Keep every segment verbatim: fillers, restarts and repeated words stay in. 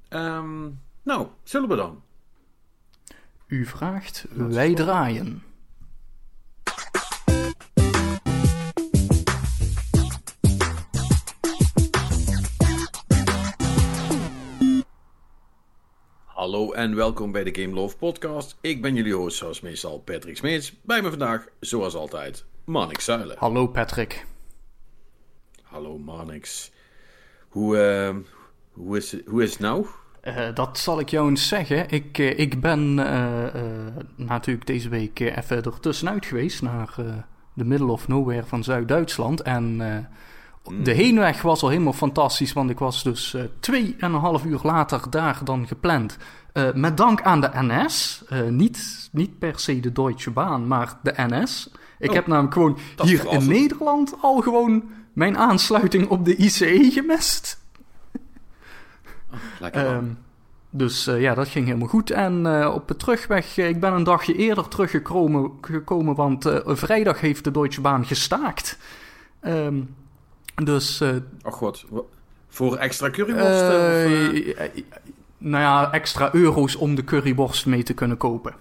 Um, nou, zullen we dan? U vraagt, wij draaien. Hallo en welkom bij de Game Love Podcast. Ik ben jullie host, zoals meestal, Patrick Smeets. Bij me vandaag, zoals altijd, Marnix Zuilen. Hallo Patrick. Hallo Marnix. Hoe, uh, hoe, is, hoe is het nou? Uh, dat zal ik jou eens zeggen. Ik, uh, ik ben uh, uh, natuurlijk deze week uh, even er tussenuit geweest naar uh, de middle of nowhere van Zuid-Duitsland. En uh, mm. de heenweg was al helemaal fantastisch, want ik was dus uh, twee en een half uur later daar dan gepland. Uh, met dank aan de N S. Uh, niet, niet per se de Deutsche Bahn, maar de N S. Ik oh, heb namelijk gewoon hier in Nederland al gewoon mijn aansluiting op de I C E gemist. Oh, lekker um, dus uh, ja, dat ging helemaal goed. En uh, op de terugweg, uh, ik ben een dagje eerder teruggekomen, gekomen, want uh, vrijdag heeft de Deutsche Bahn gestaakt. Um, dus... Uh, oh god, voor extra curryworst? Uh, of, uh... uh, nou ja, extra euro's om de curryworst mee te kunnen kopen.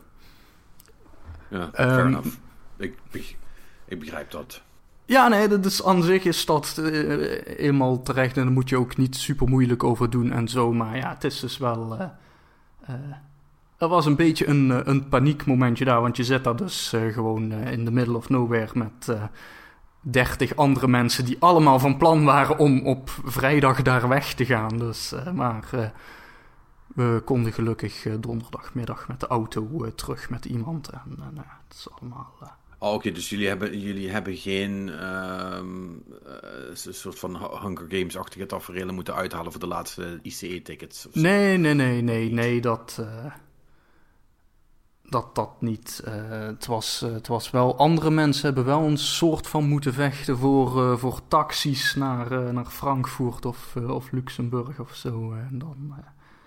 Ja, fair um, enough. Ik, ik begrijp dat. Ja, nee, dat is, aan zich is dat uh, eenmaal terecht en daar moet je ook niet super moeilijk over doen en zo. Maar ja, het is dus wel... Uh, uh, er was een beetje een, uh, een paniekmomentje daar, want je zit daar dus uh, gewoon uh, in the middle of nowhere met uh, dertig andere mensen die allemaal van plan waren om op vrijdag daar weg te gaan. Dus, uh, maar uh, we konden gelukkig uh, donderdagmiddag met de auto uh, terug met iemand en uh, nou, het is allemaal... Uh, Oh, oké, okay, dus jullie hebben, jullie hebben geen um, uh, een soort van Hunger Games-achtige taferelen moeten uithalen voor de laatste I C E-tickets? Of zo? Nee, nee, nee, nee, nee, dat, uh, dat, dat niet. Uh, het, was, uh, het was wel, andere mensen hebben wel een soort van moeten vechten voor, uh, voor taxis naar, uh, naar Frankfurt of, uh, of Luxemburg of zo. Uh, en dan... Uh,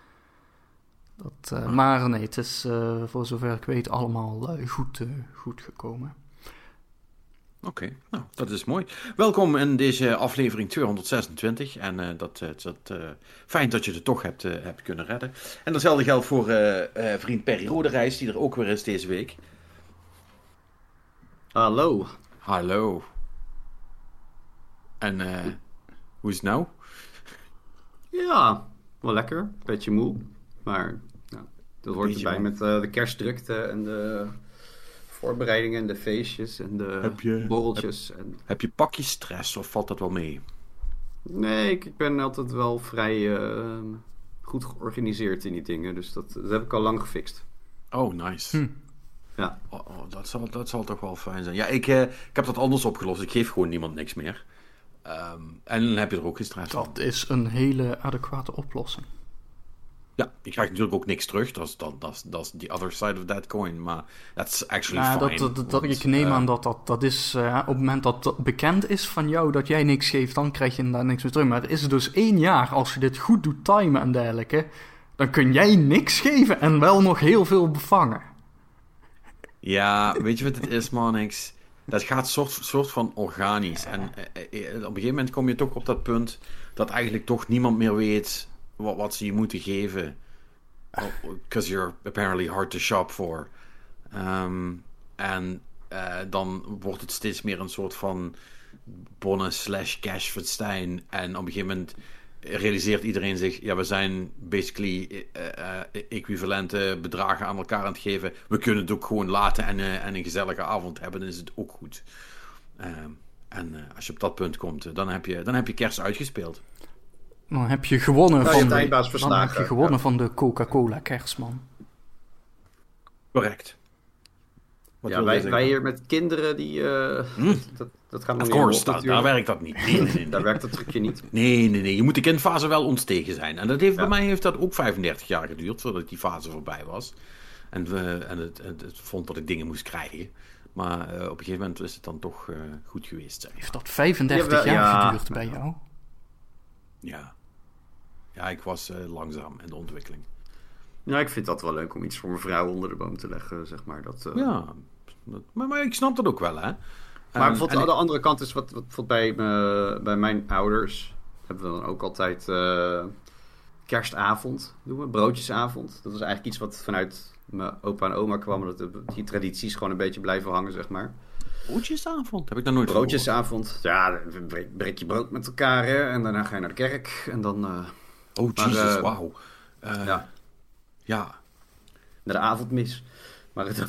Dat, uh, maar nee, het is uh, voor zover ik weet allemaal uh, goed, uh, goed gekomen. Oké, okay, nou, dat is mooi. Welkom in deze aflevering tweehonderdzesentwintig. En uh, dat, uh, dat uh, fijn dat je het toch hebt, uh, hebt kunnen redden. En datzelfde geldt voor uh, uh, vriend Perry Roderijs, die er ook weer is deze week. Hallo. Hallo. En uh, hoe is het nou? Ja, wel lekker. Beetje moe. Maar nou, dat hoort erbij met uh, de kerstdrukte en de voorbereidingen en de feestjes en de heb je, borreltjes. Heb, en... heb je pakjesstress of valt dat wel mee? Nee, ik, ik ben altijd wel vrij uh, goed georganiseerd in die dingen. Dus dat, dat heb ik al lang gefixt. Oh, nice. Hm. Ja. Oh, oh, dat, zal, dat zal toch wel fijn zijn. Ja, ik, uh, ik heb dat anders opgelost. Ik geef gewoon niemand niks meer. Um, en dan heb je er ook geen stress van. Dat is een hele adequate oplossing. Ja, je krijgt natuurlijk ook niks terug. Dat is dat, dat, dat is the other side of that coin. Maar that's actually ja, fine. Dat, dat, dat, want, ik neem uh, aan dat dat, dat is... Uh, op het moment dat dat bekend is van jou dat jij niks geeft, dan krijg je daar niks meer terug. Maar het is dus één jaar. Als je dit goed doet timen en dergelijke, dan kun jij niks geven en wel nog heel veel bevangen. Ja, weet je wat het is, Marnix? Dat gaat soort, soort van organisch. En uh, uh, op een gegeven moment kom je toch op dat punt dat eigenlijk toch niemand meer weet... Wat, wat ze je moeten geven. Because you're apparently hard to shop for. Um, en uh, dan wordt het steeds meer een soort van bonnen slash cash festijn. En op een gegeven moment realiseert iedereen zich... Ja, we zijn basically uh, uh, equivalente bedragen aan elkaar aan het geven. We kunnen het ook gewoon laten en, uh, en een gezellige avond hebben. Dan is het ook goed. Um, en uh, als je op dat punt komt, uh, dan, heb je, dan heb je kerst uitgespeeld. Dan heb je gewonnen, nou, van, de, dan heb je gewonnen ja. van de Coca-Cola kerstman. Correct. Wat ja, wij, wij hier met kinderen, die, uh, mm. dat, dat gaat nog niet. Of course, da, daar werkt dat niet. Nee, nee, nee. Daar werkt dat trucje niet. Nee, nee, nee. Je moet de kindfase wel ontstegen zijn. En dat heeft, ja. bij mij heeft dat ook vijfendertig jaar geduurd, voordat die fase voorbij was. En, uh, en het, het, het vond dat ik dingen moest krijgen. Maar uh, op een gegeven moment is het dan toch uh, goed geweest. Zeg. Heeft dat vijfendertig ja, jaar ja. geduurd bij jou? Ja. Ja, ik was uh, langzaam in de ontwikkeling. Ja, ik vind dat wel leuk om iets voor mijn vrouw onder de boom te leggen, zeg maar. Dat, uh... Ja, dat, maar, maar ik snap dat ook wel, hè. Maar um, bijvoorbeeld de ik... andere kant is, wat, wat bij, me, bij mijn ouders hebben we dan ook altijd... Uh, kerstavond doen we, broodjesavond. Dat was eigenlijk iets wat vanuit mijn opa en oma kwam. Dat die tradities gewoon een beetje blijven hangen, zeg maar. Broodjesavond? Heb ik daar nooit Broodjesavond. Gehoord. Ja, breek, breek je brood met elkaar, hè, en daarna ga je naar de kerk. En dan... Uh, oh, Jesus, uh, wauw. Uh, ja. Ja. Naar de avondmis. Maar dat,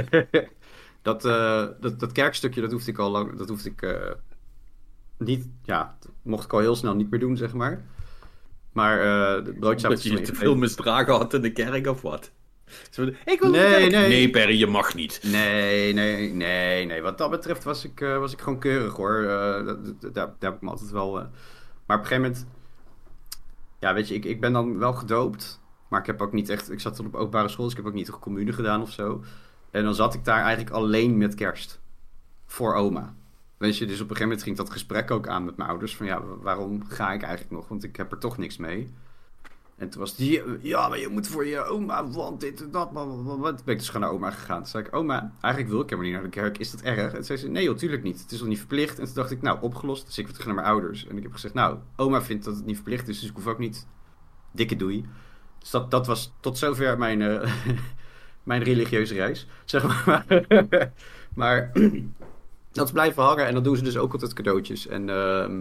dat, uh, dat, dat kerkstukje, dat hoefde ik al lang... Dat hoefde ik uh, niet... Ja, dat mocht ik al heel snel niet meer doen, zeg maar. Maar uh, de broodjesavond... Dat je te veel misdragen had in de kerk, of wat? Ik wil nee, nee, nee. nee, Perry, je mag niet. Nee, nee, nee, nee. Wat dat betreft was ik, uh, was ik gewoon keurig, hoor. Uh, dat, dat, daar, daar heb ik me altijd wel... Uh... Maar op een gegeven moment... Ja, weet je, ik, ik ben dan wel gedoopt. Maar ik heb ook niet echt... Ik zat op openbare school, dus ik heb ook niet de commune gedaan of zo. En dan zat ik daar eigenlijk alleen met kerst. Voor oma. Weet je, dus op een gegeven moment ging dat gesprek ook aan met mijn ouders. Van ja, waarom ga ik eigenlijk nog? Want ik heb er toch niks mee. En toen was die, ja, maar je moet voor je oma, want dit en dat. Toen ben ik dus gewoon naar oma gegaan. Toen zei ik, oma, eigenlijk wil ik helemaal niet naar de kerk. Is dat erg? En toen zei ze, nee joh, tuurlijk niet. Het is nog niet verplicht. En toen dacht ik, nou, opgelost. Dus ik weer terug naar mijn ouders. En ik heb gezegd, nou, oma vindt dat het niet verplicht is. Dus ik hoef ook niet. Dikke doei. Dus dat, dat was tot zover mijn, uh, mijn religieuze reis. Zeg maar. Maar dat is blijven hangen. En dan doen ze dus ook altijd cadeautjes. En... Uh,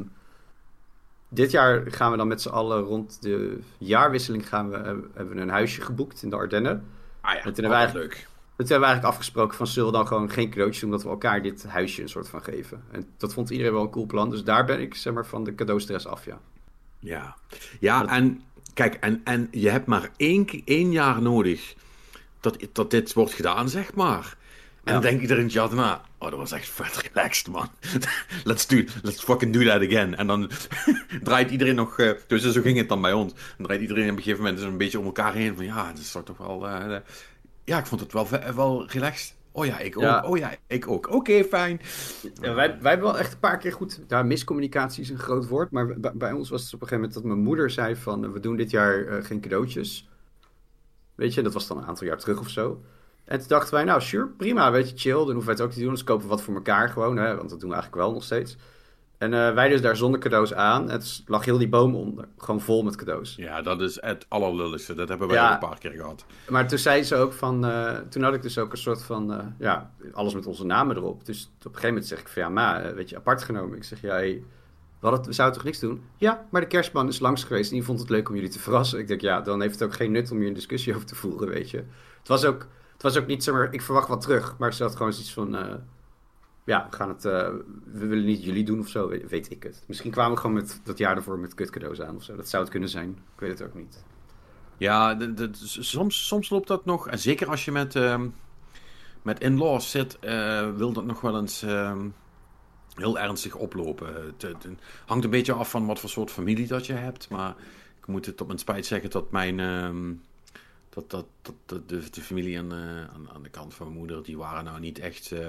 Dit jaar gaan we dan met z'n allen rond de jaarwisseling gaan we, hebben we een huisje geboekt in de Ardennen. Ah ja, dat is leuk. Dat hebben we eigenlijk afgesproken van zullen we dan gewoon geen cadeautjes doen, omdat we elkaar dit huisje een soort van geven. En dat vond iedereen wel een cool plan, dus daar ben ik zeg maar van de cadeaustress af, ja. Ja, ja dat... en kijk, en, en je hebt maar één, één jaar nodig dat, dat dit wordt gedaan, zeg maar. En ja. Dan denk ik erin, ja, daarna, oh, dat was echt vet relaxed, man. let's do, let's fucking do that again. En dan draait iedereen nog, uh, dus zo ging het dan bij ons. Dan draait iedereen op een gegeven moment dus een beetje om elkaar heen. Van ja, dat is toch wel, uh, uh, ja, ik vond het wel, wel relaxed. Oh ja, ik ook. Ja. Oh ja, ik ook. Oké, okay, fijn. Ja, wij, wij hebben wel echt een paar keer goed, ja, miscommunicatie is een groot woord. Maar bij, bij ons was het op een gegeven moment dat mijn moeder zei van, uh, we doen dit jaar uh, geen cadeautjes. Weet je, dat was dan een aantal jaar terug of zo. En toen dachten wij, nou, sure, prima, weet je, chill. Dan hoeven wij het ook niet te doen. Dus kopen we wat voor elkaar gewoon, hè, want dat doen we eigenlijk wel nog steeds. En uh, wij dus daar zonder cadeaus aan. En het lag heel die boom onder. Gewoon vol met cadeaus. Ja, dat is het allerlulligste. Dat hebben wij ja, ook een paar keer gehad. Maar toen zei ze ook van... Uh, toen had ik dus ook een soort van... Uh, ja, alles met onze namen erop. Dus op een gegeven moment zeg ik van... Ja, ma, weet je, apart genomen. Ik zeg, ja, hey, we, hadden, we zouden toch niks doen? Ja, maar de kerstman is langs geweest. En die vond het leuk om jullie te verrassen. Ik denk, ja, dan heeft het ook geen nut om hier een discussie over te voeren, weet je. Het was ook... Het was ook niet, zeg maar, ik verwacht wat terug. Maar ze had gewoon zoiets van... Uh, ja, we gaan het... Uh, we willen niet jullie doen of zo, weet, weet ik het. Misschien kwamen we gewoon met dat jaar ervoor met kutcadeaus aan of zo. Dat zou het kunnen zijn. Ik weet het ook niet. Ja, de, de, soms, soms loopt dat nog. En zeker als je met, uh, met in-laws zit, uh, wil dat nog wel eens uh, heel ernstig oplopen. Het, het hangt een beetje af van wat voor soort familie dat je hebt. Maar ik moet het op mijn spijt zeggen dat mijn... Uh, Dat, dat, dat, dat de, de familie aan, uh, aan, aan de kant van mijn moeder, die waren nou niet echt... Uh,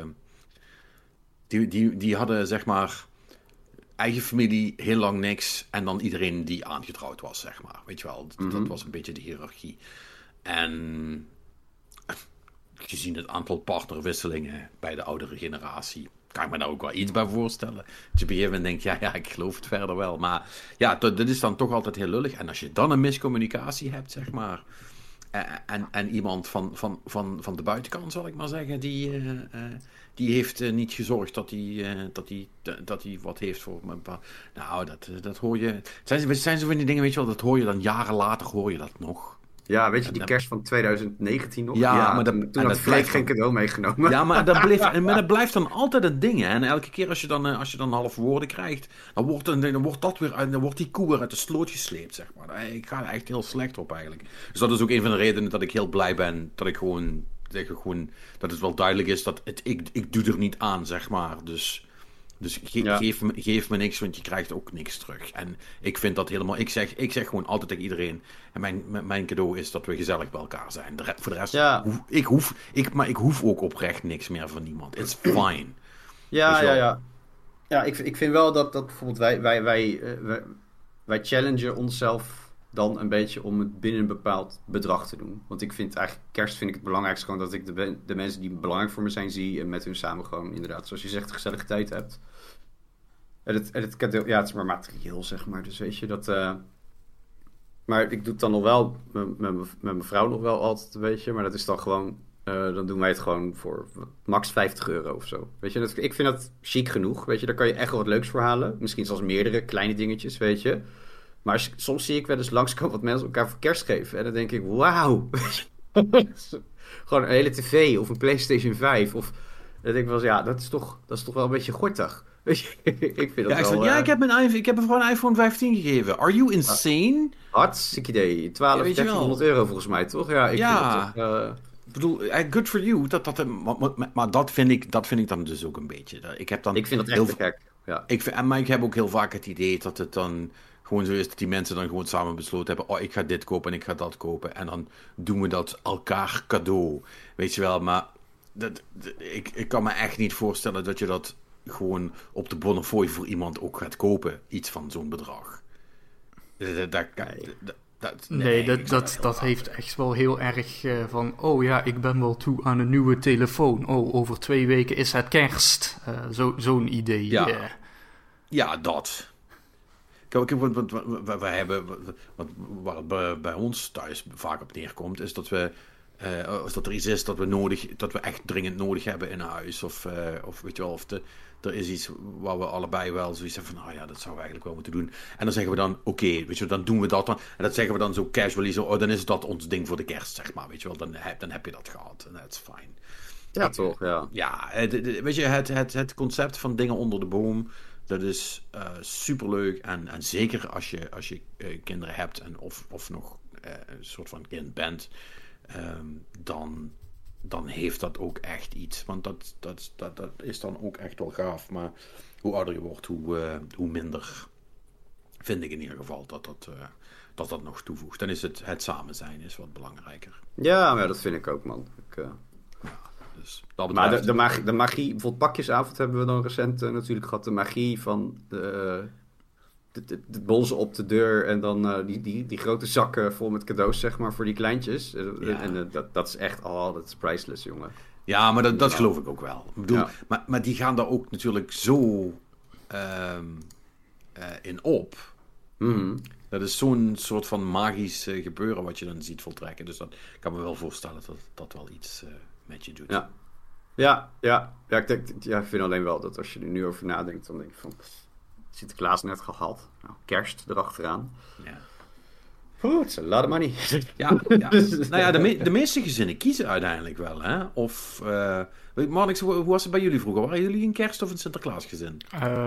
die, die, die hadden, zeg maar, eigen familie, heel lang niks. En dan iedereen die aangetrouwd was, zeg maar. Weet je wel, mm-hmm. Dat was een beetje de hiërarchie. En gezien het aantal partnerwisselingen bij de oudere generatie... kan ik me daar ook wel iets bij voorstellen. Dat je op een gegeven moment denkt, ja, ja, ik geloof het verder wel. Maar ja, dat, dat is dan toch altijd heel lullig. En als je dan een miscommunicatie hebt, zeg maar... En, en iemand van, van, van, van de buitenkant, zal ik maar zeggen, die, uh, uh, die heeft uh, niet gezorgd dat hij uh, dat hij dat hij wat heeft voor mijn pa. Nou, dat, dat hoor je. Zijn, zijn zo van die dingen, weet je wel, dat hoor je dan jaren later, hoor je dat nog. Ja, weet je, die kerst van twintig negentien nog? Ja, ja maar dat, toen, toen had Freek geen cadeau meegenomen. Ja, maar dat, bleef, maar dat blijft dan altijd een ding, hè. En elke keer als je dan, als je dan half woorden krijgt, dan wordt, dan wordt dat weer uit, dan wordt die koe weer uit de sloot gesleept, zeg maar. Ik ga er echt heel slecht op, eigenlijk. Dus dat is ook een van de redenen dat ik heel blij ben dat ik gewoon, dat, ik gewoon, dat het wel duidelijk is dat het, ik, ik doe er niet aan, zeg maar. Dus... Dus ge- ja. geef, me, geef me niks, want je krijgt ook niks terug. En ik vind dat helemaal... Ik zeg, ik zeg gewoon altijd tegen iedereen... En mijn, mijn cadeau is dat we gezellig bij elkaar zijn. De re- voor de rest... Ja. Hoef, ik hoef, ik, maar ik hoef ook oprecht niks meer van niemand. It's fine. Ja, ja, ja. Ja, ik, ik vind wel dat, dat bijvoorbeeld wij... Wij, wij, uh, wij, wij challengen onszelf dan een beetje om het binnen een bepaald bedrag te doen. Want ik vind eigenlijk... Kerst vind ik het belangrijkste gewoon dat ik de, de mensen die belangrijk voor me zijn zie... en met hun samen gewoon inderdaad, zoals je zegt, gezellige tijd hebt... En het, en het cadeau, ja, het is maar materieel, zeg maar. Dus weet je, dat... Uh, maar ik doe het dan nog wel met, met, met mijn vrouw nog wel altijd een beetje. Maar dat is dan gewoon... Uh, dan doen wij het gewoon voor max vijftig euro of zo. Weet je, dat, ik vind dat chic genoeg. Weet je, daar kan je echt wel wat leuks voor halen. Misschien zelfs meerdere kleine dingetjes, weet je. Maar als, soms zie ik wel eens langskomen wat mensen elkaar voor kerst geven. En dan denk ik, wauw. Gewoon een hele tv of een PlayStation vijf. Of dan denk ik wel eens, ja, dat is toch, dat is toch wel een beetje gortig. Weet je, ik vind dat ja, ik wel... Zeg, uh... Ja, ik heb, mijn, ik heb hem gewoon een iPhone vijftien gegeven. Are you insane? Hartstikke idee. twaalf, dertienhonderd euro volgens mij, toch? Ja, ik ja. vind dat toch... Uh... Ik bedoel, good for you. Dat, dat, maar maar dat, vind ik, dat vind ik dan dus ook een beetje. Ik, heb dan ik vind dat echt heel te gek. Ja. Ik vind, maar ik heb ook heel vaak het idee dat het dan gewoon zo is dat die mensen dan gewoon samen besloten hebben. Oh, ik ga dit kopen en ik ga dat kopen. En dan doen we dat elkaar cadeau. Weet je wel, maar dat, dat, ik, ik kan me echt niet voorstellen dat je dat gewoon op de Bonnefoy voor iemand ook gaat kopen. Iets van zo'n bedrag. Dat, dat, dat, Dat, nee, nee, dat, dat, dat heeft echt wel heel erg uh, van... Oh ja, ik ben wel toe aan een nieuwe telefoon. Oh, over twee weken is het kerst. Uh, zo, zo'n idee. Ja, uh. ja dat. Kijk, wat, wat, wat, wat we hebben... Wat, waar het bij, bij ons thuis vaak op neerkomt... is dat we... Uh, als dat er iets is dat we, nodig, dat we echt dringend nodig hebben in huis... of, uh, of weet je wel, of de... Er is iets waar we allebei wel zoiets hebben van... nou ja, dat zouden we eigenlijk wel moeten doen. En dan zeggen we dan, oké, okay, weet je, dan doen we dat dan. En dat zeggen we dan zo casually, zo, oh, dan is dat ons ding voor de kerst, zeg maar. Weet je wel, dan heb, dan heb je dat gehad. En that's fine. Ja, ik, toch, ja. Ja, het, het, weet je, het, het, het concept van dingen onder de boom... dat is uh, superleuk. En, en zeker als je, als je uh, kinderen hebt... en of, of nog uh, een soort van kind bent... Um, dan... dan heeft dat ook echt iets. Want dat, dat, dat, dat is dan ook echt wel gaaf. Maar hoe ouder je wordt, hoe, uh, hoe minder vind ik in ieder geval dat dat, uh, dat dat nog toevoegt. Dan is het, het samen zijn is wat belangrijker. Ja, maar dat vind ik ook, man. Ik, uh... ja, dus dat maar de, de, magie, de magie, bijvoorbeeld pakjesavond hebben we dan recent uh, natuurlijk gehad. De magie van de... Uh... De, de, de bonzen op de deur en dan uh, die, die, die grote zakken vol met cadeaus, zeg maar, voor die kleintjes. Ja. En uh, dat, dat is echt, oh, dat is priceless, jongen. Ja, maar dat, dat ja. geloof ik ook wel. Ik bedoel, ja. maar, maar die gaan daar ook natuurlijk zo um, uh, in op. Mm-hmm. Dat is zo'n soort van magisch uh, gebeuren wat je dan ziet voltrekken. Dus dat ik kan me wel voorstellen dat dat wel iets uh, met je doet. Ja, ja, ja. ja, ik, denk, ja ik vind alleen wel dat als je er nu over nadenkt, dan denk je van... Sinterklaas net gehad. Nou, kerst erachteraan. Ja. Oeh, het is een lot of money. Ja, ja. Nou ja, de, me- de meeste gezinnen kiezen uiteindelijk wel, hè? Of, uh, Marnix, hoe, hoe was het bij jullie vroeger? Waren jullie een kerst- of een Sinterklaasgezin?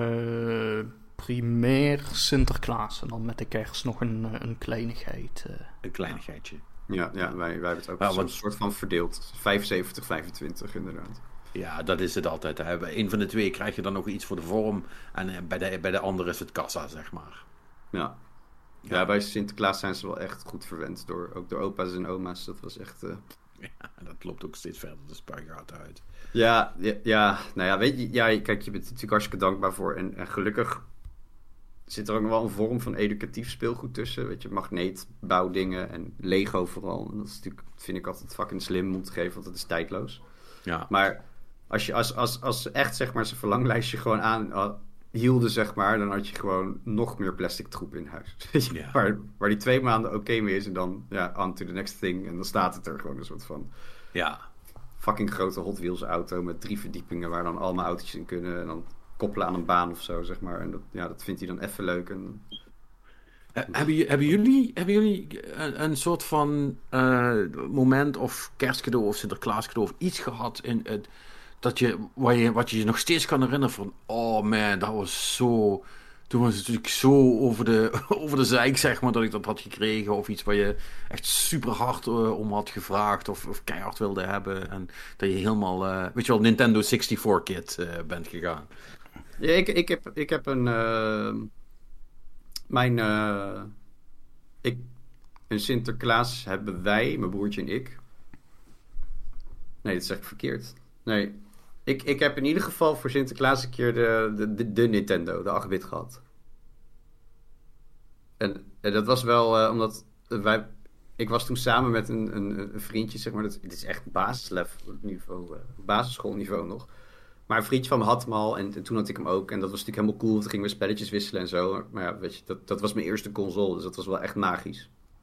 Uh, primair Sinterklaas. En dan met de kerst nog een, een kleinigheid. Uh. Een kleinigheidje. Ja, ja wij, wij hebben het ook ja, een want... soort van verdeeld. vijfenzeventig, vijfentwintig inderdaad. Ja, dat is het altijd. Hè. Bij een van de twee krijg je dan nog iets voor de vorm. En bij de, bij de andere is het kassa, zeg maar. Ja. Ja, ja, bij Sinterklaas zijn ze wel echt goed verwend. Door, ook door opa's en oma's. Dat was echt... Uh... Ja, dat loopt ook steeds verder de spuigaten uit. Ja, ja, ja, nou ja, weet je... Ja, kijk, je bent er natuurlijk hartstikke dankbaar voor. En, en gelukkig zit er ook nog wel een vorm van educatief speelgoed tussen. Weet je, magneetbouwdingen en Lego vooral. En dat is natuurlijk, vind ik altijd fucking slim om te geven, want dat is tijdloos. Ja. Maar... Als je als, als, als ze echt zeg maar zijn verlanglijstje gewoon aan uh, hielden, zeg maar, dan had je gewoon nog meer plastic troep in huis. Ja. waar, waar die twee maanden oké okay mee is en dan ja, on to the next thing. En dan staat het er gewoon een soort van ja. fucking grote Hot Wheels auto met drie verdiepingen waar dan allemaal autootjes in kunnen. En dan koppelen aan een baan of zo, zeg maar. En dat, ja, dat vindt hij dan even leuk. En... Uh, hebben, hebben jullie, hebben jullie een, een soort van uh, moment of kerstcadeau of Sinterklaascadeau of iets gehad in het... Dat je, wat je, wat je je nog steeds kan herinneren van... Oh man, dat was zo... Toen was het natuurlijk zo over de, over de zeik, zeg maar, dat ik dat had gekregen. Of iets waar je echt super hard uh, om had gevraagd. Of, of keihard wilde hebben. En dat je helemaal, uh, weet je wel, Nintendo zesenzestig kid uh, bent gegaan. Ja, ik, ik, heb, ik heb een... Uh, mijn... Uh, ik, een Sinterklaas hebben wij, mijn broertje en ik... Nee, dat zeg ik verkeerd. Nee... Ik, ik heb in ieder geval voor Sinterklaas een keer de, de, de, de Nintendo, de acht bit gehad. En, en dat was wel uh, omdat wij... Ik was toen samen met een, een, een vriendje, zeg maar. Dat, dit is echt basislevel-niveau, uh, basisschoolniveau nog. Maar een vriendje van me had hem al en, en toen had ik hem ook. En dat was natuurlijk helemaal cool, want toen gingen we spelletjes wisselen en zo. Maar ja, weet je, dat, dat was mijn eerste console, dus dat was wel echt magisch.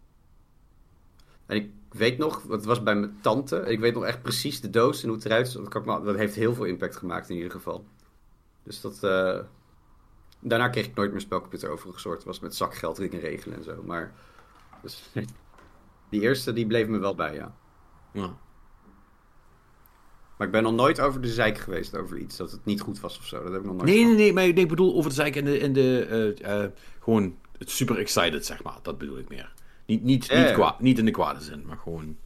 En ik weet nog, het was bij mijn tante. Ik weet nog echt precies de doos en hoe het eruit zag. Dat, dat heeft heel veel impact gemaakt in ieder geval. Dus dat... Uh... Daarna kreeg ik nooit meer spelcomputer overgesoord. Het was met zakgeld dingen regelen en zo. Maar dus, die eerste, die bleef me wel bij, ja. ja. Maar ik ben nog nooit over de zeik geweest over iets. Dat het niet goed was of zo. Dat heb ik nog nooit Nee, gehad. nee, nee. Maar ik bedoel over de zeik in de... In de uh, uh, gewoon het super excited, zeg maar. Dat bedoel ik meer. Niet, niet, ja, niet, ja. Kwa, niet in de kwade zin, maar gewoon...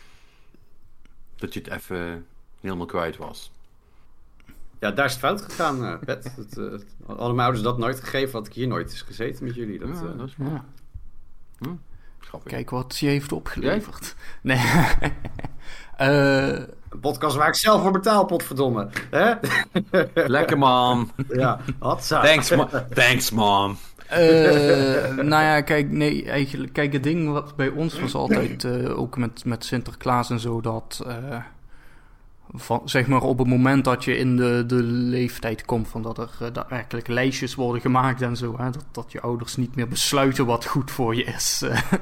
Dat je het even helemaal kwijt was. Ja, daar is het fout gegaan, uh, Pet. Dat, uh, hadden mijn ouders dat nooit gegeven, had ik hier nooit eens gezeten met jullie. Dat, ja, uh, dat is Ja. Hm, Kijk wat je heeft opgeleverd. Nee. uh, een podcast waar ik zelf voor betaal, potverdomme. Hè? Lekker, man. Ja, hatsa. Thanks, ma- Thanks, mom. Uh, nou ja, kijk, nee, eigenlijk, kijk, het ding wat bij ons was altijd, uh, ook met, met Sinterklaas en zo, dat, uh, van, zeg maar, op het moment dat je in de, de leeftijd komt van dat er uh, daadwerkelijk lijstjes worden gemaakt en zo, hè, dat, dat je ouders niet meer besluiten wat goed voor je is.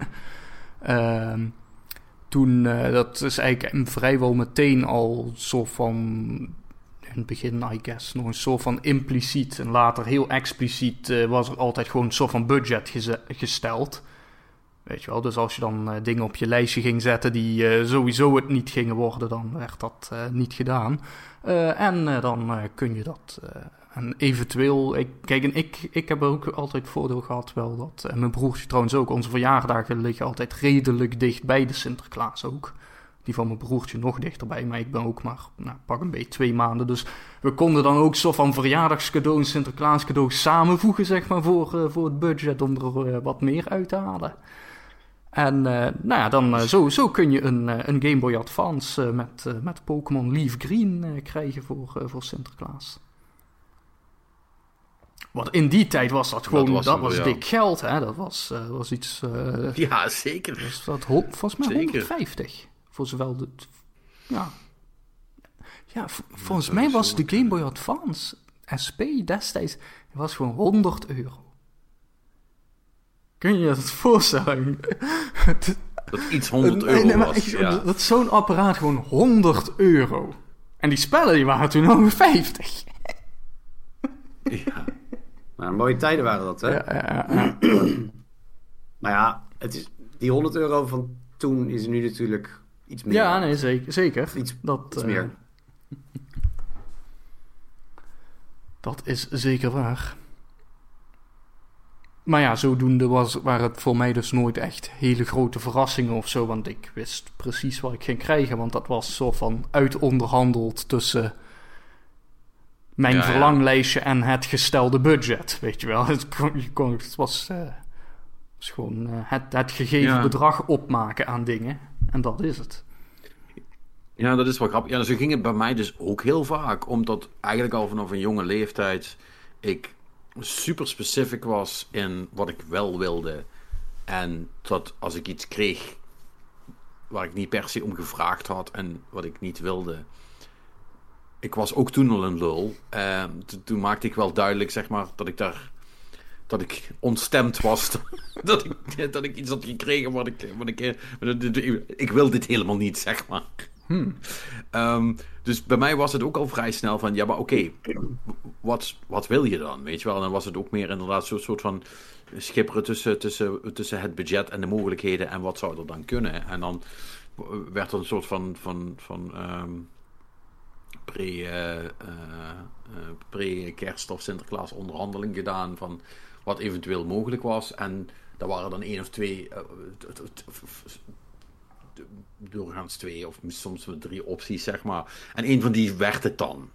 uh, toen, uh, dat is eigenlijk vrijwel meteen al soort van... in het begin, I guess, nog een soort van impliciet en later heel expliciet uh, was er altijd gewoon een soort van budget geze- gesteld. Weet je wel, dus als je dan uh, dingen op je lijstje ging zetten die uh, sowieso het niet gingen worden, dan werd dat uh, niet gedaan. Uh, en uh, dan uh, kun je dat... Uh, en eventueel... Ik, kijk, en ik, ik heb ook altijd voordeel gehad wel dat... En mijn broertje trouwens ook, onze verjaardagen liggen altijd redelijk dicht bij de Sinterklaas ook. Die van mijn broertje nog dichterbij, maar ik ben ook maar, nou, pak een beetje twee maanden. Dus we konden dan ook zo van verjaardagscadeau en Sinterklaas cadeau samenvoegen, zeg maar, voor, uh, voor het budget om er uh, wat meer uit te halen. En uh, nou ja, dan uh, zo, zo kun je een, uh, een Game Boy Advance uh, met, uh, met Pokémon Leaf Green uh, krijgen voor, uh, voor Sinterklaas. Want in die tijd was dat gewoon, dat was, dat was dik ja. geld, hè. Dat was, uh, was iets... Uh, ja, zeker. Was dat ho- volgens mij zeker. honderdvijftig. Voor zowel de... Ja, ja v- volgens mij was de Game Boy Advance S P destijds... was gewoon honderd euro. Kun je je dat voorstellen? Dat iets honderd euro nee, was, echt, ja. Dat zo'n apparaat gewoon honderd euro. En die spellen die waren toen nog vijftig. Ja. Maar mooie tijden waren dat, hè? Ja, ja, ja. Maar ja, het is, die honderd euro van toen is nu natuurlijk iets meer. Ja, nee, zeker. zeker. Iets, dat, iets uh, meer. Dat is zeker waar. Maar ja, zodoende was, waren het voor mij dus nooit echt hele grote verrassingen of zo. Want ik wist precies wat ik ging krijgen. Want dat was zo van uitonderhandeld tussen mijn ja, verlanglijstje ja. en het gestelde budget. Weet je wel, het, kon, je kon, het was, uh, was gewoon uh, het, het gegeven ja. bedrag opmaken aan dingen. En dat is het. Ja, dat is wel grappig. Ja, zo ging het bij mij dus ook heel vaak. Omdat eigenlijk al vanaf een jonge leeftijd ik super specific was in wat ik wel wilde. En dat als ik iets kreeg waar ik niet per se om gevraagd had en wat ik niet wilde. Ik was ook toen al een lul. Uh, t- toen maakte ik wel duidelijk, zeg maar, dat ik daar dat ik ontstemd was. dat, ik, dat ik iets had gekregen wat ik, wat ik... Ik wil dit helemaal niet, zeg maar. Hmm. Um, dus bij mij was het ook al vrij snel van... Ja, maar oké, okay, wat, wat wil je dan? Weet je wel? En dan was het ook meer inderdaad zo'n soort van... schipperen tussen, tussen, tussen het budget en de mogelijkheden... en wat zou er dan kunnen? En dan werd er een soort van... van, van um, pre, uh, uh, uh, pre-kerst of Sinterklaas onderhandeling gedaan... van wat eventueel mogelijk was. En daar waren dan één of twee... Uh, t- t- t- doorgaans twee of soms drie opties, zeg maar. En een van die werd het dan.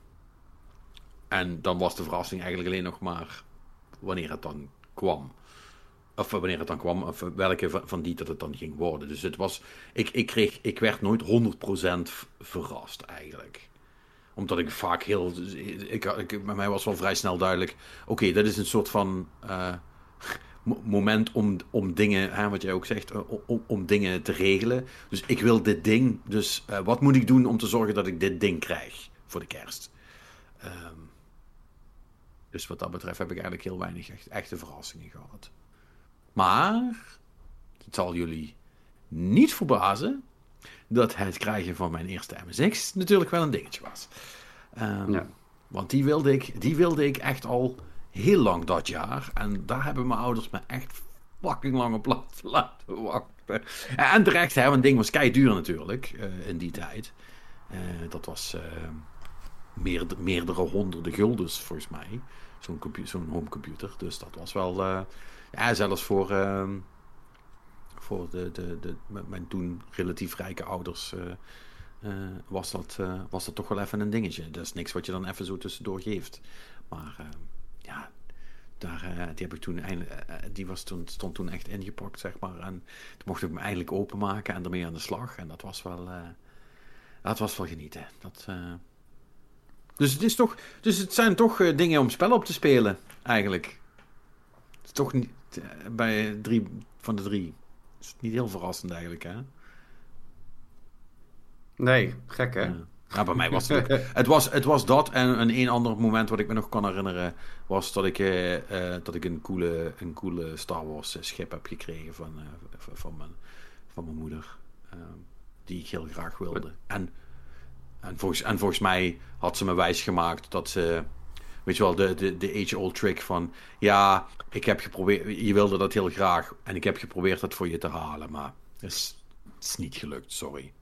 En dan was de verrassing eigenlijk alleen nog maar wanneer het dan kwam. Of wanneer het dan kwam, of welke van die dat het dan ging worden. Dus het was... Ik, ik, kreeg, ik werd nooit honderd procent verrast, eigenlijk. Omdat ik vaak heel... Ik, ik, bij mij was wel vrij snel duidelijk... Oké, okay, dat is een soort van... Uh, moment om, om dingen, hè, wat jij ook zegt, om, om dingen te regelen. Dus ik wil dit ding, dus uh, wat moet ik doen om te zorgen dat ik dit ding krijg voor de kerst? Um, dus wat dat betreft heb ik eigenlijk heel weinig echt, echte verrassingen gehad. Maar, het zal jullie niet verbazen dat het krijgen van mijn eerste M S X natuurlijk wel een dingetje was. Um, ja. Want die wilde, ik, die wilde ik echt al heel lang dat jaar. En daar hebben mijn ouders me echt fucking lang op laten wachten. En terecht, hè, want het ding was kei duur natuurlijk uh, in die tijd. Uh, dat was uh, meerd, meerdere honderden guldens volgens mij. Zo'n, compu- zo'n homecomputer. Dus dat was wel... Uh, ja, zelfs voor... Uh, voor de, de, de, mijn toen relatief rijke ouders... Uh, Uh, was, dat, uh, was dat toch wel even een dingetje. Dat is niks wat je dan even zo tussendoor geeft. Maar uh, ja, daar, uh, die heb ik toen eindelijk, uh, die was toen, stond toen echt ingepakt, zeg maar. En toen mocht ik hem eindelijk openmaken en ermee aan de slag. En dat was wel, uh, dat was wel genieten. Dat, uh... dus, het is toch, dus het zijn toch uh, dingen om spellen op te spelen, eigenlijk. Het is toch niet, uh, bij drie van de drie. Het is niet heel verrassend eigenlijk, hè? Nee, gek hè? Ja. Ja, bij mij was het ook. het, was, het was dat en een een ander moment wat ik me nog kan herinneren was dat ik, uh, uh, dat ik een, coole, een coole Star Wars schip heb gekregen van, uh, van, mijn, van mijn moeder. Uh, die ik heel graag wilde. En, en, volgens, en volgens mij had ze me wijsgemaakt dat ze... Weet je wel, de, de, de age-old trick van... Ja, ik heb geprobeerd... Je wilde dat heel graag en ik heb geprobeerd dat voor je te halen, maar het is, het is niet gelukt, sorry.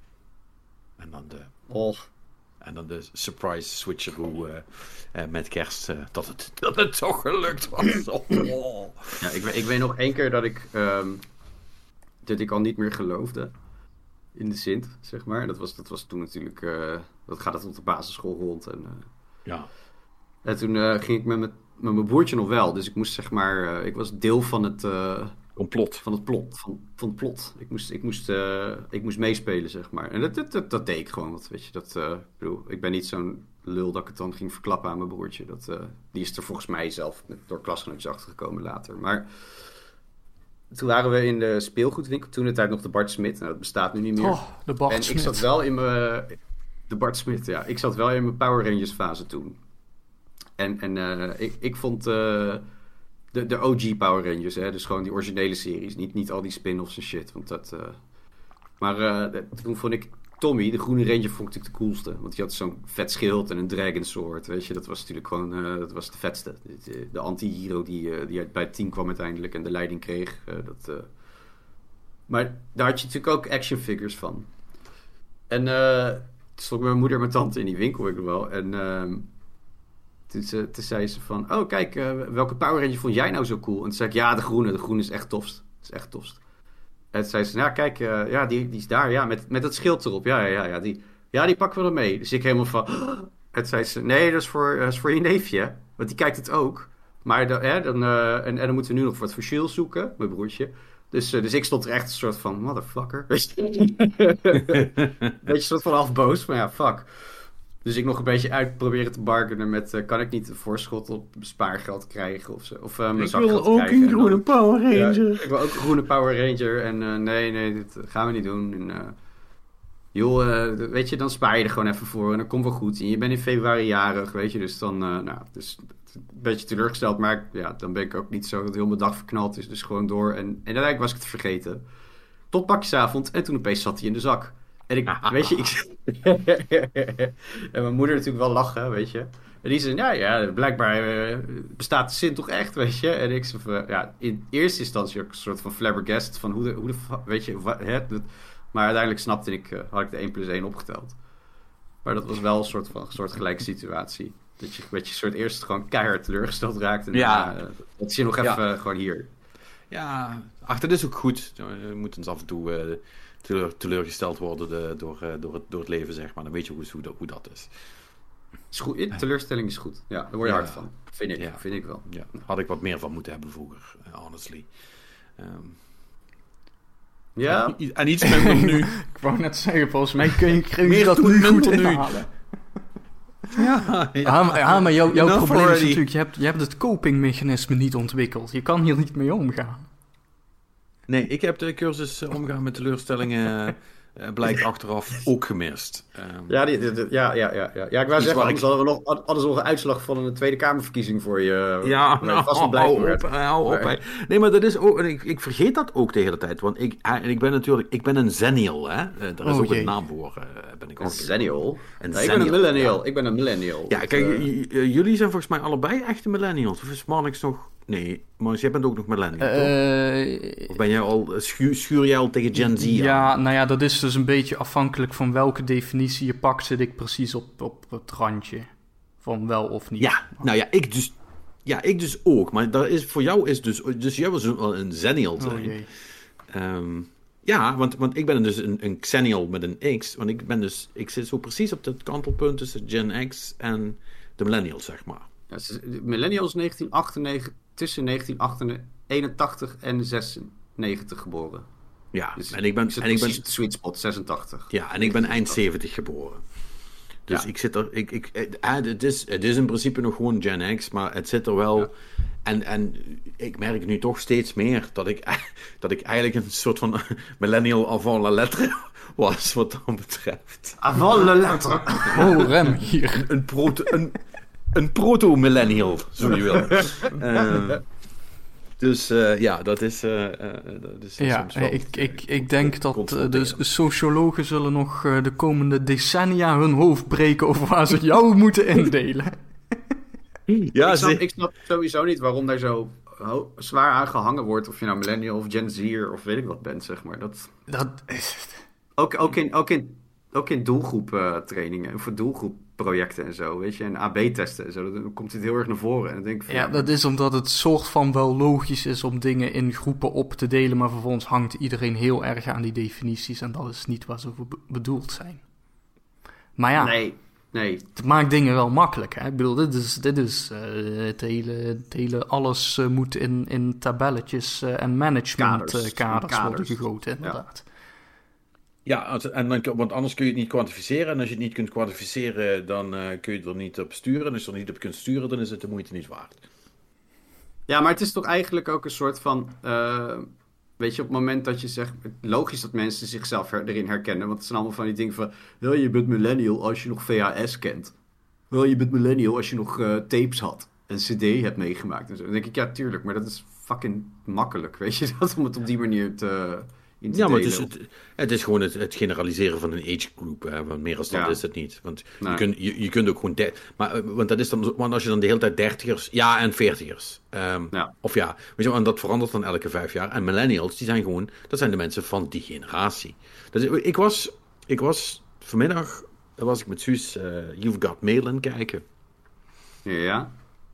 En dan de, oh. en dan de surprise switcheroo uh, uh, met kerst, uh, dat, het, dat het toch gelukt was. Oh. Ja, ik, ik weet nog één keer dat ik, um, dat ik al niet meer geloofde in de Sint, zeg maar. Dat was, dat was toen natuurlijk, uh, dat gaat het op de basisschool rond. En, uh, ja. En toen uh, ging ik met, met, met mijn broertje nog wel, dus ik moest zeg maar, uh, ik was deel van het... Uh, Complot. Van het plot. Van, van het plot. Ik moest, ik, moest, uh, ik moest meespelen, zeg maar. En dat, dat, dat, dat deed ik gewoon. Want, weet je, dat, uh, ik bedoel, ik ben niet zo'n lul dat ik het dan ging verklappen aan mijn broertje. Dat, uh, die is er volgens mij zelf met, door klasgenootjes achtergekomen later. Maar toen waren we in de speelgoedwinkel. Toen de tijd nog de Bart Smit. Nou, dat bestaat nu niet meer. Oh, de Bart en Smit. ik zat wel in mijn... De Bart Smit, ja. Ik zat wel in mijn Power Rangers fase toen. En, en uh, ik, ik vond... Uh, De, de O G Power Rangers, hè? Dus gewoon die originele series. Niet, niet al die spin-offs en shit. Want dat, uh... Maar uh, de, toen vond ik Tommy, de groene ranger, vond ik natuurlijk de coolste. Want die had zo'n vet schild en een dragon sword. Weet je, dat was natuurlijk gewoon uh, dat was de vetste. De, de anti-hero die, uh, die bij het team kwam uiteindelijk en de leiding kreeg. Uh, dat, uh... Maar daar had je natuurlijk ook action figures van. En uh, toen stond mijn moeder en mijn tante in die winkel, ik nog wel. En... Uh... Toen, ze, toen zei ze van, oh kijk, uh, welke Power Ranger vond jij nou zo cool? En toen zei ik, ja, de groene, de groene is echt tofst. Dat is echt tofst. En toen zei ze, nou kijk, uh, ja, die, die is daar, ja, met, met dat schild erop. Ja, ja, ja, die, ja, die pakken we er mee. Dus ik helemaal van, oh. En toen zei ze, nee, dat is voor, uh, is voor je neefje. Want die kijkt het ook. Maar dan, hè, dan, uh, en, en dan moeten we nu nog wat voor Shield zoeken, mijn broertje. Dus, uh, dus ik stond er echt een soort van, motherfucker. Beetje een soort van half boos, maar ja, fuck. Dus ik nog een beetje uit proberen te bargainen met... Uh, kan ik niet een voorschot op spaargeld krijgen of zo? Of uh, mijn ik zakgeld wil ook krijgen. een groene dan, Power Ranger. Ja, ik wil ook een groene Power Ranger. En uh, nee, nee, dit gaan we niet doen. En, uh, joh, uh, weet je, dan spaar je er gewoon even voor. En dat komt wel goed. En je bent in februari jarig, weet je. Dus dan, uh, nou, dus een beetje teleurgesteld. Maar ja, dan ben ik ook niet zo dat heel mijn dag verknald is. Dus gewoon door. En, en uiteindelijk was ik het vergeten. Tot pakjesavond. En toen opeens zat hij in de zak. En ik, weet je, ik... en mijn moeder natuurlijk wel lachen, weet je. En die zei, ja, ja, blijkbaar uh, bestaat de Sint toch echt, weet je. En ik zei van, ja, in eerste instantie ook een soort van flabbergast van hoe de, hoe de weet je, wat, hè, dat, maar uiteindelijk snapte ik, uh, had ik de één plus één opgeteld. Maar dat was wel een soort van, een soort gelijke situatie. Dat je, weet je, soort eerst gewoon keihard teleurgesteld raakt. En ja. uh, dat is je nog even ja. uh, gewoon hier. Ja, ach, dat is ook goed. We moeten eens af en toe... Uh, Teleur, teleurgesteld worden de, door, uh, door, het, door het leven, zeg maar. Dan weet je hoe, hoe, dat, hoe dat is. is goed. Teleurstelling is goed. Ja, daar word je ja. hard van. Vind ik, ja. vind ik wel. Ja. Had ik wat meer van moeten hebben vroeger, honestly. Um, ja? En, en iets minder nu. Ik wou net zeggen, volgens mij kun je, kun je dat nu goed inhalen. Ja, ja. Ah, ja, maar jou, jouw Enough probleem already. Is natuurlijk, je hebt, je hebt het copingmechanisme niet ontwikkeld. Je kan hier niet mee omgaan. Nee, ik heb de cursus uh, omgaan met teleurstellingen uh, blijkt achteraf ook gemist. Um, ja, die, die, die, ja, ja, ja, ja. Ja, ik wou zeggen, anders ik... hadden we nog, hadden ze nog een uitslag van een Tweede Kamerverkiezing voor je. Ja, nou, vast hou op, hou op. Maar... Nee, maar dat is ook, ik, ik vergeet dat ook de hele tijd, want ik, en ik ben natuurlijk, ik ben een zennial, hè. Daar is oh, ook jee. een naam voor. Uh, ben ik ook een zennial? Een ja, ik ben een millennial. Ja. Ik ben een millennial. Ja, kijk, uh... j- j- jullie zijn volgens mij allebei echte millennials. Of is Marnix nog... Nee, maar jij bent ook nog millennial, uh, toch? Of ben jij al, schuur, schuur jij al tegen Gen Z Ja, aan? nou ja, dat is dus een beetje afhankelijk van welke definitie je pakt, zit ik precies op, op het randje van wel of niet. Ja, nou ja, ik dus, ja, ik dus ook. Maar dat is, voor jou is dus, dus jij was wel een zennial zijn. Oh, um, ja, want, want ik ben dus een, een xennial met een X. Want ik ben dus, ik zit zo precies op dat kantelpunt tussen Gen X en de millennials, zeg maar. Ja, millennials negentien achtennegentig, tussen negentien eenentachtig en zesennegentig geboren. Ja, dus en ik ben... en ik ben de sweet spot, zesentachtig. Ja, en ik ben eind zeventig geboren. Dus ja. ik zit er... Ik, ik, eh, het, is, het is in principe nog gewoon Gen X, maar het zit er wel... Ja. En, en ik merk nu toch steeds meer dat ik, dat ik eigenlijk een soort van millennial avant la lettre was, wat dat betreft. Avant la lettre? Oh, rem hier. Een, een proto... Een, Een proto-millennial, zo je wil. Uh, dus uh, ja, dat is, uh, uh, dat is ja, soms wel... Ik, ik, ik denk dat uh, de sociologen zullen nog uh, de komende decennia hun hoofd breken over waar ze jou moeten indelen. Ja, ik, snap, ik snap sowieso niet waarom daar zo ho- zwaar aan gehangen wordt, of je nou millennial of Gen Z'er of weet ik wat bent, zeg maar. Dat, dat... Ook, ook, in, ook, in, ook in doelgroeptrainingen, of doelgroepprojecten en zo, weet je, en A B-testen en zo, dan komt dit heel erg naar voren. En dan denk ik van, ja, dat is omdat het soort van wel logisch is om dingen in groepen op te delen, maar vervolgens hangt iedereen heel erg aan die definities en dat is niet waar ze voor bedoeld zijn. Maar ja, nee, nee. Het maakt dingen wel makkelijk, hè? Ik bedoel, dit is, dit is uh, het, hele, het hele, alles uh, moet in, in tabelletjes uh, en managementkaders uh, kaders worden gegoten, inderdaad. Ja. Ja, en dan, want anders kun je het niet kwantificeren. En als je het niet kunt kwantificeren, dan uh, kun je er niet op sturen. En als je er niet op kunt sturen, dan is het de moeite niet waard. Ja, maar het is toch eigenlijk ook een soort van... Uh, weet je, op het moment dat je zegt... Logisch dat mensen zichzelf her, erin herkennen. Want het zijn allemaal van die dingen van... Wel, je bent millennial als je nog V H S kent. Wel, je bent millennial als je nog uh, tapes had. En C D hebt meegemaakt. En zo. Dan denk ik, ja, tuurlijk. Maar dat is fucking makkelijk, weet je. Dat, om het op die manier te... Ja, maar het is, het, het is gewoon het, het generaliseren van een age group. Hè? Want meer als dat ja. is het niet. Want nee. je, kunt, je, je kunt ook gewoon... De, maar, want dat is dan... Want als je dan de hele tijd dertigers... Ja, en veertigers. Um, ja. Of ja, weet je, en dat verandert dan elke vijf jaar. En millennials, die zijn gewoon... Dat zijn de mensen van die generatie. Dus ik was... Ik was... Vanmiddag was ik met Suus... Uh, You've Got Mail aan kijken. Ja.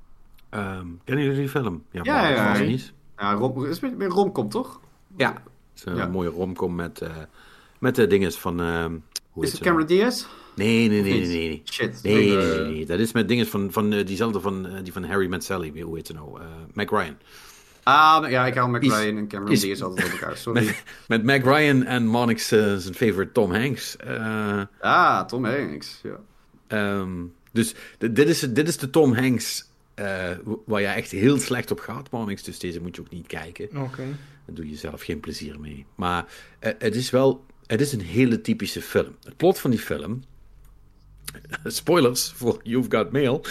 Um, kennen jullie die film? Ja, ja, ja. ja. Niet. Ja, rom, is het weer romcom, toch? Ja. Een ja. mooie romcom met, uh, met de dinges van... Uh, hoe is het Cameron Diaz? Nee, nee, nee, nee, nee. Shit. Nee, nee, nee, nee, nee. Dat is met dinges van, van uh, diezelfde van, uh, die van Harry Met Sally. Hoe heet ze nou? Uh, Mac Ryan. Ah, ja, ik hou Mac Ryan en Cameron is, Diaz altijd op elkaar. Sorry. Met, met Mac Ryan en Monix uh, zijn favorite Tom Hanks. Uh, ah, Tom Hanks, ja. Um, dus d- dit, is, dit is de Tom Hanks... Uh, waar je echt heel slecht op gaat, Monix. Dus deze moet je ook niet kijken. Oké. Okay. Daar doe je zelf geen plezier mee. Maar uh, het is wel... Het is een hele typische film. Het plot van die film... Spoilers voor You've Got Mail.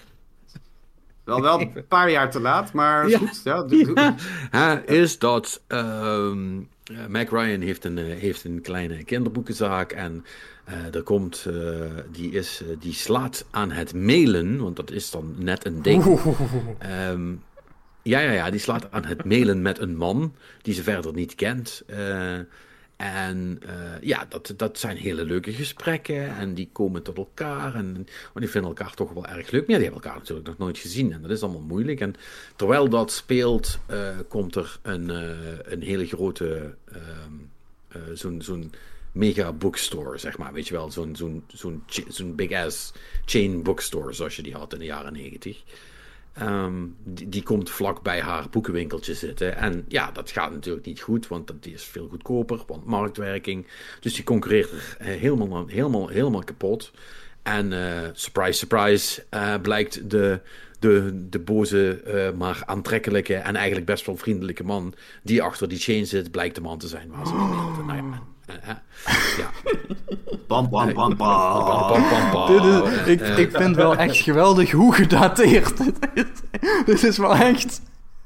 Wel, wel een paar jaar te laat, maar ja. goed. Ja, doe, doe. Ja, is dat... Um, uh, Mac Ryan heeft een, uh, heeft een kleine kinderboekenzaak en uh, er komt... Uh, die, is, uh, die slaat aan het mailen, want dat is dan net een ding. Um, ja, ja, ja, die slaat aan het mailen met een man die ze verder niet kent. Uh, En uh, ja, dat, dat zijn hele leuke gesprekken. En die komen tot elkaar. En, want die vinden elkaar toch wel erg leuk. Maar ja, die hebben elkaar natuurlijk nog nooit gezien. En dat is allemaal moeilijk. En terwijl dat speelt, uh, komt er een, uh, een hele grote... Uh, uh, zo'n, zo'n mega bookstore, zeg maar. Weet je wel, zo'n, zo'n, zo'n, zo'n big-ass chain bookstore, zoals je die had in de jaren negentig. Um, die, die komt vlak bij haar boekenwinkeltje zitten. En ja, dat gaat natuurlijk niet goed, want dat is veel goedkoper, want marktwerking. Dus die concurreert er helemaal, helemaal, helemaal kapot. En uh, surprise, surprise, uh, blijkt de, de, de boze, uh, maar aantrekkelijke en eigenlijk best wel vriendelijke man die achter die chain zit, blijkt de man te zijn waar ze mee wilden. Nou ja, uh, uh, ja. Bam, bam, bam, bam. Dit is, ik, uh, ik vind wel echt geweldig hoe gedateerd dit is. Dit is wel echt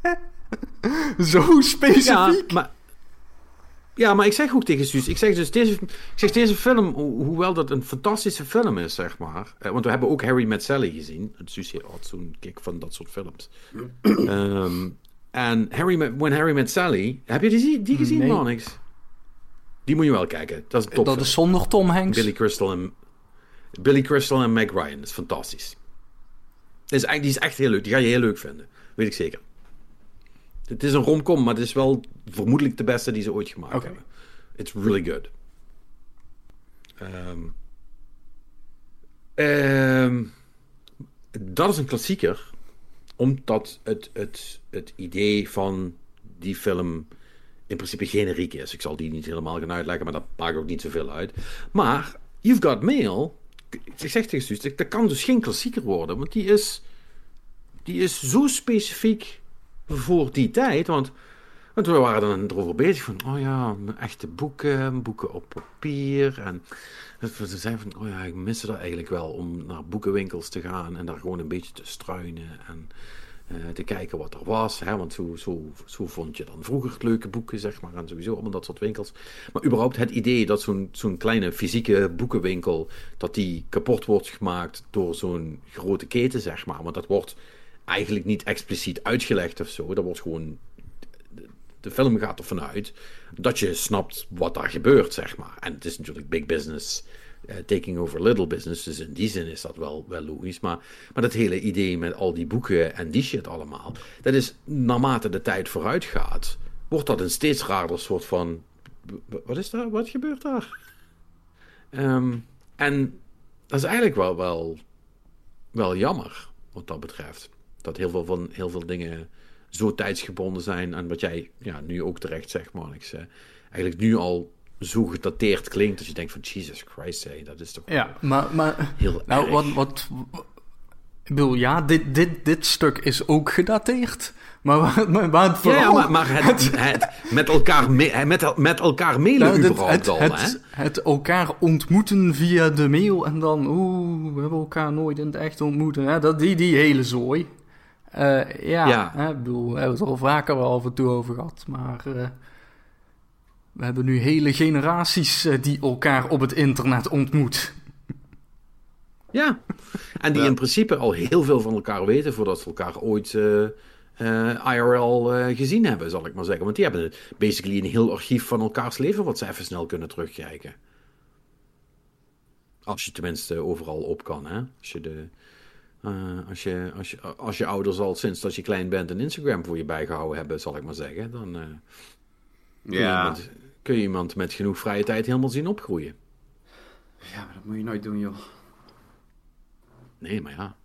zo specifiek. Ja, maar, ja, maar ik zeg ook tegen Suus, ik zeg dus deze, ik zeg deze film, ho- hoewel dat een fantastische film is, zeg maar. Uh, want we hebben ook Harry Met Sally gezien. Suus had zo'n kick van dat soort films. um, en Harry Met, When Harry Met Sally, heb je die, die gezien, nee. Marnix? Die moet je wel kijken. Dat is een topfilm. Dat is zonder Tom Hanks. Billy Crystal en Billy Crystal en Meg Ryan. Dat is fantastisch. Dat is, die is echt heel leuk. Die ga je heel leuk vinden. Weet ik zeker. Het is een romcom, maar het is wel vermoedelijk de beste die ze ooit gemaakt okay. hebben. It's really good. Um, um, dat is een klassieker. Omdat het, het, het idee van die film in principe generiek is. Ik zal die niet helemaal gaan uitleggen, maar dat maakt ook niet zoveel uit. Maar You've Got Mail, ik zeg tegen Suus, dat kan dus geen klassieker worden, want die is, die is zo specifiek voor die tijd, want, want we waren dan erover bezig van, oh ja, echte boeken, boeken op papier, en we zeiden van, oh ja, ik mis dat eigenlijk wel, om naar boekenwinkels te gaan en daar gewoon een beetje te struinen en Uh, te kijken wat er was, hè? Want zo, zo, zo vond je dan vroeger leuke boeken, zeg maar, en sowieso allemaal dat soort winkels. Maar überhaupt het idee dat zo'n, zo'n kleine fysieke boekenwinkel, dat die kapot wordt gemaakt door zo'n grote keten, zeg maar. Want dat wordt eigenlijk niet expliciet uitgelegd of zo. Dat wordt gewoon, de, de film gaat ervan uit dat je snapt wat daar gebeurt, zeg maar. En het is natuurlijk big business. Uh, taking over little business, dus in die zin is dat wel, wel logisch. Maar, maar dat hele idee met al die boeken en die shit allemaal, dat is, naarmate de tijd vooruit gaat, wordt dat een steeds raarder soort van, wat is daar, wat gebeurt daar? Um, en dat is eigenlijk wel, wel, wel jammer, wat dat betreft. Dat heel veel van, heel veel dingen zo tijdsgebonden zijn, en wat jij ja, nu ook terecht zegt, Marnix, uh, eigenlijk nu al zo gedateerd klinkt dat je denkt van Jesus Christ, hey, dat is toch ja, maar, maar heel nou, erg. Wat, wat, ik bedoel, ja, dit, dit, dit stuk is ook gedateerd, maar, maar, maar het vooral... Ja, maar, maar het, het, het met elkaar, me, met, met elkaar mailen nou, überhaupt al, het, hè? Het elkaar ontmoeten via de mail en dan, oeh, we hebben elkaar nooit in het echt ontmoeten, hè? Dat, die, die hele zooi. Uh, ja, ja. Hè, ik bedoel, we hebben het er al vaker wel af en toe over gehad, maar... Uh, we hebben nu hele generaties uh, die elkaar op het internet ontmoet. Ja, en die ja. in principe al heel veel van elkaar weten voordat ze elkaar ooit uh, uh, I R L uh, gezien hebben, zal ik maar zeggen. Want die hebben basically een heel archief van elkaars leven wat ze even snel kunnen terugkijken. Als je tenminste overal op kan, hè. Als je, de, uh, als je, als je, als je ouders al sinds dat je klein bent een Instagram voor je bijgehouden hebben, zal ik maar zeggen, dan... Uh, Ja. Kun je, iemand, kun je iemand met genoeg vrije tijd helemaal zien opgroeien. Ja, maar dat moet je nooit doen, joh. Nee, maar ja.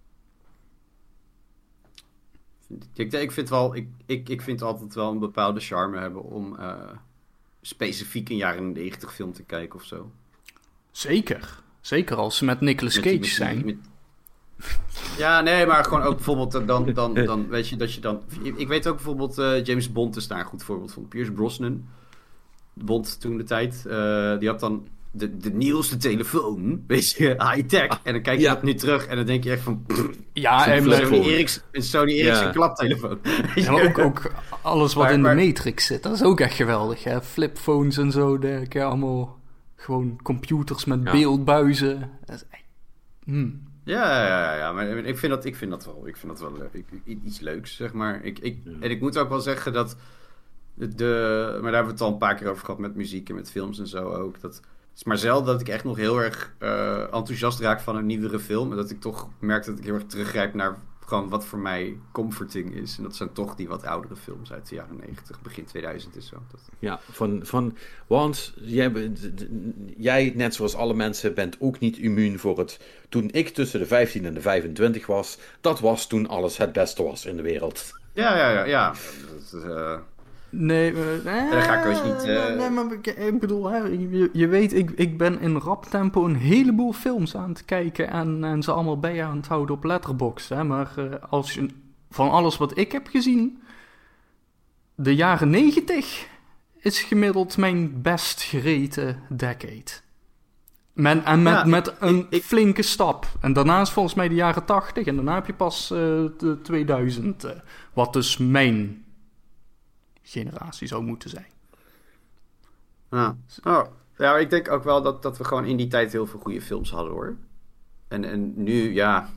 Ik, ik vind wel, ik, ik, ik vind altijd wel een bepaalde charme hebben om uh, specifiek een jaren negentig film te kijken of zo. Zeker. Zeker als ze met Nicolas Cage met, met, zijn. Met, ja, nee, maar gewoon ook bijvoorbeeld dan, dan, dan weet je dat je dan... Ik weet ook bijvoorbeeld, uh, James Bond is daar een goed voorbeeld van. Pierce Brosnan, Bond toen de tijd, uh, die had dan de, de nieuwste telefoon, weet je, high-tech. En dan kijk je ja. dat nu terug en dan denk je echt van... Pff, ja, en Sony Ericsson, Sony Ericsson ja. klaptelefoon. Ja, maar ook, ook alles wat maar, in maar, de Matrix zit, dat is ook echt geweldig, hè. Flipphones en zo, dergelijke, allemaal gewoon computers met ja. beeldbuizen. Dat is echt... Hmm. Ja, ja, ja, maar ik vind dat, ik vind dat wel, ik vind dat wel ik, iets leuks, zeg maar. Ik, ik, ja. En ik moet ook wel zeggen dat de, maar daar hebben we het al een paar keer over gehad met muziek en met films en zo ook. Dat het is maar zelden dat ik echt nog heel erg uh, enthousiast raak van een nieuwere film. En dat ik toch merk dat ik heel erg teruggrijp naar gewoon wat voor mij comforting is. En dat zijn toch die wat oudere films uit de jaren negentig, begin tweeduizend is zo. Dat... Ja, van, van, want jij, jij, net zoals alle mensen, bent ook niet immuun voor het... Toen ik tussen de vijftien en de vijfentwintig was, dat was toen alles het beste was in de wereld. Ja, ja, ja, ja. Dat, uh... Nee, uh, daar ga ik dus niet... Uh... Nee, maar ik bedoel, hè, je, je weet, ik, ik ben in rap tempo een heleboel films aan het kijken en, en ze allemaal bij aan het houden op Letterboxd. Hè, maar uh, als je, van alles wat ik heb gezien, de jaren negentig is gemiddeld mijn best gereten decade. Men, en met, ja, met ik, een ik, ik, flinke stap. En daarna is volgens mij de jaren tachtig. En daarna heb je pas uh, de tweeduizend. Uh, wat dus mijn generatie zou moeten zijn. Ja, oh, ja ik denk ook wel dat, dat we gewoon in die tijd heel veel goede films hadden, hoor. En, en nu, ja...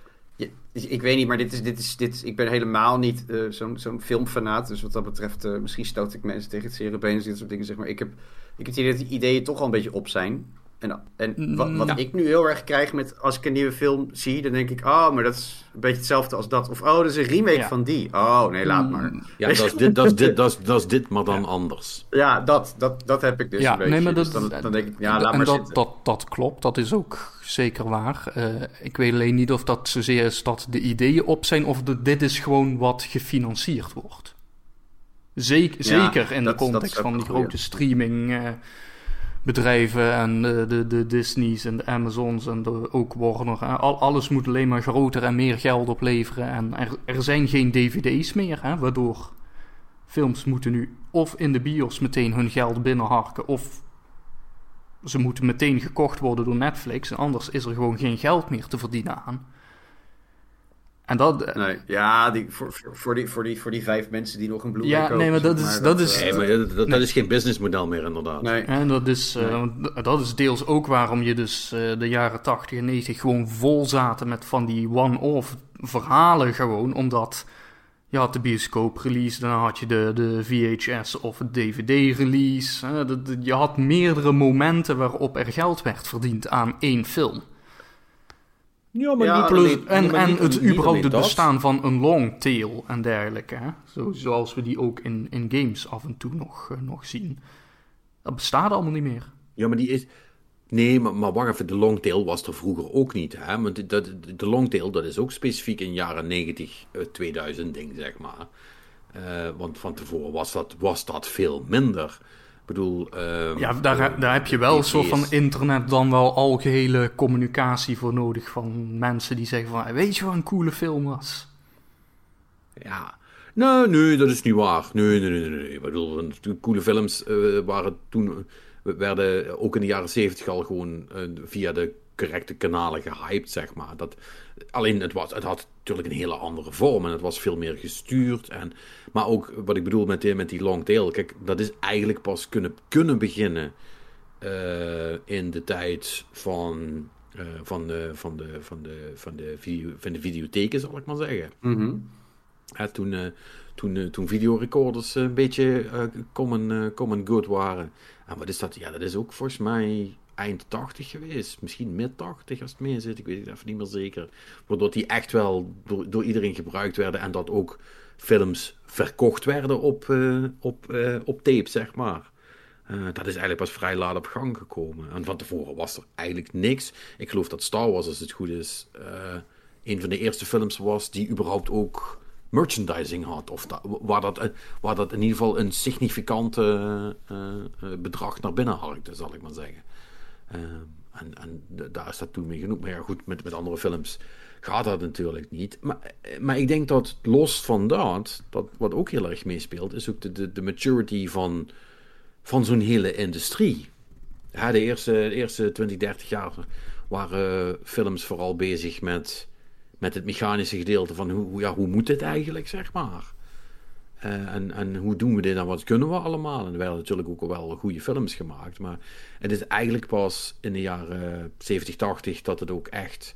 Ik weet niet, maar dit is, dit is, dit is, ik ben helemaal niet uh, zo'n, zo'n filmfanaat. Dus wat dat betreft, uh, misschien stoot ik mensen tegen het zere been en dit soort dingen, zeg maar. Ik heb, ik heb het idee dat die ideeën toch al een beetje op zijn. En, en wat, wat ja. ik nu heel erg krijg met, als ik een nieuwe film zie, dan denk ik, oh, maar dat is een beetje hetzelfde als dat. Of, oh, dat is een remake ja. van die. Oh, nee, laat maar. Ja, dat is dit, dat is dit, dat is, dat is dit maar dan ja. anders. Ja, dat, dat, dat heb ik dus ja, een beetje. Nee, maar dat, dus dan, dan denk ik, ja, en, laat en maar dat, zitten. Dat, dat klopt, dat is ook zeker waar. Uh, ik weet alleen niet of dat zozeer is dat de ideeën op zijn, of de, dit is gewoon wat gefinancierd wordt. Zeker, ja, zeker in dat, de context van die grote streaming... Uh, bedrijven en de, de, de Disney's en de Amazons en de, ook Warner. Al, alles moet alleen maar groter en meer geld opleveren. En er, er zijn geen D V D's meer, hè, waardoor films moeten nu of in de bios meteen hun geld binnenharken, of ze moeten meteen gekocht worden door Netflix. En anders is er gewoon geen geld meer te verdienen aan. En dat... Nee, ja, die, voor, voor, die, voor, die, voor die vijf mensen die nog een Blu-ray ja, kopen. Nee, maar dat is... Maar dat, dat, is nee, maar dat, dat, nee. dat is geen businessmodel meer, inderdaad. Nee. En dat is, nee. uh, dat is deels ook waarom je dus uh, de jaren tachtig en negentig gewoon vol zaten met van die one-off verhalen gewoon. Omdat je had de bioscoop-release, daarna had je de, de V H S of D V D-release. Uh, de, de, je had meerdere momenten waarop er geld werd verdiend aan één film. Ja, maar ja, niet plus, alleen, en, maar en niet, het niet überhaupt het dat. bestaan van een long tail en dergelijke. Hè? Zo, zoals we die ook in, in games af en toe nog, uh, nog zien. Dat bestaat allemaal niet meer. Ja, maar die is... Nee, maar, maar wacht even, de long tail was er vroeger ook niet. Hè? Want de, de, de long tail, dat is ook specifiek in jaren negentig, uh, tweeduizend ding, zeg maar. Uh, want van tevoren was dat, was dat veel minder. Ik bedoel... Uh, ja, daar, uh, daar heb je wel een soort van internet dan wel algehele communicatie voor nodig van mensen die zeggen van, weet je wat een coole film was? Ja, nee, nee, dat is niet waar. Nee, nee, nee, nee. Ik bedoel, coole films uh, waren toen, werden ook in de jaren zeventig al gewoon uh, via de correcte kanalen gehyped, zeg maar. Dat, alleen, het, was, het had natuurlijk een hele andere vorm en het was veel meer gestuurd. En, maar ook, wat ik bedoel met die, met die long tail, kijk, dat is eigenlijk pas kunnen, kunnen beginnen uh, in de tijd van, uh, van, de, van, de, van, de, van, de video, van de videotheken, zal ik maar zeggen. Mm-hmm. Ja, toen, uh, toen, uh, toen videorecorders uh, een beetje uh, common, uh, common good waren. En wat is dat? Ja, dat is ook volgens mij eind tachtig geweest. Misschien mid tachtig als het mee zit. Ik weet het even niet meer zeker. Waardoor die echt wel door, door iedereen gebruikt werden. En dat ook films verkocht werden op, uh, op, uh, op tape, zeg maar. Uh, dat is eigenlijk pas vrij laat op gang gekomen. En van tevoren was er eigenlijk niks. Ik geloof dat Star Wars, als het goed is, uh, een van de eerste films was die überhaupt ook merchandising had. Of dat, waar, dat, waar dat in ieder geval een significante uh, uh, bedrag naar binnen harkte, zal ik maar zeggen. Uh, en, en daar is dat toen mee genoeg. Maar ja, goed, met, met andere films gaat dat natuurlijk niet. Maar, maar ik denk dat los van dat, dat, wat ook heel erg meespeelt, is ook de, de, de maturity van, van zo'n hele industrie. Ja, de eerste, de eerste twintig, dertig jaar waren films vooral bezig met, met het mechanische gedeelte van hoe, ja, hoe moet dit eigenlijk, zeg maar. Uh, en, en hoe doen we dit en wat kunnen we allemaal? En er werden natuurlijk ook wel goede films gemaakt. Maar het is eigenlijk pas in de jaren zeventig, tachtig dat het ook echt...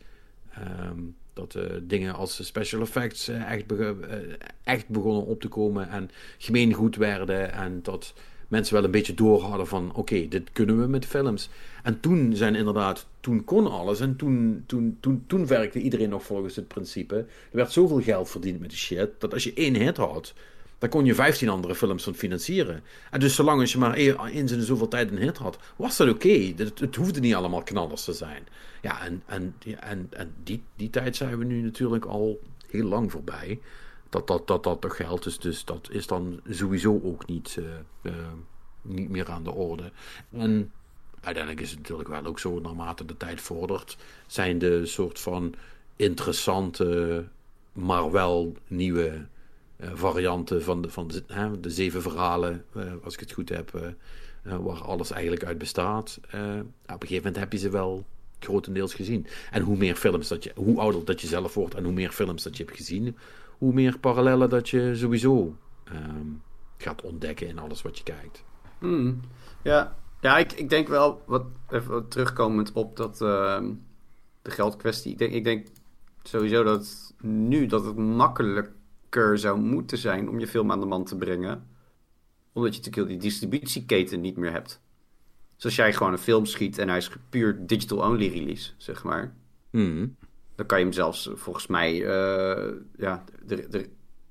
Um, dat uh, dingen als special effects uh, echt, bege- uh, echt begonnen op te komen en gemeengoed werden. En dat mensen wel een beetje door hadden van oké, okay, dit kunnen we met films. En toen zijn inderdaad, toen kon alles. En toen, toen, toen, toen werkte iedereen nog volgens het principe. Er werd zoveel geld verdiend met die shit, dat als je één hit had, dan kon je vijftien andere films van financieren. En dus zolang als je maar eens in de zoveel tijd een hit had, was dat oké. Okay. Het, het hoefde niet allemaal knallers te zijn. Ja, en, en, en, en die, die tijd zijn we nu natuurlijk al heel lang voorbij. Dat dat, dat, dat toch geldt. Dus, dus dat is dan sowieso ook niet, uh, uh, niet meer aan de orde. En uiteindelijk is het natuurlijk wel ook zo, naarmate de tijd vordert, zijn de soort van interessante, maar wel nieuwe Uh, varianten van de, van de, hè, de zeven verhalen, uh, als ik het goed heb, uh, uh, waar alles eigenlijk uit bestaat. Uh, op een gegeven moment heb je ze wel grotendeels gezien. En hoe meer films dat je, hoe ouder dat je zelf wordt en hoe meer films dat je hebt gezien, hoe meer parallellen dat je sowieso um, gaat ontdekken in alles wat je kijkt. Hmm. Ja, ja ik, ik denk wel, wat, even wat terugkomend op dat uh, de geldkwestie. Ik denk, ik denk sowieso dat nu dat het makkelijker zou moeten zijn om je film aan de man te brengen. Omdat je natuurlijk die distributieketen niet meer hebt. Dus als jij gewoon een film schiet en hij is puur digital-only release, zeg maar. Mm. Dan kan je hem zelfs, volgens mij... Uh, ja, er, er,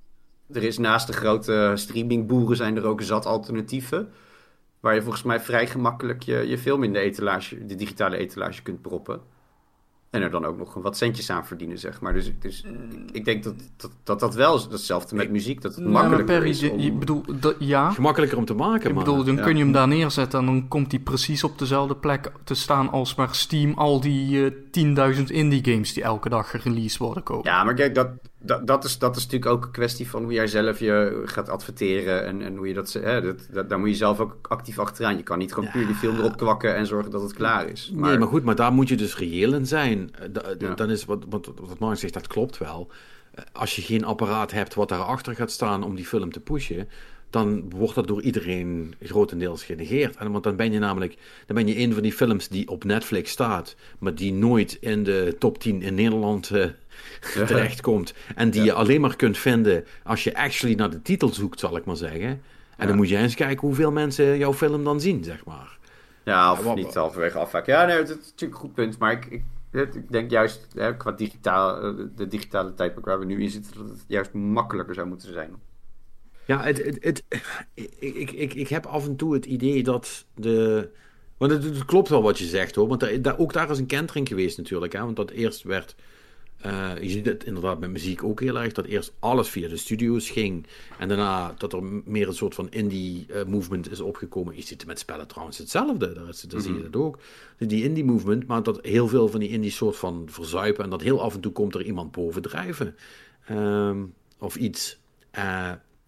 er is naast de grote streamingboeren zijn er ook zat alternatieven. Waar je volgens mij vrij gemakkelijk je, je film in de etalage, de digitale etalage kunt proppen. En er dan ook nog wat centjes aan verdienen, zeg maar. Dus, dus ik, ik denk dat dat, dat dat wel is. Hetzelfde met muziek, dat het makkelijker Perry, is om... Je bedoel, dat, ja. Gemakkelijker om te maken, Ik maar... bedoel, dan ja. kun je hem daar neerzetten en dan komt hij precies op dezelfde plek te staan als waar Steam al die uh, tienduizend indie games die elke dag gereleased worden kopen. Ja, maar kijk, dat, dat, dat, is, dat is natuurlijk ook een kwestie van hoe jij zelf je gaat adverteren en, en hoe je dat... Hè, dat, dat daar moet je zelf ook actief achteraan. Je kan niet gewoon Ja. puur die film erop kwakken en zorgen dat het klaar is. Maar... Nee, maar goed, maar daar moet je dus reëel in zijn. Da, da, Ja. Dan is wat, wat, wat Mark zegt, dat klopt wel. Als je geen apparaat hebt wat daarachter gaat staan om die film te pushen, dan wordt dat door iedereen grotendeels genegeerd. En, want dan ben je namelijk, dan ben je een van die films die op Netflix staat, maar die nooit in de top tien in Nederland uh, terechtkomt. En die Ja. je alleen maar kunt vinden als je actually naar de titel zoekt, zal ik maar zeggen. En Ja. dan moet je eens kijken hoeveel mensen jouw film dan zien, zeg maar. Ja, of Ja, wat- niet halverwege afhaken. Ja, nee, dat is natuurlijk een goed punt. Maar ik, ik, ik denk juist, hè, qua digitaal, de digitale tijdperk waar we nu in zitten, dat het juist makkelijker zou moeten zijn. Ja, het, het, het, ik, ik, ik, ik heb af en toe het idee dat de... Want het, het klopt wel wat je zegt, hoor. Want daar, daar, ook daar is een kentering geweest natuurlijk. Hè? Want dat eerst werd... Uh, je ziet het inderdaad met muziek ook heel erg. Dat eerst alles via de studio's ging. En daarna dat er meer een soort van indie uh, movement is opgekomen. Je ziet het met spellen trouwens hetzelfde. Daar, is, daar mm-hmm. zie je dat ook. Die indie movement. Maar dat heel veel van die indie soort van verzuipen. En dat heel af en toe komt er iemand bovendrijven. Um, of iets... Uh,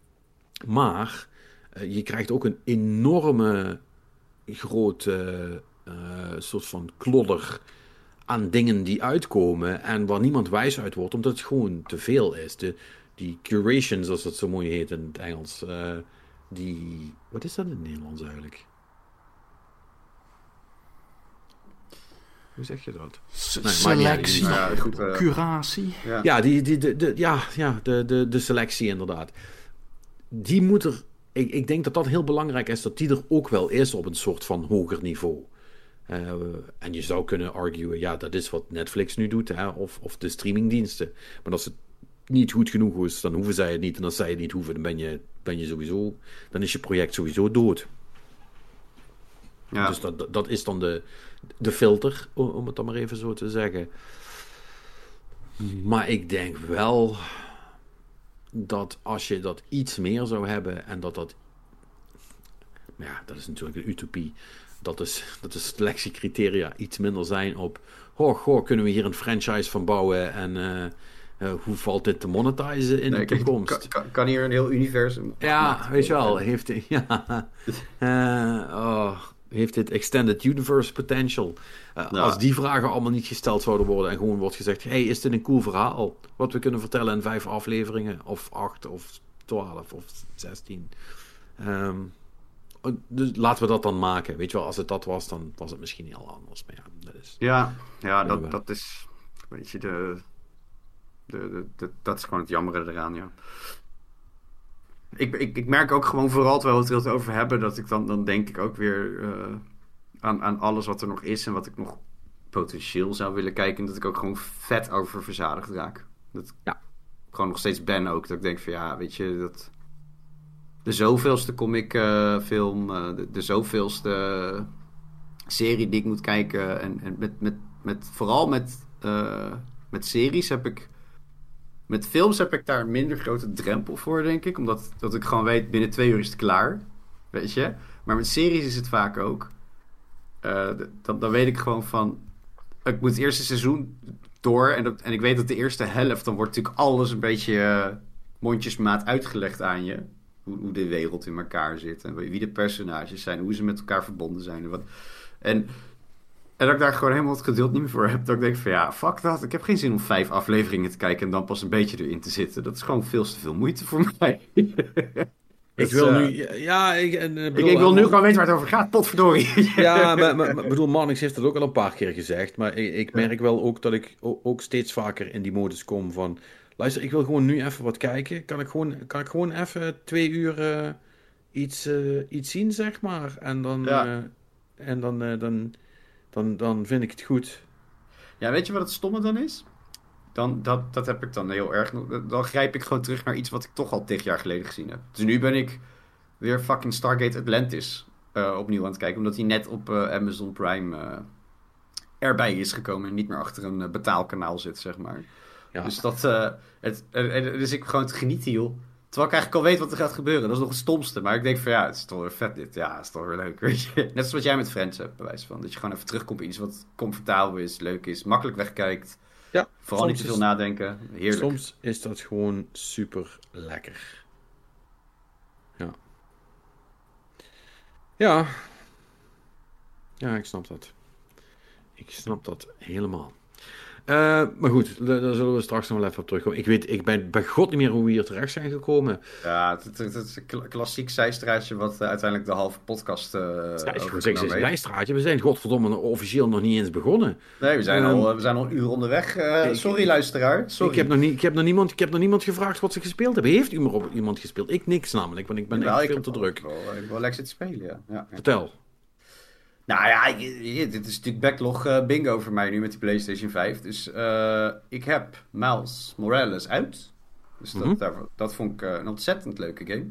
Maar uh, je krijgt ook een enorme grote uh, soort van klodder aan dingen die uitkomen en waar niemand wijs uit wordt, omdat het gewoon te veel is. De, die curation, zoals dat zo mooi heet in het Engels, uh, die... Wat is dat in het Nederlands eigenlijk? Hoe zeg je dat? S- nee, selectie, ja, ja, goed, uh, curatie. Ja, ja, die, die, de, de, ja, ja de, de, de selectie inderdaad. Die moet er... Ik, ik denk dat dat heel belangrijk is, dat die er ook wel is op een soort van hoger niveau. Uh, en je zou kunnen arguen, ja, dat is wat Netflix nu doet, hè, of, of de streamingdiensten. Maar als het niet goed genoeg is, dan hoeven zij het niet. En als zij het niet hoeven, dan ben je, ben je sowieso... Dan is je project sowieso dood. ja. Dus dat, dat is dan de, de filter, om het dan maar even zo te zeggen. Maar ik denk wel... dat als je dat iets meer zou hebben en dat dat... Ja, dat is natuurlijk een utopie. Dat, is, dat de selectiecriteria iets minder zijn op... Goh, goh, kunnen we hier een franchise van bouwen en uh, uh, hoe valt dit te monetizen in nee, de toekomst? Kan, kan, kan hier een heel universum... Ja, weet je wel. Heeft, ja, uh, oh, heeft dit extended universe potential? Uh, ja. Als die vragen allemaal niet gesteld zouden worden en gewoon wordt gezegd... Hey, is dit een cool verhaal? Wat we kunnen vertellen in vijf afleveringen? Of acht, of twaalf, of zestien. Um, dus laten we dat dan maken. Weet je wel, als het dat was, dan was het misschien heel anders. Maar ja, dat is... Ja, ja dat, dat is... Weet je, de, de, de, de, dat is gewoon het jammere eraan, ja. Ik, ik, ik merk ook gewoon vooral, terwijl we het over hebben... dat ik dan, dan denk ik ook weer... Uh, Aan, aan alles wat er nog is en wat ik nog potentieel zou willen kijken. En dat ik ook gewoon vet over verzadigd raak. Dat ja. ik gewoon nog steeds ben ook. Dat ik denk van ja, weet je, dat... De zoveelste comic uh, film, uh, de, de zoveelste serie die ik moet kijken. En, en met, met, met, vooral met, uh, met series heb ik... Met films heb ik daar een minder grote drempel voor, denk ik. Omdat dat ik gewoon weet, binnen twee uur is het klaar. Weet je? Maar met series is het vaak ook... Uh, dan, dan weet ik gewoon van... Ik moet het eerste seizoen door... En, dat, en ik weet dat de eerste helft... Dan wordt natuurlijk alles een beetje uh, mondjesmaat uitgelegd aan je. hoe, hoe de wereld in elkaar zit. En wie de personages zijn. Hoe ze met elkaar verbonden zijn. En, wat. en, en dat ik daar gewoon helemaal het geduld niet meer voor heb. Dat ik denk van ja, fuck dat. Ik heb geen zin om vijf afleveringen te kijken en dan pas een beetje erin te zitten. Dat is gewoon veel te veel moeite voor mij. Ik wil uh, nu... Ja, ik, en, bedoel, ik, ik wil nu gewoon weten waar het over gaat. Potverdorie. Ja, maar, maar, maar bedoel, Marnix heeft het ook al een paar keer gezegd. Maar ik, ik merk wel ook dat ik ook steeds vaker in die modus kom van... Luister, ik wil gewoon nu even wat kijken. Kan ik gewoon, kan ik gewoon even twee uur uh, iets, uh, iets zien, zeg maar. En dan... Ja. Uh, en dan, uh, dan, dan, dan vind ik het goed. Ja, weet je wat het stomme dan is? Dan, dat, dat heb ik dan heel erg... Dan grijp ik gewoon terug naar iets wat ik toch al tig jaar geleden gezien heb. Dus nu ben ik weer fucking Stargate Atlantis uh, opnieuw aan het kijken. Omdat die net op uh, Amazon Prime uh, erbij is gekomen. En niet meer achter een uh, betaalkanaal zit, zeg maar. Ja. Dus dat... Uh, het, uh, uh, dus ik gewoon te genieten, joh. Terwijl ik eigenlijk al weet wat er gaat gebeuren. Dat is nog het stomste. Maar ik denk van ja, het is toch weer vet dit. Ja, het is toch weer leuk, weet je. Net zoals wat jij met Friends hebt, bij wijze van. Dat je gewoon even terugkomt bij iets wat comfortabel is, leuk is, makkelijk wegkijkt. Ja, vooral niet te veel is, nadenken. Heerlijk. Soms is dat gewoon super lekker. Ja. Ja. Ja, ik snap dat. Ik snap dat helemaal. Uh, maar goed, daar zullen we straks nog wel even op terugkomen. Ik weet, ik ben bij god niet meer hoe we hier terecht zijn gekomen. Ja, het, het, het is een klassiek zijstraatje wat uh, uiteindelijk de halve podcast uh, ja, ik zeggen, het is een zijstraatje. We zijn godverdomme officieel nog niet eens begonnen. Nee, we zijn, um, al, we zijn al een uur onderweg. Uh, sorry ik, luisteraar, sorry. Ik heb, nog niet, ik, heb nog niemand, ik heb nog niemand gevraagd wat ze gespeeld hebben. Heeft u maar op iemand gespeeld? Ik niks namelijk, want ik ben ja, echt veel te druk. Ik wil, ik wil lekker zitten spelen, ja. ja, ja. Vertel. Nou ja, dit is natuurlijk backlog uh, bingo voor mij nu met die PlayStation vijf. Dus uh, ik heb Miles Morales uit. Dus dat, mm-hmm. daar, dat vond ik uh, een ontzettend leuke game.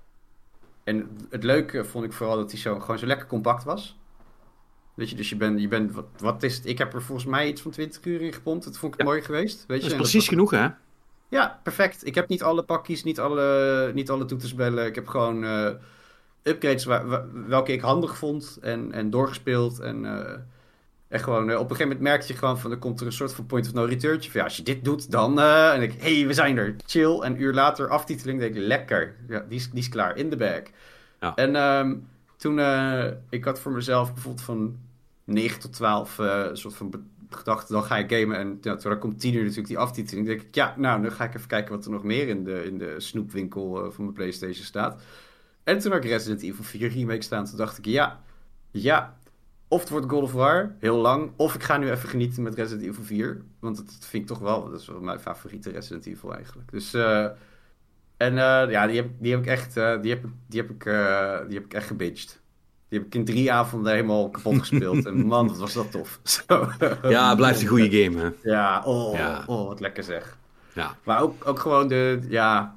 En het leuke vond ik vooral dat hij zo, gewoon zo lekker compact was. Weet je, dus je bent, je bent wat, wat is het? Ik heb er volgens mij iets van twintig uur in gepompt. Dat vond ik ja. mooi geweest. Weet je? Dat is en precies dat, genoeg, hè? Ja, perfect. Ik heb niet alle pakjes, niet alle, niet alle toetersbellen. Ik heb gewoon... Uh, upgrades waar, waar, welke ik handig vond en, en doorgespeeld. En, uh, en gewoon uh, op een gegeven moment merkte je gewoon van er komt er een soort van point of no return'tje. Van ja, als je dit doet, dan... Uh, en ik, hé, hey, we zijn er. Chill. En een uur later aftiteling, denk ik, lekker. Ja, die is, die is klaar. In de bag. Ja. En um, toen... Uh, ik had voor mezelf bijvoorbeeld van negen tot twaalf uh, een soort van gedacht, dan ga ik gamen. En ja, toen komt tien uur natuurlijk die aftiteling. Dan denk ik, ja, nou, dan ga ik even kijken wat er nog meer in de, in de snoepwinkel uh, van mijn PlayStation staat. En toen had ik Resident Evil vier remake staan. Toen dacht ik, ja, ja. Of het wordt God of War, heel lang. Of ik ga nu even genieten met Resident Evil vier. Want dat vind ik toch wel, dat is wel mijn favoriete Resident Evil eigenlijk. Dus, uh, en uh, ja, die heb, die heb ik echt, uh, die heb, die heb ik, uh, die heb ik echt gebinged. Die heb ik in drie avonden helemaal kapot gespeeld. En man, wat was dat tof. Zo. Ja, het blijft een goede game, hè? Ja, oh, ja. oh wat lekker zeg. Ja. Maar ook, ook gewoon de, ja...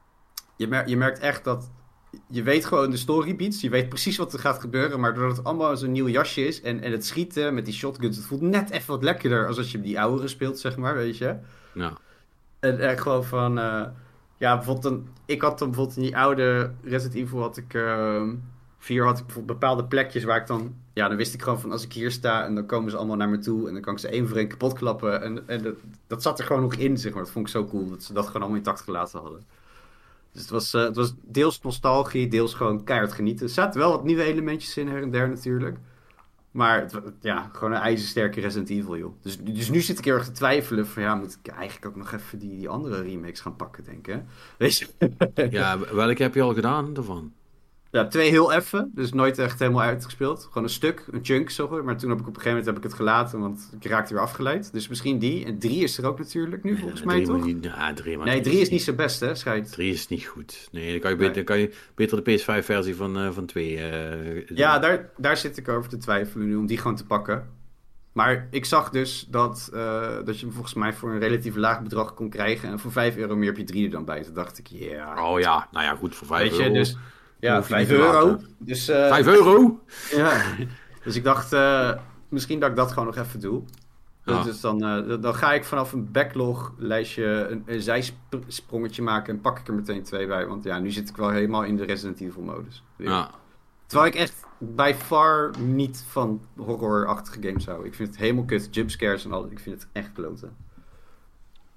Je, mer- je merkt echt dat... Je weet gewoon de storybeats, je weet precies wat er gaat gebeuren, maar doordat het allemaal zo'n nieuw jasje is en, en het schieten met die shotguns, het voelt net even wat lekkerder als als je die oudere speelt, zeg maar, weet je. Ja. En echt gewoon van, uh, ja, bijvoorbeeld een, ik had dan bijvoorbeeld in die oude Resident Evil had ik, uh, vier had ik bijvoorbeeld bepaalde plekjes waar ik dan, ja, dan wist ik gewoon van als ik hier sta en dan komen ze allemaal naar me toe en dan kan ik ze één voor één kapot klappen en, en dat, dat zat er gewoon nog in, zeg maar. Dat vond ik zo cool, dat ze dat gewoon allemaal intact gelaten hadden. Dus het was, uh, het was deels nostalgie, deels gewoon keihard genieten. Er zaten wel wat nieuwe elementjes in her en der natuurlijk. Maar het, ja, gewoon een ijzersterke Resident Evil, joh. Dus, dus nu zit ik heel erg te twijfelen van ja, moet ik eigenlijk ook nog even die, die andere remakes gaan pakken, denk ik. Weet je? Ja, welke heb je al gedaan daarvan? Ja, twee heel effen, dus nooit echt helemaal uitgespeeld. Gewoon een stuk, een chunk, zo. Maar toen heb ik op een gegeven moment heb ik het gelaten, want ik raakte weer afgeleid. Dus misschien die. En drie is er ook natuurlijk nu, nee, volgens mij, toch? Niet, ja, drie, maar nee, drie is niet zo best, hè, schijnt. Drie is niet goed. Nee, dan kan je beter, nee. kan je beter de P S vijf versie van, uh, van twee uh, ja, daar, daar zit ik over te twijfelen nu, om die gewoon te pakken. Maar ik zag dus dat, uh, dat je hem volgens mij voor een relatief laag bedrag kon krijgen. En voor vijf euro meer heb je drie er dan bij. Toen dacht ik, ja. Yeah. Oh ja, nou ja, goed, voor vijf Weet je, euro. Dus, ja, vijf euro. Dus, uh, vijf euro? Ja, dus ik dacht, uh, misschien dat ik dat gewoon nog even doe. Ja. Dus dan, uh, dan ga ik vanaf een backlog lijstje een, een zijsprongetje maken en pak ik er meteen twee bij. Want ja, nu zit ik wel helemaal in de Resident Evil modus. Ja. Terwijl ik echt by far niet van horrorachtige games hou. Ik vind het helemaal kut, jumpscares en al. Ik vind het echt kloten.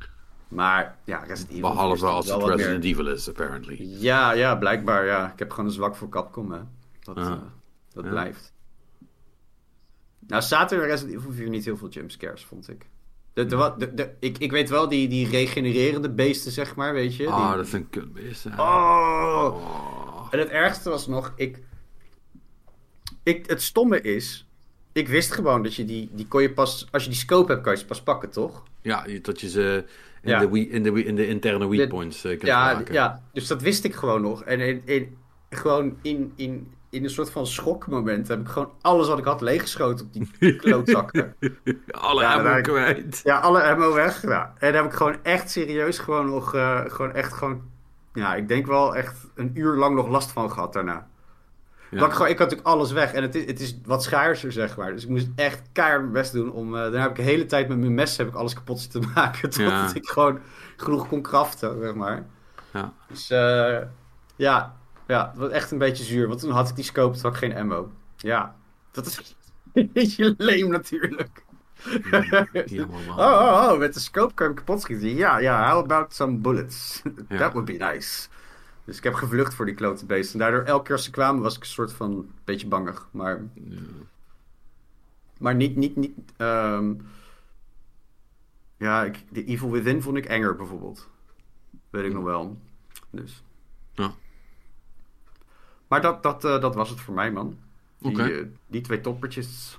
Maar ja, Resident Evil... Behalve als het Resident meer... Evil is, apparently. Ja, ja, blijkbaar, ja. Ik heb gewoon een zwak voor Capcom, hè. Dat, ah. uh, dat ja. blijft. Nou, zaten er Resident Evil vier niet heel veel jumpscares, vond ik. De, de, de, de, ik. Ik weet wel, die, die regenererende beesten, zeg maar, weet je. Ah, oh, die... dat zijn kutbeesten. Oh. oh. En het ergste was nog, ik... ik het stomme is... Ik wist gewoon dat je die... Die kon je pas... Als je die scope hebt, kan je ze pas pakken, toch? Ja, dat je ze... In, ja. de, in, de, in de interne weak points uh, kunt ja, raken. Ja, dus dat wist ik gewoon nog. En in, in, gewoon in, in, in een soort van schokmoment heb ik gewoon alles wat ik had leeggeschoten op die klootzakken. alle ja, ammo kwijt. Ja, alle ammo weg. Ja. En daar heb ik gewoon echt serieus gewoon nog... Uh, gewoon echt gewoon... Ja, ik denk wel echt een uur lang nog last van gehad daarna. Ja. Ik, gewoon, ik had natuurlijk alles weg. En het is, het is wat schaarser, zeg maar. Dus ik moest echt keihard mijn best doen. Om, uh, daarna heb ik de hele tijd met mijn mes heb ik alles kapot zitten maken. Totdat ja. ik gewoon genoeg kon craften, zeg maar. Ja. Dus uh, ja, ja, het was echt een beetje zuur. Want toen had ik die scope, toen had ik geen ammo. Ja, dat is een beetje leem natuurlijk. Ja, oh, oh, oh, met de scope kan je hem kapot schieten. Ja, ja, how about some bullets? Ja. That would be nice. Dus ik heb gevlucht voor die klote beesten. En daardoor, elke keer als ze kwamen, was ik een soort van... een beetje bangig. Maar... Ja. Maar niet... niet, niet um... Ja, ik, de Evil Within vond ik enger, bijvoorbeeld. Weet ik nog wel. Dus... Ja. Maar dat, dat, uh, dat was het voor mij, man. Die, okay. uh, die twee toppertjes.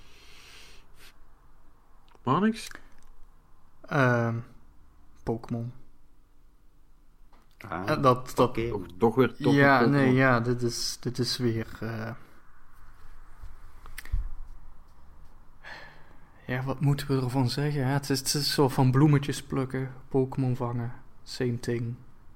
Marnix? Uh, Pokémon. Ah, uh, dat, dat... Okay. Toch, toch weer top Ja, nee, ja, dit is, dit is weer... Uh... Ja, wat moeten we ervan zeggen? Ja, het, is, het is zo van bloemetjes plukken, Pokémon vangen, same thing.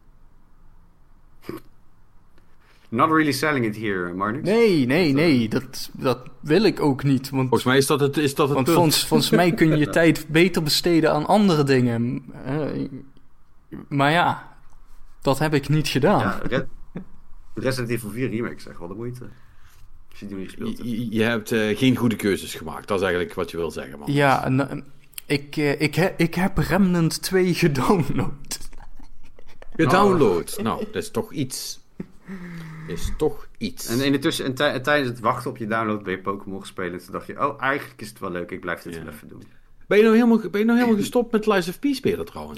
Not really selling it here, Marnix. Nee, nee, nee, dat, dat wil ik ook niet. Want, volgens mij is dat het, is dat het want punt. Volgens, volgens mij kun je je tijd beter besteden aan andere dingen. Uh, maar ja, dat heb ik niet gedaan. Ja, Red, Resident Evil vier Remake is echt wel de moeite. Als je die niet gespeeld hebt. Je, je hebt uh, geen goede keuzes gemaakt. Dat is eigenlijk wat je wil zeggen, man. Ja, nou, ik, uh, ik, he, ik heb Remnant twee gedownload. Gedownload? Oh. Nou, dat is toch iets... is toch iets. En in de tussen, en tij, tijdens het wachten op je download ben je Pokémon gespeeld. En toen dacht je, oh, eigenlijk is het wel leuk. Ik blijf dit ja. wel even doen. Ben je nou helemaal, ben je nou helemaal gestopt met Lies of P spelen trouwens?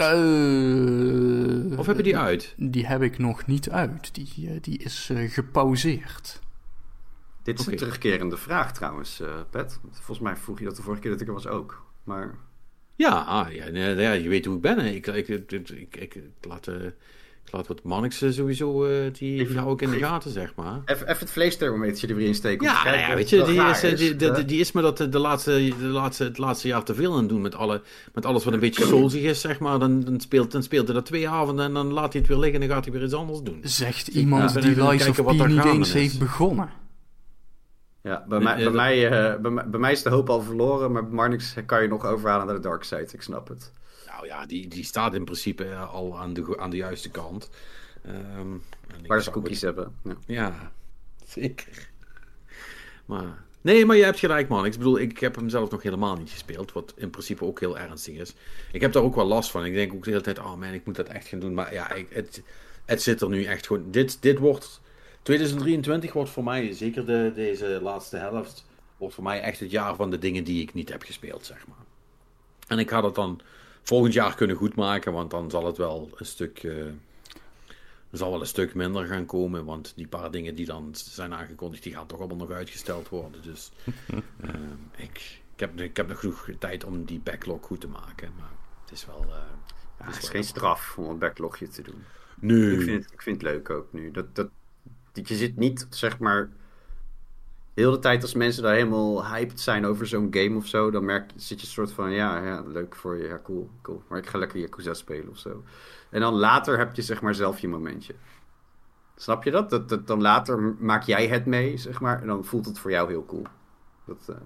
Uh, of heb je die uit? Die heb ik nog niet uit. Die, die is uh, gepauzeerd. Dit is okay. Een terugkerende vraag trouwens, uh, Pet. Volgens mij vroeg je dat de vorige keer dat ik er was ook. Maar... Ja, ah, ja, nee, ja, je weet hoe ik ben. Hè. Ik, ik, ik, ik, ik, ik laat... Uh, Ik laat wat Marnix sowieso, uh, die, die hou ik in de gaten, zeg maar. Even, even het vleesthermometertje er weer in steken. Ja, nou ja, weet je, die is, is, die, die, die is me dat de laatste, de laatste, het laatste jaar te veel aan doen met, alle, met alles wat een beetje soulsig is, zeg maar. Dan, dan, speelt, dan speelt hij dat twee avonden en dan laat hij het weer liggen en dan gaat hij weer iets anders doen. Zegt iemand ja, die Lies of P niet eens is. heeft begonnen. Ja, bij, mij, bij, mij, uh, bij, mij, bij mij is de hoop al verloren, maar Marnix kan je nog overhalen naar de dark side, ik snap het. Nou ja, die, die staat in principe al aan de, aan de juiste kant. Um, Waar ze cookies het... hebben. Ja. ja, zeker. Maar, nee, maar je hebt gelijk, man. Ik bedoel, ik heb hem zelf nog helemaal niet gespeeld. Wat in principe ook heel ernstig is. Ik heb daar ook wel last van. Ik denk ook de hele tijd, oh man, ik moet dat echt gaan doen. Maar ja, ik, het, het zit er nu echt gewoon... Dit, dit wordt... tweeduizend drieëntwintig wordt voor mij, zeker de, deze laatste helft... wordt voor mij echt het jaar van de dingen die ik niet heb gespeeld, zeg maar. En ik ga dat dan... volgend jaar kunnen goedmaken, want dan zal het wel een stuk, uh, zal wel een stuk minder gaan komen, want die paar dingen die dan zijn aangekondigd, die gaan toch allemaal nog uitgesteld worden. Dus uh, ik, ik, heb, ik heb nog genoeg tijd om die backlog goed te maken, maar het is wel... Uh, ja, het is, is geen straf om een backlogje te doen. Nee. Ik vind het, ik vind het leuk ook nu. Dat, dat, dat je zit niet, zeg maar... heel de tijd als mensen daar helemaal hyped zijn over zo'n game of zo, dan merk, zit je een soort van, ja, ja, leuk voor je, ja, cool, cool. Maar ik ga lekker Yakuza spelen of zo. En dan later heb je, zeg maar, zelf je momentje. Snap je dat? Dat, dat dan later maak jij het mee, zeg maar, en dan voelt het voor jou heel cool. Dat, uh...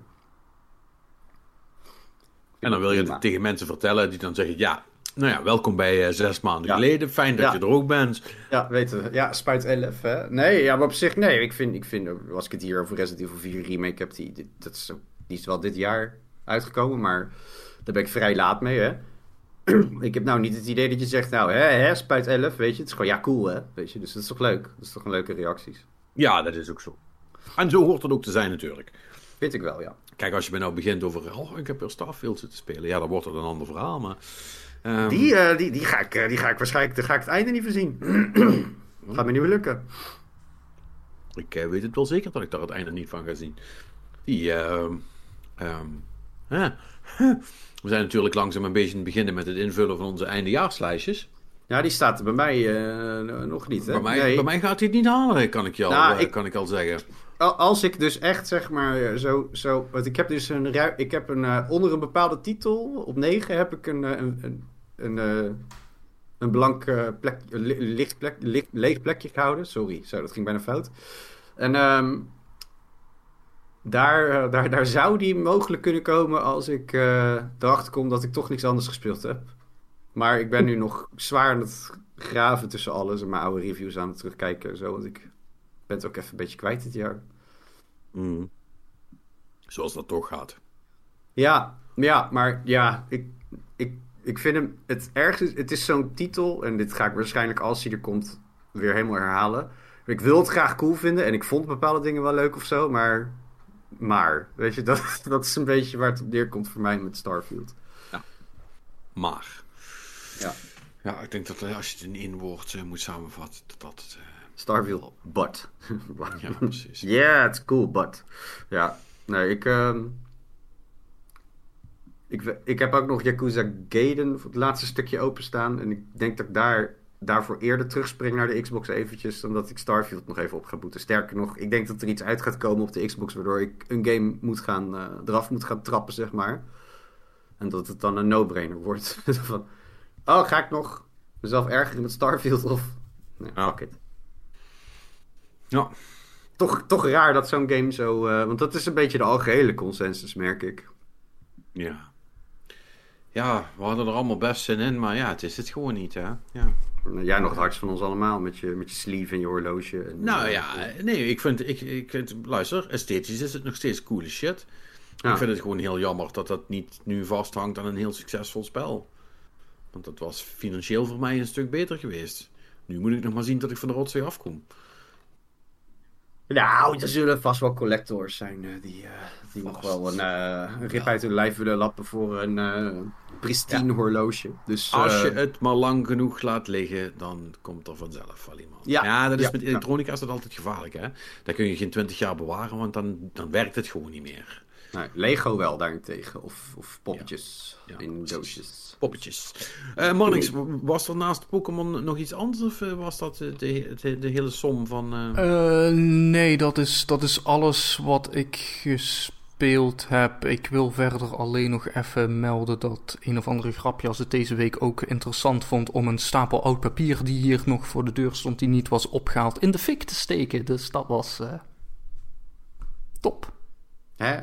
En dan wil je het tegen mensen vertellen die dan zeggen, ja, nou ja, welkom bij uh, zes maanden ja. geleden. Fijn dat ja. je er ook bent. Ja, weten we. Ja, Spuit elf, hè. Nee, ja, maar op zich, nee. Ik vind, ik vind als ik het hier over Resident Evil vier Remake heb, die, die, dat is, die is wel dit jaar uitgekomen, maar daar ben ik vrij laat mee, hè. ik heb nou niet het idee dat je zegt, nou, hè, hè, spuit elf, weet je. Het is gewoon, ja, cool, hè, weet je. Dus dat is toch leuk? Dat is toch een leuke reacties? Ja, dat is ook zo. En zo hoort het ook te zijn natuurlijk. Vind ik wel, ja. Kijk, als je bij nou begint over, oh, ik heb weer Starfield zitten spelen. Ja, dan wordt het een ander verhaal, maar... Um... Die, uh, die, die, ga ik, uh, die ga ik waarschijnlijk, daar ga ik het einde niet voorzien. Gaat me niet meer lukken. Ik uh, weet het wel zeker dat ik daar het einde niet van ga zien. Die, uh, um, uh, we zijn natuurlijk langzaam een beetje aan het beginnen met het invullen van onze eindejaarslijstjes. Ja, die staat er bij mij uh, nog niet, hè? Bij mij, nee. bij mij gaat hij het niet halen, kan ik, je al, nou, uh, ik, kan ik al zeggen. Als ik dus echt, zeg maar, zo... zo want ik heb dus een... Ik heb een uh, onder een bepaalde titel, op negen, heb ik een... een, een, een, uh, een blank uh, plek, licht plek, licht, leeg plekje gehouden. Sorry, zo, dat ging bijna fout. En um, daar, uh, daar, daar zou die mogelijk kunnen komen als ik uh, erachter kom dat ik toch niks anders gespeeld heb. Maar ik ben nu nog zwaar aan het graven tussen alles en mijn oude reviews aan het terugkijken en zo. Want ik ben het ook even een beetje kwijt dit jaar. Mm. Zoals dat toch gaat. Ja, ja maar ja, ik, ik, ik vind hem... Het ergste, het is zo'n titel, en dit ga ik waarschijnlijk als hij er komt weer helemaal herhalen. Ik wil het graag cool vinden en ik vond bepaalde dingen wel leuk of zo, maar... Maar, weet je, dat, dat is een beetje waar het op neerkomt voor mij met Starfield. Ja, maar... Ja. Ja, ik denk dat als je het in één woord uh, moet samenvatten, dat dat... Uh... Starfield, but. Ja, precies. Ja, yeah, it's cool, but. Ja, nee, ik... Uh... Ik, ik heb ook nog Yakuza Gaiden, het laatste stukje openstaan. En ik denk dat ik daar, daarvoor eerder terugspring naar de Xbox eventjes, dan dat ik Starfield nog even op ga boeten. Sterker nog, ik denk dat er iets uit gaat komen op de Xbox, waardoor ik een game moet gaan, uh, eraf moet gaan trappen, zeg maar. En dat het dan een no-brainer wordt. Van, oh, ga ik nog mezelf ergeren met Starfield? Of... Nee, ja. Fuck it. Ja. Toch, toch raar dat zo'n game zo... Uh, want dat is een beetje de algehele consensus, merk ik. Ja. Ja, we hadden er allemaal best zin in, maar ja, het is het gewoon niet, hè. Ja. Jij nog het hardst van ons allemaal, met je, met je sleeve en je horloge. En, nou ja, nee, ik vind, ik, ik vind... Luister, esthetisch is het nog steeds coole shit. Ja. Ik vind het gewoon heel jammer dat dat niet nu vasthangt aan een heel succesvol spel. Want dat was financieel voor mij een stuk beter geweest. Nu moet ik nog maar zien dat ik van de rotzooi afkom. Nou, er zullen vast wel collectors zijn uh, die, uh, die nog wel een, uh, een rip uit hun lijf willen lappen voor een uh, pristine ja. horloge. Dus, uh... als je het maar lang genoeg laat liggen, dan komt er vanzelf wel iemand. Ja, ja dat is ja. met elektronica is dat altijd gevaarlijk, hè. Daar kun je geen twintig jaar bewaren, want dan, dan werkt het gewoon niet meer. Nee, Lego wel daarentegen. Of, of poppetjes ja. Ja, in precies. Doosjes. Poppetjes. Uh, Marnix, was er naast Pokémon nog iets anders? Of uh, was dat de, de, de hele som van... Uh... Uh, nee, dat is, dat is alles wat ik gespeeld heb. Ik wil verder alleen nog even melden dat een of andere grapje als het deze week ook interessant vond om een stapel oud papier die hier nog voor de deur stond, die niet was opgehaald, in de fik te steken. Dus dat was uh, top. Hè?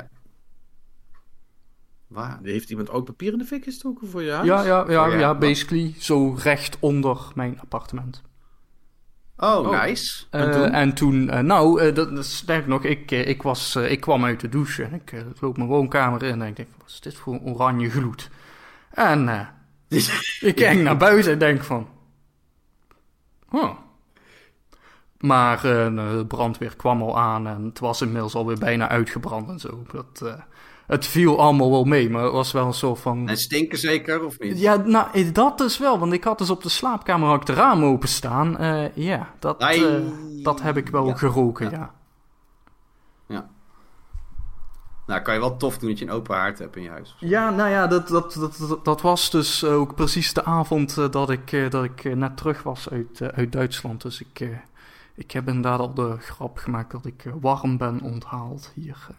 Waar? Heeft iemand oud papier in de fik gestoken voor je huis? Ja, ja, ja, ja, ja basically. Zo recht onder mijn appartement. Oh, oh. Nice. Uh, en toen? En toen uh, nou, uh, dat, dat sterk nog, ik, uh, ik, was, uh, ik kwam uit de douche en ik uh, loop mijn woonkamer in en ik denk, wat is dit voor een oranje gloed? En uh, ik kijk naar buiten en denk van, oh. Maar uh, de brandweer kwam al aan en het was inmiddels alweer bijna uitgebrand en zo. Dat... Uh, Het viel allemaal wel mee, maar het was wel een soort van... En stinken zeker, of niet? Ja, nou, dat dus wel, want ik had dus op de slaapkamer had ik de raam openstaan. Uh, ja, dat, uh, dat heb ik wel ja. geroken, ja. ja. Ja. Nou, kan je wel tof doen dat je een open haard hebt in je huis. Ja, nou ja, dat, dat, dat, dat, dat was dus ook precies de avond uh, dat ik, uh, dat ik uh, net terug was uit, uh, uit Duitsland. Dus ik, uh, ik heb inderdaad al de grap gemaakt dat ik uh, warm ben onthaald hier. Uh.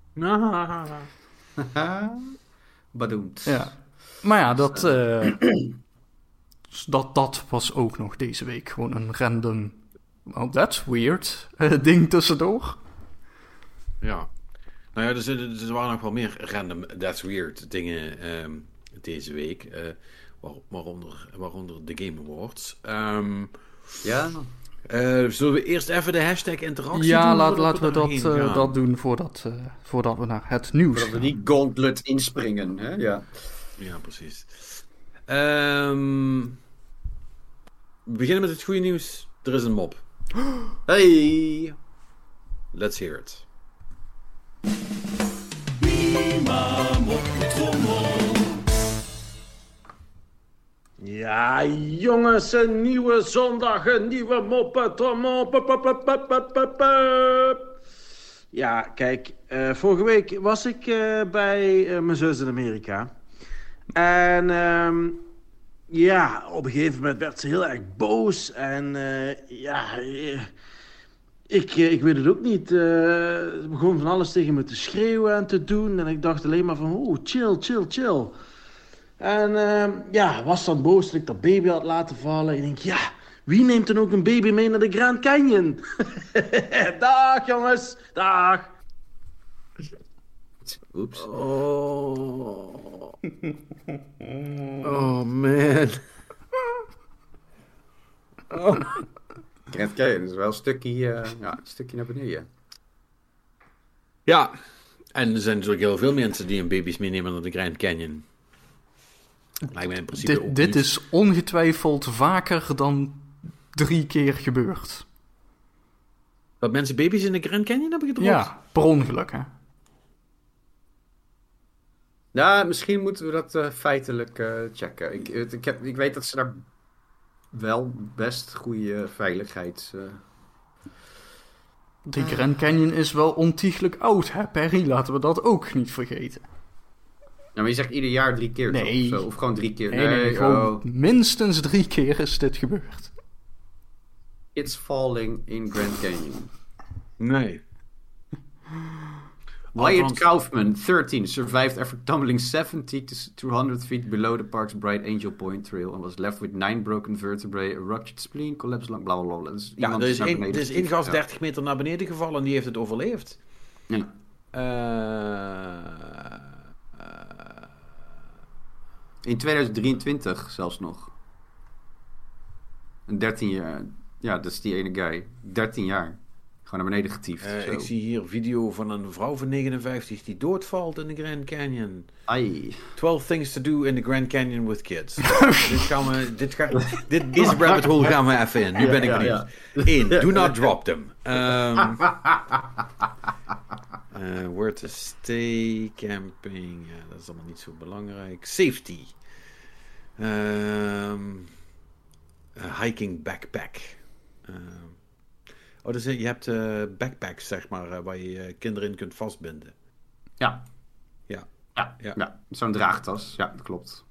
Badoend. Ja. Maar ja, dat, uh, dat, dat was ook nog deze week. Gewoon een random, well, that's weird, uh, ding tussendoor. Ja. Nou ja, er, er waren nog wel meer random, that's weird dingen um, deze week. Uh, waar, waaronder, waaronder de Game Awards. Um, ja. Uh, zullen we eerst even de hashtag interactie ja, doen? Ja, laten we dat, uh, dat doen voordat, uh, voordat we naar het nieuws gaan. Voordat we die gauntlet inspringen, hè? Ja, ja precies. Um, we beginnen met het goede nieuws. Er is een mop. Hey! Let's hear it. Ja, jongens, een nieuwe zondag, een nieuwe moppetrommel. Ja, kijk, uh, vorige week was ik uh, bij uh, mijn zus in Amerika. En uh, ja, op een gegeven moment werd ze heel erg boos. En uh, ja, ik, ik weet het ook niet. Uh, ze begon van alles tegen me te schreeuwen en te doen. En ik dacht alleen maar van, oh, chill, chill, chill. En uh, ja, was dan boos dat ik dat baby had laten vallen. En ik denk, ja, wie neemt dan ook een baby mee naar de Grand Canyon? Dag, jongens. Dag. Oeps. Oh. Oh, man. Oh. Grand Canyon is wel een stukje, uh, ja, een stukje naar beneden. Ja, en er zijn natuurlijk heel veel mensen die hun baby's meenemen naar de Grand Canyon. Lijkt me in principe dit ook dit niet. is ongetwijfeld vaker dan drie keer gebeurd. Dat mensen baby's in de Grand Canyon hebben gedropt? Ja, per ongeluk, hè? Ja, misschien moeten we dat uh, feitelijk uh, checken. Ik, ik, heb, ik weet dat ze daar wel best goede veiligheids... Uh... De Grand Canyon is wel ontiegelijk oud, hè, Perry? Laten we dat ook niet vergeten. Ja, maar je zegt ieder jaar drie keer, nee. toch? Of, zo, of gewoon drie keer? Nee, nee, nee gewoon oh. minstens drie keer is dit gebeurd. It's falling in Grand Canyon. Nee. Wyatt Kaufman, thirteen, survived after tumbling seventy to two hundred feet below the park's Bright Angel Point Trail and was left with nine broken vertebrae, a ruptured spleen, collapsed lung, bla bla bla. Dus ja, er is, een, er is één gast dertig meter naar beneden gevallen en die heeft het overleefd. Ja. Uh, uh, In tweeduizend drieëntwintig zelfs nog. Een dertien jaar. Ja, dat is die ene guy. dertien jaar. Gewoon naar beneden getiefd. Uh, ik zie hier een video van een vrouw van negenenvijftig die doodvalt in de Grand Canyon. Ai. twelve things to do in the Grand Canyon with kids. dit gaan we, dit ga, dit, deze rabbit hole gaan we even in. Nu ben ik benieuwd. Eén, do not drop them. Um, uh, where to stay, camping. Ja, dat is allemaal niet zo belangrijk. Safety. Um, uh, hiking backpack. Um, Oh, dus je hebt uh, backpacks, zeg maar, uh, waar je uh, kinderen in kunt vastbinden. Ja. Ja. Ja, ja. ja. Zo'n draagtas. Ja, dat klopt.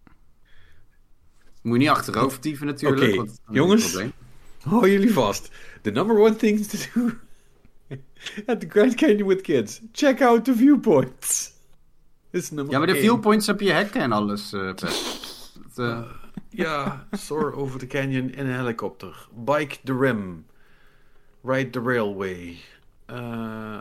Moet je niet achterover tieven natuurlijk. Oké, okay. Jongens, hou jullie vast. The number one thing to do at the Grand Canyon with kids. Check out the viewpoints. Is nummer ja, maar de één. Viewpoints heb je hekken en alles, uh, Pet. Dat, uh... uh, ja, soar over the canyon in een helikopter. Bike the rim. Ride the railway. Uh,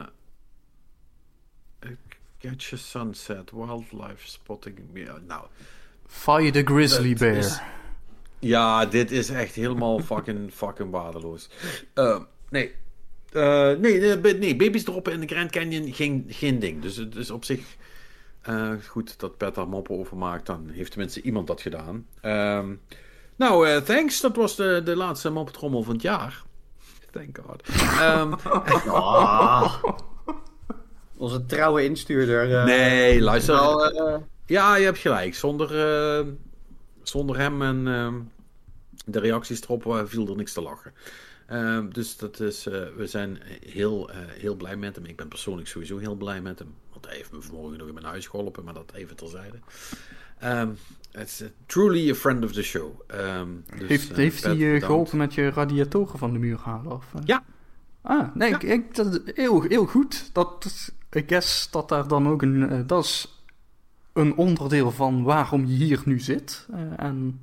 catch a sunset. Wildlife spotting. Ja, nou. Fight the grizzly bear. Is, ja, dit is echt helemaal fucking, fucking waardeloos. Uh, nee. Uh, nee, nee, baby's droppen in de Grand Canyon, geen, geen ding. Dus het is op zich uh, goed dat Pet daar moppen over maakt. Dan heeft tenminste iemand dat gedaan. Um, nou, uh, thanks. Dat was de, de laatste moppetrommel van het jaar. Thank God. Um, oh. Onze trouwe instuurder. Uh, nee, luister. Wel, uh... Ja, je hebt gelijk. Zonder, uh, zonder hem en uh, de reacties erop uh, viel er niks te lachen. Uh, dus dat is, uh, we zijn heel, uh, heel blij met hem. Ik ben persoonlijk sowieso heel blij met hem. Want hij heeft me vanmorgen nog in mijn huis geholpen, maar dat even terzijde. Um, It's uh, truly a friend of the show. Um, dus, heeft uh, heeft hij uh, geholpen met je radiatoren van de muur halen? Of, uh? Ja. Ah, nee, ja. Ik, ik, dat, heel, heel goed. Dat, ik guess dat daar dan ook een... Uh, dat is een onderdeel van waarom je hier nu zit. Uh, en...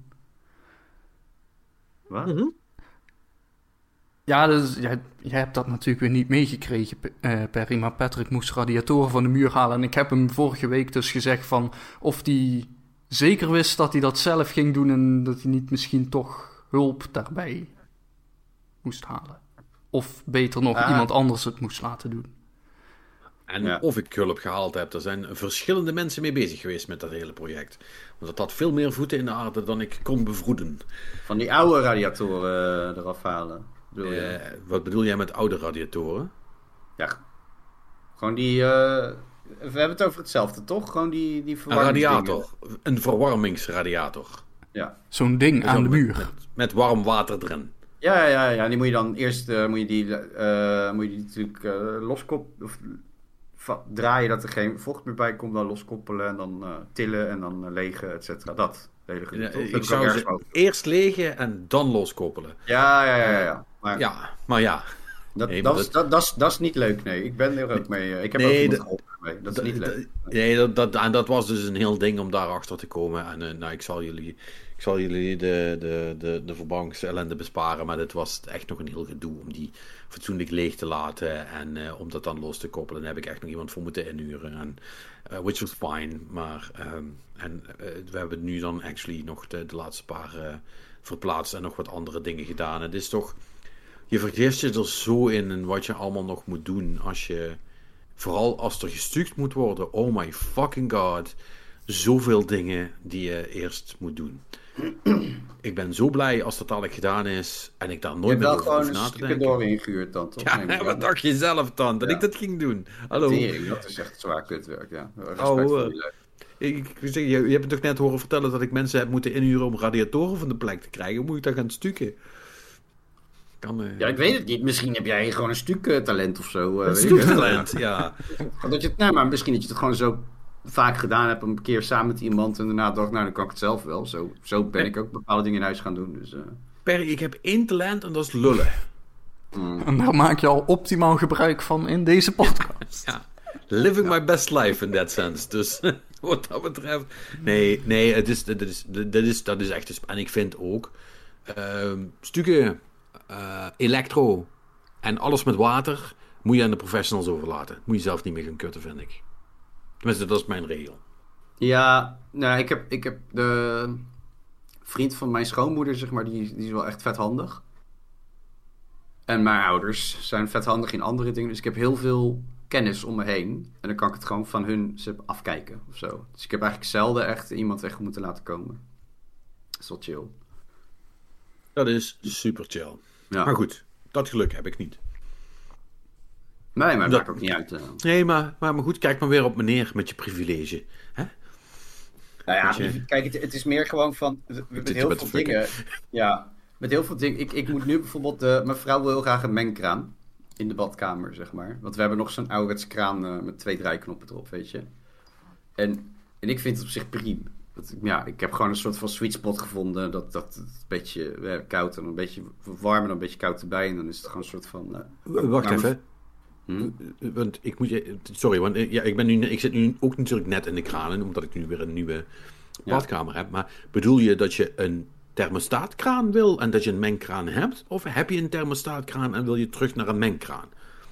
Wat? Mm-hmm. Ja, dus, jij, jij hebt dat natuurlijk weer niet meegekregen, uh, Perry. Maar Patrick moest radiatoren van de muur halen. En ik heb hem vorige week dus gezegd van... of die... zeker wist dat hij dat zelf ging doen en dat hij niet misschien toch hulp daarbij moest halen. Of beter nog, ah. iemand anders het moest laten doen. En Ja. of ik hulp gehaald heb, er zijn verschillende mensen mee bezig geweest met dat hele project. Want dat had veel meer voeten in de aarde dan ik kon bevroeden. Van die oude radiatoren uh, eraf halen. Bedoel je? Uh, wat bedoel jij met oude radiatoren? Ja, gewoon die... Uh, we hebben het over hetzelfde, toch? Gewoon die, die Een radiator. Een verwarmingsradiator. Ja. Zo'n ding aan de muur. Met, met warm water erin. Ja, ja, ja. Die moet je dan eerst uh, moet je die, uh, moet je die natuurlijk uh, loskoppelen. Of va- draaien dat er geen vocht meer bij komt. Dan loskoppelen en dan uh, tillen en dan uh, legen, et cetera. Dat. Hele gedoe, Ja, toch? ik Dat zou ze over. eerst legen en dan loskoppelen. Ja, ja, ja. ja, ja. Maar, Ja, maar ja. Dat, Nee, dat, maar is, dat, dat, is, dat is niet leuk, nee. Ik ben er ook mee. Ik heb Nee, ook iemand dat- geholpen mee. Dat is niet D- leuk. d- Nee, dat, dat, en dat was dus een heel ding om daarachter te komen. En uh, nou, ik zal jullie, ik zal jullie de, de, de, de verbanksellende besparen. Maar dit was echt nog een heel gedoe om die fatsoenlijk leeg te laten. En uh, om dat dan los te koppelen. Daar heb ik echt nog iemand voor moeten inhuren. En, uh, which was fine. Maar um, en, uh, we hebben nu dan actually nog de, de laatste paar uh, verplaatst. En nog wat andere dingen gedaan. Het is toch... Je vergist je er zo in en wat je allemaal nog moet doen als je... Vooral als er gestuukt moet worden. Oh my fucking god. Zoveel dingen die je eerst moet doen. Ik ben zo blij als dat dadelijk gedaan is. En ik daar Je nooit hebt meer wel over gewoon hoef een na te stukje denken. door ingehuurd dan, toch? Neem ik Ja, aan. wat dacht je zelf dan? Dat Ja. ik dat ging doen? Hallo. Tering, dat is echt zwaar kutwerk, ja. Respect Oh, voor uh, jullie. Ik, ik zeg, je, je hebt het toch net horen vertellen dat ik mensen heb moeten inhuren om radiatoren van de plek te krijgen. Hoe moet ik dat gaan stukken? Kan, uh, Ja, ik weet het niet. Misschien heb jij gewoon een stuk uh, talent of zo. Uh, een weet ik veel. stuurtalent, ja. Dat je het, nee, maar misschien dat je het gewoon zo vaak gedaan hebt. Een keer samen met iemand en daarna dacht, nou dan kan ik het zelf wel. Zo, zo ben ik ook bepaalde dingen in huis gaan doen. Dus, uh, Perry, ik heb één talent en dat is lullen. mm. En daar maak je al optimaal gebruik van in deze podcast. Ja. Living my best life in that sense. Dus wat dat betreft. Nee, nee, het is, dat, is, dat, is, dat is echt. een sp- En ik vind ook. Uh, stukken. Uh, elektro. En alles met water. Moet je aan de professionals overlaten. Moet je zelf niet meer gaan kutten, vind ik. Tenminste, dat is mijn regel. Ja, nou, ik heb, ik heb de vriend van mijn schoonmoeder, zeg maar, die, die is wel echt vethandig. En mijn ouders zijn vethandig in andere dingen. Dus ik heb heel veel kennis om me heen. En dan kan ik het gewoon van hun afkijken of zo. Dus ik heb eigenlijk zelden echt iemand echt moeten laten komen. Dat is wel chill. Dat is super chill. Ja. Maar goed, dat geluk heb ik niet. Nee, maar dat Dat- maakt ook niet uit. uh. Nee, maar, maar, maar goed, kijk maar weer op meneer met je privilege. Hè? Nou ja, Weet je- kijk, het, het is meer gewoon van... Met zit heel met veel flikken. dingen... Ja, met heel veel dingen... Ik, ik moet nu bijvoorbeeld... Uh, mijn vrouw wil heel graag een mengkraan. In de badkamer, zeg maar. Want we hebben nog zo'n ouderwetse kraan uh, met twee draaiknoppen erop, weet je. En, en ik vind het op zich prima. Dat, ja, ik heb gewoon een soort van sweet spot gevonden. Dat, dat het een beetje eh, koud en een beetje warm en dan een beetje koud erbij. En dan is het gewoon een soort van... Uh, Wacht maar- even. Hm? Want ik moet je... Sorry, want eh, ja, ik, ben nu, ik zit nu ook natuurlijk net in de kranen, omdat ik nu weer een nieuwe Ja. badkamer heb. Maar bedoel je dat je een thermostaatkraan wil en dat je een mengkraan hebt? Of heb je een thermostaatkraan en wil je terug naar een mengkraan?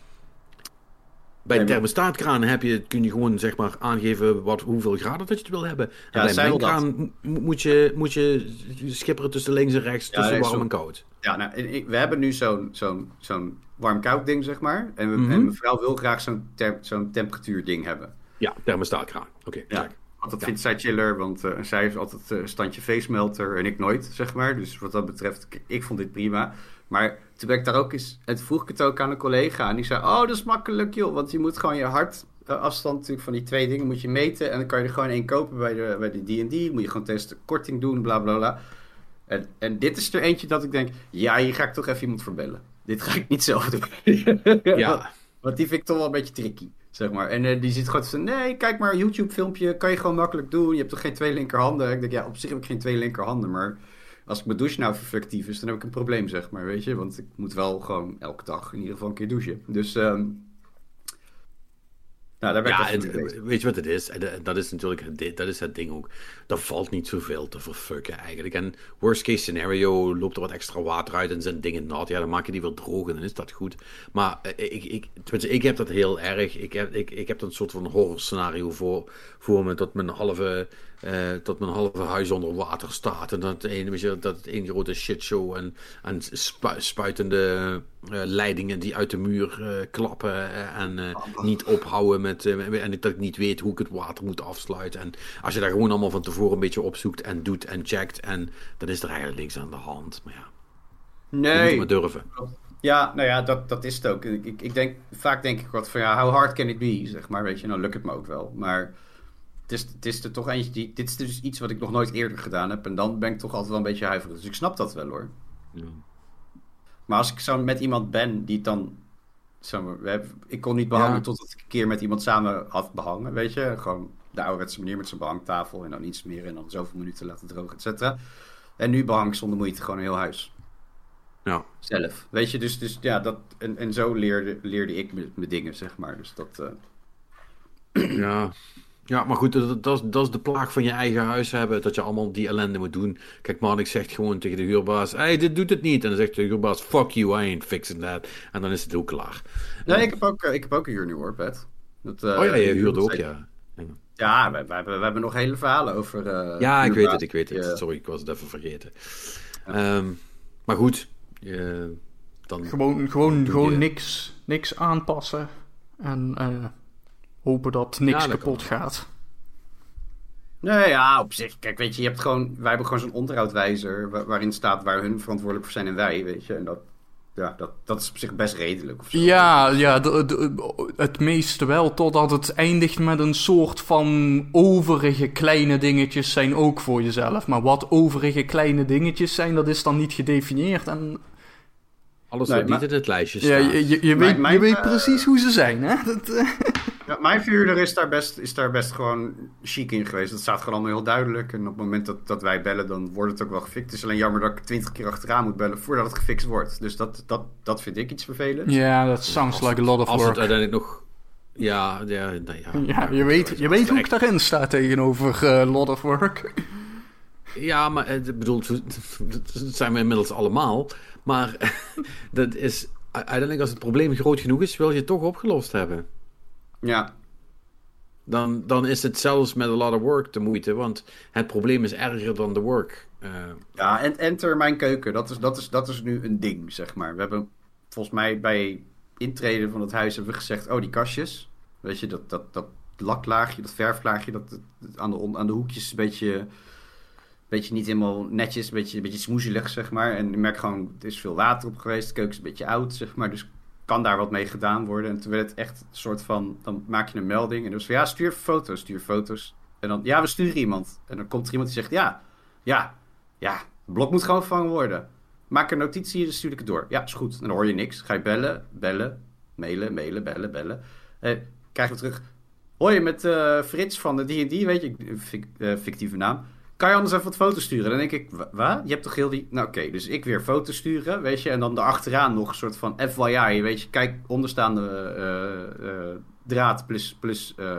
Bij een Nee, maar- thermostaatkraan heb je, kun je gewoon zeg maar aangeven wat, hoeveel graden dat je het wil hebben. En Ja, bij zij een wil dat. mengkraan mo- moet je, moet je schipperen tussen links en rechts, tussen nee, warm zo- en koud. Ja, nou, en ik- we hebben nu zo'n zo'n zo'n warm-koud ding, zeg maar. En, we, Mhm. en mevrouw wil graag zo'n ter- zo'n temperatuurding hebben. Ja, thermostaatkraan. Oké, Ja. check. Want dat Ja. vindt zij chiller, want uh, zij heeft altijd uh, standje feestmelter en ik nooit, zeg maar. Dus wat dat betreft, ik, ik vond dit prima. Maar toen ben ik daar ook eens, en toen vroeg ik het ook aan een collega. En die zei, oh, dat is makkelijk, joh. Want je moet gewoon je hartafstand natuurlijk van die twee dingen moet je meten. En dan kan je er gewoon één kopen bij de, bij de D en D. Moet je gewoon testen, korting doen, bla, bla, bla. En, en dit is er eentje dat ik denk, ja, hier ga ik toch even iemand voor bellen. Dit ga ik niet zelf doen. Ja. Want die vind ik toch wel een beetje tricky, zeg maar. En uh, die zit gewoon te zeggen, nee, kijk maar, YouTube-filmpje, kan je gewoon makkelijk doen. Je hebt toch geen twee linkerhanden? Ik denk, ja, op zich heb ik geen twee linkerhanden, maar als ik mijn douche nou effectief is, dan heb ik een probleem, zeg maar, weet je. Want ik moet wel gewoon elke dag in ieder geval een keer douchen. Dus, um, Nou, daar ben ik ja, het, het, weet je wat het is? En dat is natuurlijk het, dat is het ding ook. Er valt niet zoveel te verfucken eigenlijk. En worst case scenario, loopt er wat extra water uit en zijn dingen nat. Ja, dan maak je die weer droog en dan is dat goed. Maar ik, ik, tenminste, ik heb dat heel erg. Ik heb, ik, ik heb een soort van horror scenario voor, voor me. Dat mijn halve... Uh, dat mijn halve huis onder water staat. En dat het een, weet je, dat het één grote shitshow en, en spu- spuitende uh, leidingen die uit de muur uh, klappen. Uh, en uh, niet ophouden met... Uh, en dat ik niet weet hoe ik het water moet afsluiten. En als je daar gewoon allemaal van tevoren een beetje opzoekt en doet en checkt. En dan is er eigenlijk niks aan de hand. Maar ja, nee. Je moet het maar durven. Ja, nou ja, dat, dat is het ook. Ik, ik denk, vaak denk ik wat van ja, how hard can it be? Zeg maar, weet je, nou lukt het me ook wel. Maar... Het is, het is er toch eentje die... Dit is dus iets wat ik nog nooit eerder gedaan heb. En dan ben ik toch altijd wel een beetje huiverig. Dus ik snap dat wel hoor. Ja. Maar als ik zo met iemand ben die het dan... Zo, we hebben, ik kon niet behangen ja. totdat ik een keer met iemand samen had behangen. Weet je, gewoon de ouderwetse manier met zo'n behangtafel. En dan iets meer en dan zoveel minuten laten drogen, et cetera. En nu behang ik zonder moeite gewoon een heel huis. Ja. Zelf. Weet je, dus, dus ja, dat... En, en zo leerde, leerde ik mijn dingen, zeg maar. Dus dat... Uh... Ja... Ja, maar goed, dat, dat, dat is de plaag van je eigen huis hebben, dat je allemaal die ellende moet doen. Kijk, Marnik zegt gewoon tegen de huurbaas, hey, dit doet het niet. En dan zegt de huurbaas, fuck you, I ain't fixing that. En dan is het ook klaar. Nee, uh, ik, heb ook, ik heb ook een huur nu hoor, Pet. Dat, uh, oh ja, je huurt ook, ja. Ja, we, we, hebben, we hebben nog hele verhalen over... Uh, ja, ik weet het, ik weet het. Uh, Sorry, ik was het even vergeten. Ja. Um, maar goed, uh, dan... Gewoon, gewoon, gewoon niks, niks aanpassen en... Uh... hopen dat niks ja, dat kapot kan. gaat. Nee, ja, op zich. Kijk, weet je, je hebt gewoon... Wij hebben gewoon zo'n onderhoudwijzer... Waar, waarin staat waar hun verantwoordelijk voor zijn en wij, weet je. En dat, ja, dat, dat is op zich best redelijk. Of zo. Ja, ja de, de, het meeste wel. Totdat het eindigt met een soort van... overige kleine dingetjes zijn ook voor jezelf. Maar wat overige kleine dingetjes zijn... dat is dan niet gedefinieerd. En... Alles wat nee, niet maar... in het lijstje staat. Ja, je, je, je, weet, mijn, je weet uh... precies hoe ze zijn, hè? Dat, uh... Ja, mijn vuurder is daar, best, is daar best gewoon chic in geweest. Dat staat gewoon allemaal heel duidelijk. En op het moment dat, dat wij bellen, dan wordt het ook wel gefixt. Het is alleen jammer dat ik twintig keer achteraan moet bellen voordat het gefixt wordt. Dus dat, dat, dat vind ik iets vervelends. Ja, yeah, that sounds als, like a lot of als work. Als het uiteindelijk nog... Ja, ja, nou ja, ja je weet, je weet hoe ik daarin sta tegenover a uh, lot of work. Ja, maar ik bedoel, dat zijn we inmiddels allemaal. Maar dat is... Uiteindelijk, als het probleem groot genoeg is, wil je het toch opgelost hebben. Ja. Dan, dan is het zelfs met a lot of work de moeite, want het probleem is erger dan de work. Uh... Ja, en enter mijn keuken, dat is, dat, is, dat is nu een ding, zeg maar. We hebben volgens mij bij intreden van het huis hebben we gezegd, oh, die kastjes, weet je, dat, dat, dat laklaagje, dat verflaagje, dat, dat aan, de, aan de hoekjes een beetje, beetje niet helemaal netjes, een beetje, een beetje smoezelig, zeg maar. En ik merk gewoon, er is veel water op geweest, de keuken is een beetje oud, zeg maar, dus... kan daar wat mee gedaan worden. En toen werd het echt een soort van... dan maak je een melding. En dus van ja, stuur foto's, stuur foto's. En dan, ja, we sturen iemand. En dan komt er iemand die zegt, ja, ja, ja, het blok moet gewoon vervangen worden. Maak een notitie en dan stuur ik het door. Ja, is goed. En dan hoor je niks. Ga je bellen, bellen, mailen, mailen, bellen, bellen. Eh, krijg je terug. Hoi, met uh, Frits van de die en die, weet je, uh, fictieve naam. Kan je anders even wat foto's sturen? Dan denk ik, wat? Je hebt toch heel die... Nou oké, okay, dus ik weer foto's sturen, weet je. En dan erachteraan nog een soort van F Y I, weet je. Kijk, onderstaande uh, uh, draad plus, plus, uh,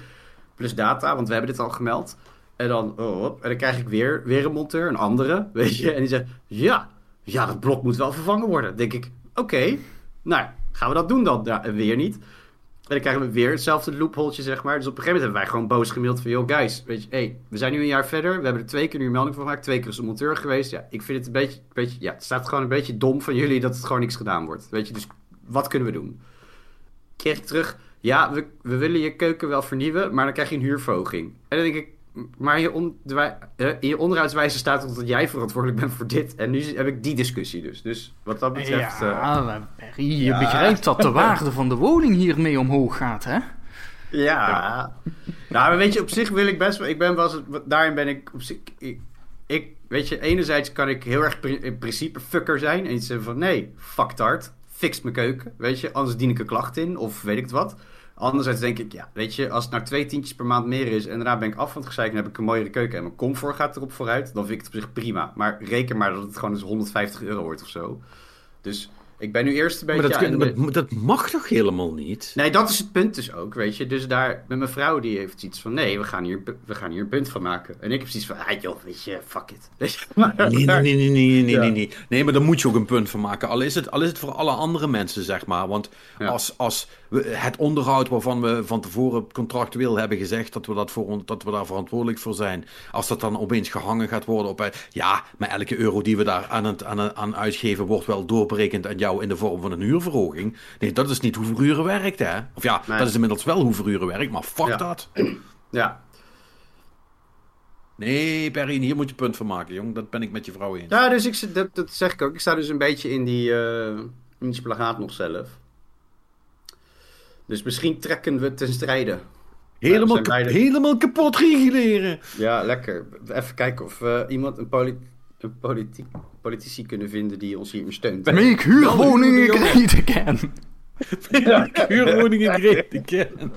plus data, want we hebben dit al gemeld. En dan, oh, en dan krijg ik weer, weer een monteur, een andere, weet je. En die zegt, ja, ja, dat blok moet wel vervangen worden. Dan denk ik, oké, okay, nou, gaan we dat doen dan? Ja, weer niet. En dan krijgen we weer hetzelfde loopholtje, zeg maar. Dus op een gegeven moment hebben wij gewoon boos gemaild van... Yo, guys, weet je, hey, we zijn nu een jaar verder. We hebben er twee keer nu een melding van gemaakt. Twee keer is een monteur geweest. Ja, ik vind het een beetje... Een beetje ja, het staat gewoon een beetje dom van jullie dat het gewoon niks gedaan wordt. Weet je, dus wat kunnen we doen? Kreeg ik terug... Ja, we, we willen je keuken wel vernieuwen, maar dan krijg je een huurverhoging. En dan denk ik... Maar je on, de, uh, in je onderhoudswijze staat er dat jij verantwoordelijk bent voor dit. En nu heb ik die discussie dus. Dus wat dat betreft... Ja, uh, Perry, je ja. begrijpt dat de waarde van de woning hiermee omhoog gaat, hè? Ja. ja. Nou, maar weet je, op zich wil ik best wel... Ik ben wel eens, daarin ben ik op zich... Ik, ik, weet je, enerzijds kan ik heel erg in principe fucker zijn. En iets zeggen van, nee, fuck tart. Fix mijn keuken, weet je. Anders dien ik een klacht in, of weet ik het wat. Anderzijds denk ik, ja, weet je, als het nou twee tientjes per maand meer is... en daarna ben ik af van het gezeik en heb ik een mooiere keuken... en mijn comfort gaat erop vooruit, dan vind ik het op zich prima. Maar reken maar dat het gewoon eens honderdvijftig euro wordt of zo. Dus Ik ben nu eerst een beetje... Maar dat, ja, kun, de... dat mag toch helemaal niet? Nee, dat is het punt dus ook, weet je. Dus daar, met mijn vrouw, die heeft iets van... Nee, we gaan hier, we gaan hier een punt van maken. En ik heb zoiets van... Ah joh, weet je, fuck it. Weet je, maar, nee, nee, nee, nee, nee, nee, ja. nee, nee. Nee, maar daar moet je ook een punt van maken. Al is het, al is het voor alle andere mensen, zeg maar. Want ja. als, als we het onderhoud waarvan we van tevoren contractueel hebben gezegd... dat we, dat, voor, dat we daar verantwoordelijk voor zijn... als dat dan opeens gehangen gaat worden op... Ja, maar elke euro die we daar aan, het, aan, aan uitgeven... wordt wel doorberekend aan jou in de vorm van een huurverhoging. Nee, dat is niet hoe verhuren werkt, hè. Of ja, nee. dat is inmiddels wel hoe verhuren werkt, maar fuck ja. dat. Ja. Nee, Perrin, hier moet je punt van maken, jong. Dat ben ik met je vrouw eens. Ja, dus ik, dat, dat zeg ik ook. Ik sta dus een beetje in die, uh, in die spagaat nog zelf. Dus misschien trekken we ten strijde. Helemaal, ka- beide... helemaal kapot reguleren. Ja, lekker. Even kijken of uh, iemand, een, poli- een politiek, politici kunnen vinden die ons hierin steunt. Make huurwoningen great again. Make huurwoningen great again.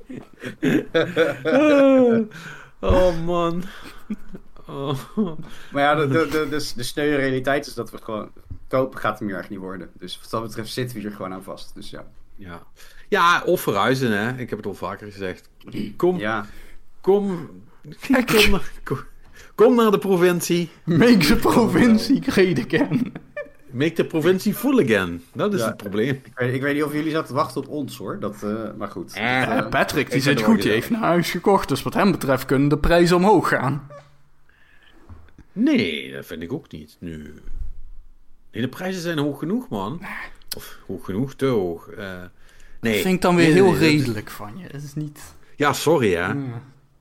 oh, oh man. Oh. Maar ja, de, de, de, de, de sneuwe realiteit is dat we gewoon... Kopen gaat hem hier echt niet worden. Dus wat dat betreft zitten we hier gewoon aan vast. Dus ja. Ja, ja of verhuizen, hè. Ik heb het al vaker gezegd. Kom, ja. kom, kom, naar, kom, kom naar de provincie. Make the provincie great again. Make the provincie full again. Dat is ja. het probleem. Ik weet, ik weet niet of jullie zaten te wachten op ons, hoor. Dat, uh, maar goed. Eh, dat, uh, Patrick, die zit goed. Die heeft een huis gekocht. Dus wat hem betreft kunnen de prijzen omhoog gaan. Nee, dat vind ik ook niet. Nu... Nee, de prijzen zijn hoog genoeg, man. Of hoog genoeg, te hoog. Uh, nee. Dat vind ik dan weer nee, heel nee, redelijk is... van je. Dat is niet... Ja, sorry, hè. Ja,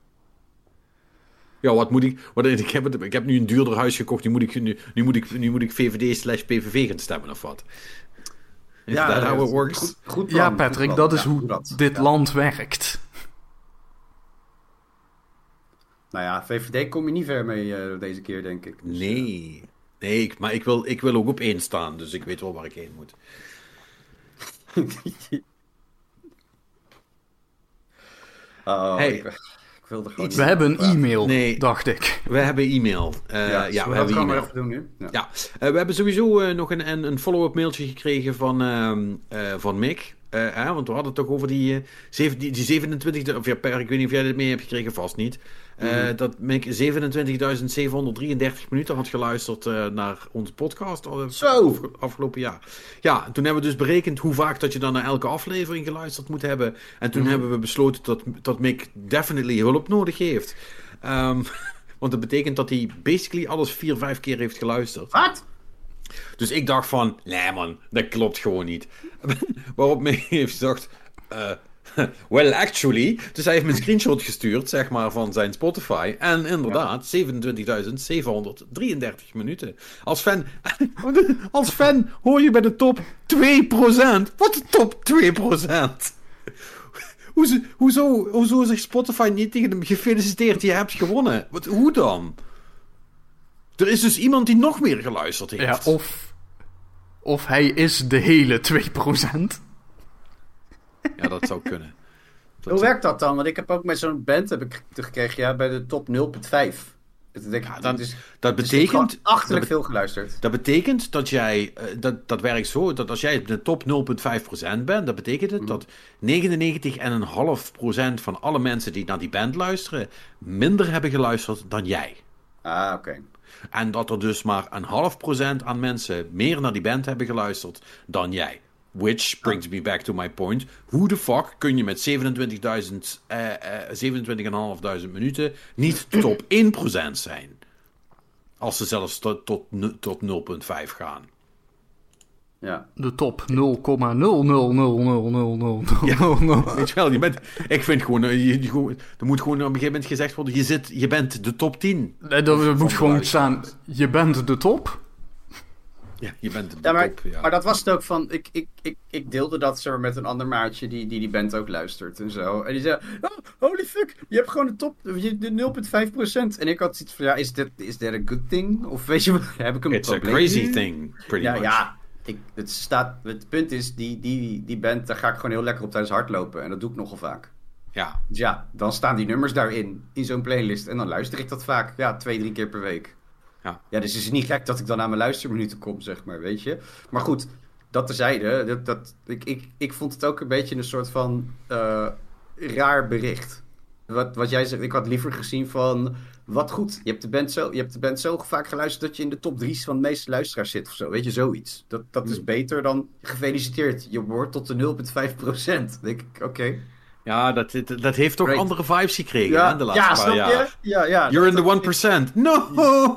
ja wat moet ik... Wat, ik, heb het, ik heb nu een duurder huis gekocht. Nu moet ik, nu, nu moet ik, nu moet ik V V D slash P V V gaan stemmen, of wat? Is ja, that how it works? Goed, goed plan, ja, Patrick, goed dat is ja, hoe dat. dit ja. land werkt. Nou ja, V V D kom je niet ver mee uh, deze keer, denk ik. Dus, nee... Nee, ik, maar ik wil, ik wil ook op één staan, dus ik weet wel waar ik heen moet. oh, hey, ik, ik wilde gewoon... We hebben een e-mail, nee, dacht ik. We hebben e-mail. Uh, ja, ja, we hebben e-mail. Maar even doen nu. Ja, ja uh, we hebben sowieso uh, nog een, een, een follow-up mailtje gekregen van, uh, uh, van Mick. Uh, hè, want we hadden het toch over die, uh, zeven, die, die zevenentwintig... Of ja, Per, ik weet niet of jij dit mee hebt gekregen, vast niet. Uh, mm-hmm. Dat Mick zevenentwintigduizend zevenhonderddrieëndertig minuten had geluisterd uh, naar onze podcast uh, Zo! afgelopen jaar. Ja, toen hebben we dus berekend hoe vaak dat je dan naar elke aflevering geluisterd moet hebben. En toen mm-hmm. hebben we besloten dat, dat Mick definitely hulp nodig heeft. Um, want dat betekent dat hij basically alles vier, vijf keer heeft geluisterd. Wat? Dus ik dacht van, nee man, dat klopt gewoon niet. Waarop Mick heeft gezegd... Uh, well, actually. Dus hij heeft me een screenshot gestuurd, zeg maar, van zijn Spotify. En inderdaad, ja. zevenentwintigduizend zevenhonderdrieëndertig minuten. Als fan, als fan hoor je bij de top twee procent. Wat de top twee procent? Hoezo, hoezo, hoezo zegt Spotify niet tegen hem gefeliciteerd, je hebt gewonnen? Wat, hoe dan? Er is dus iemand die nog meer geluisterd heeft. Ja, of, of hij is de hele twee procent. Ja, dat zou kunnen. Dat Hoe werkt dat dan? Want ik heb ook met zo'n band heb ik gekregen ja, bij de top nul komma vijf. Dat, denk, ja, dat, dus, dat betekent... Dus achterlijk dat, veel geluisterd. Dat betekent dat jij... Uh, dat, dat werkt zo, dat als jij de top nul komma vijf procent bent, dat betekent het mm. dat negenennegentig komma vijf procent van alle mensen die naar die band luisteren, minder hebben geluisterd dan jij. Ah, oké. Okay. En dat er dus maar een half procent aan mensen meer naar die band hebben geluisterd dan jij. Which brings me back to my point. Hoe de fuck kun je met zevenentwintigduizend, uh, uh, zevenentwintig vijfhonderd minuten niet top één procent zijn? Als ze zelfs tot, tot, tot nul komma vijf gaan. Ja. De top nul komma nul nul nul nul nul nul nul. Weet je wel, je bent, ik vind gewoon, je, je, er moet gewoon op een gegeven moment gezegd worden, je, zit, je bent de top tien. Nee, er moet gewoon staan, je bent de top. Ja, je bent de ja, maar, top. Ja. Maar dat was het ook van... Ik, ik, ik, ik deelde dat zo met een ander maatje die, die die band ook luistert en zo. En die zei... Oh, holy fuck, je hebt gewoon de top... De nul komma vijf procent. En ik had zoiets van... Ja, is that, is that a good thing? Of weet je wat? Heb ik een It's probleem? a crazy thing, pretty ja, much. Ja, ik, het, staat, het punt is... Die, die, die band, daar ga ik gewoon heel lekker op tijdens hardlopen. En dat doe ik nogal vaak. Ja. Dus ja, dan staan die nummers daarin. In zo'n playlist. En dan luister ik dat vaak. Ja, twee, drie keer per week. Ja. ja, dus het is niet gek dat ik dan aan mijn luisterminuten kom, zeg maar, weet je. Maar goed, dat terzijde, dat, dat, ik, ik, ik vond het ook een beetje een soort van uh, raar bericht. Wat, wat jij zegt, ik had liever gezien van... Wat goed, je hebt, de band zo, je hebt de band zo vaak geluisterd... dat je in de top drie van de meeste luisteraars zit of zo. Weet je, zoiets. Dat, dat is beter dan gefeliciteerd. Je behoort tot de nul komma vijf procent. denk ik, oké. Okay. Ja, dat, dat heeft toch Great. andere vibes gekregen, ja, hè, de laatste ja, paar snap jaar. Je? Ja, ja. You're in the one percent. No!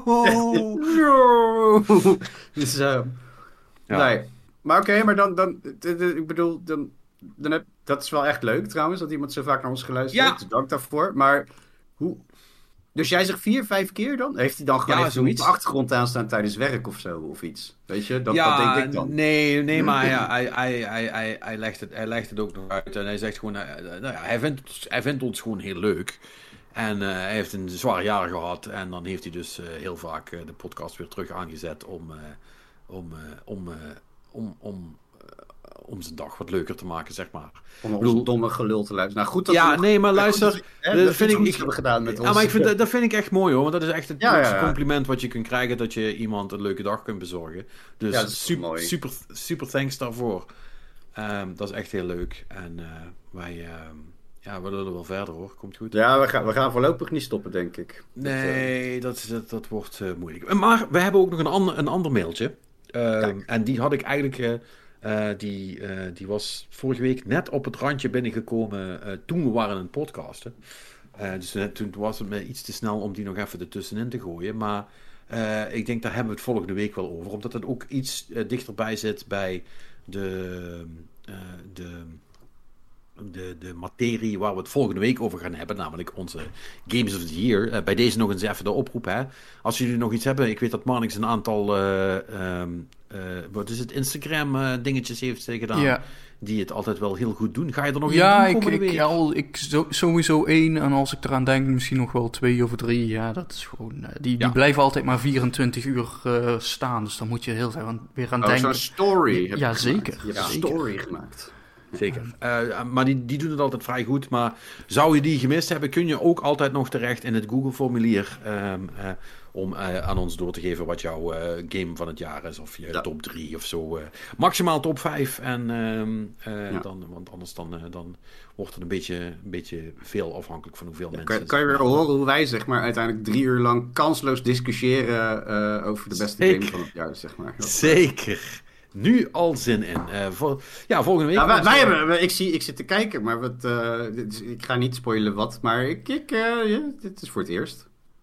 no! dus, uh, ja. nee. Maar oké, okay, maar dan, dan... Ik bedoel, dan... dan heb, dat is wel echt leuk trouwens, dat iemand zo vaak naar ons geluisterd heeft. Ja. Dus dank daarvoor. Maar hoe... Dus jij zegt vier, vijf keer dan? Heeft hij dan gewoon ja, even op de achtergrond aanstaan tijdens werk of zo? Of iets? Weet je, dat, ja, dat denk ik dan. Nee, nee maar ja, hij, hij, hij, hij, hij, legt het, hij legt het ook nog uit. En hij zegt gewoon, uh, nou ja, hij, vindt, hij vindt ons gewoon heel leuk. En uh, hij heeft een zwaar jaar gehad. En dan heeft hij dus uh, heel vaak uh, de podcast weer terug aangezet om... Uh, om, uh, om, uh, om, om om zijn dag wat leuker te maken, zeg maar. Om ons bedoel... domme gelul te luisteren. Nou, goed dat ja, we nee, maar luister... Dat, hè, dat, dat vind ik, ik hebben gedaan met ja, ons. maar ik vind, dat, dat vind ik echt mooi, hoor. Want dat is echt het ja, ja, ja. compliment wat je kunt krijgen... dat je iemand een leuke dag kunt bezorgen. Dus ja, super, super, super thanks daarvoor. Um, dat is echt heel leuk. En uh, wij... Um, ja, we willen wel verder, hoor. Komt goed. Ja, we gaan, we gaan voorlopig niet stoppen, denk ik. Nee, dat, dat, dat wordt uh, moeilijk. Maar we hebben ook nog een ander, een ander mailtje. Um, en die had ik eigenlijk... Uh, Uh, die, uh, die was vorige week net op het randje binnengekomen uh, toen we waren aan het podcasten. Uh, dus uh, toen was het me iets te snel om die nog even ertussenin te gooien. Maar uh, ik denk daar hebben we het volgende week wel over. Omdat het ook iets uh, dichterbij zit bij de, uh, de, de, de materie waar we het volgende week over gaan hebben. Namelijk onze Games of the Year. Uh, bij deze nog eens even de oproep. Hè. Als jullie nog iets hebben. Ik weet dat Marnix een aantal... Uh, um, Uh, wat is het, Instagram uh, dingetjes heeft gedaan, ja. Die het altijd wel heel goed doen. Ga je er nog ja, in doen? Ja, ik, ik, al, ik zo, sowieso één en als ik eraan denk misschien nog wel twee of drie. Ja, dat is gewoon, uh, die, die ja. blijven altijd maar vierentwintig uur uh, staan, dus dan moet je heel veel weer aan oh, denken. Zo'n story. Ja, ja zeker. Je hebt een zeker. story gemaakt. Zeker. Uh, maar die, die doen het altijd vrij goed. Maar zou je die gemist hebben, kun je ook altijd nog terecht in het Google-formulier um, uh, om uh, aan ons door te geven wat jouw uh, game van het jaar is. Of je ja. top drie of zo. Uh, maximaal top vijf. En, um, uh, ja. dan, want anders dan, uh, dan wordt het een beetje, een beetje veel afhankelijk van hoeveel ja, mensen... Kan, kan je weer horen hoe wij zeg maar, uiteindelijk drie uur lang kansloos discussiëren uh, over de beste Zeker. game van het jaar. Zeg maar. Zeker. Nu al zin in. Uh, vol, ja, volgende week... Nou, wij, wij hebben, ik, zie, ik zit te kijken, maar wat, uh, dit, ik ga niet spoilen wat, maar ik, ik, uh, ja, dit is voor het eerst.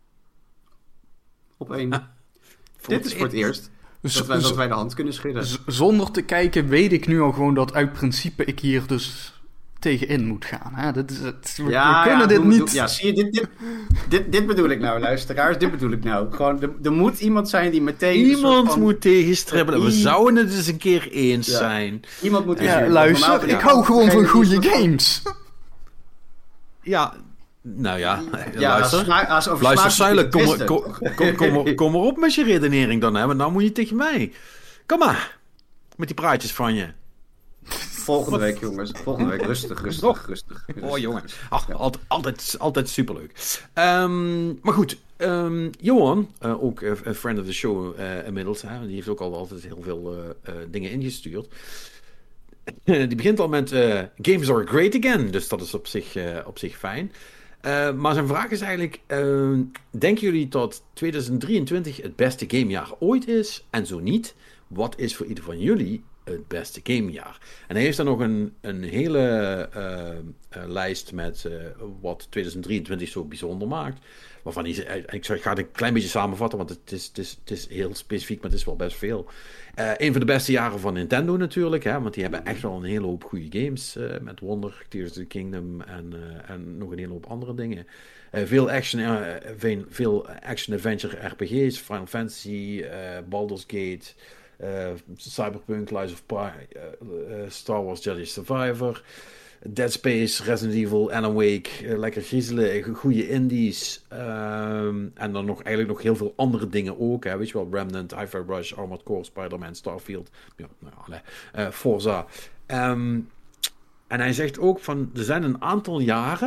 Op één. Ah, dit is voor het eerst. Dat, z- wij, dat wij de hand kunnen schudden. Z- zonder te kijken weet ik nu al gewoon dat uit principe ik hier dus tegenin moet gaan. Hè? Dat is het. We, ja, we kunnen ja, dit doe, niet... Doe, ja, zie je, dit, dit, dit, dit bedoel ik nou, luisteraars. Dit bedoel ik nou. Gewoon, er, er moet iemand zijn die meteen... Iemand van, moet tegenstribbelen. We zouden het eens een keer eens ja. zijn. Iemand moet... Ja, luister, ik hou gewoon van goede games. Ja... Nou ja, ja luister, als sma- als luister Zuilen, kom, kom, kom, kom, kom, kom erop met je redenering dan, hè, want nou moet je tegen mij. Kom maar, met die praatjes van je. Volgende week, jongens. Volgende week, rustig, rustig, oh. rustig, rustig. Oh, jongen. Ach, ja. altijd, altijd, altijd superleuk. Um, maar goed, um, Johan, uh, ook een uh, friend of the show uh, inmiddels, hè, die heeft ook al altijd heel veel uh, uh, dingen ingestuurd. Die begint al met uh, Games are great again, dus dat is op zich, uh, op zich fijn. Uh, maar zijn vraag is eigenlijk, uh, denken jullie dat tweeduizend drieëntwintig het beste gamejaar ooit is? En zo niet, wat is voor ieder van jullie het beste gamejaar? En hij heeft dan nog een, een hele uh, uh, lijst met uh, wat tweeduizend drieëntwintig zo bijzonder maakt. Waarvan hij, ik ga het een klein beetje samenvatten, want het is, het is, het is heel specifiek, maar het is wel best veel. Uh, een van de beste jaren van Nintendo natuurlijk, hè, want die hebben echt wel een hele hoop goede games. Uh, met Wonder, Tears of the Kingdom en, uh, en nog een hele hoop andere dingen. Uh, veel action, uh, veel, veel action-adventure R P G's, Final Fantasy, uh, Baldur's Gate, uh, Cyberpunk, Lies of Pi, uh, uh, Star Wars Jedi Survivor, Dead Space, Resident Evil, Alan Wake, uh, lekker griezelen, goede indies. Um, en dan nog eigenlijk nog heel veel andere dingen ook. Hè, weet je wel, Remnant, Hi-Fi Rush, Armored Core, Spider-Man, Starfield, ja, nou, alle, uh, Forza. Um, en hij zegt ook van, er zijn een aantal jaren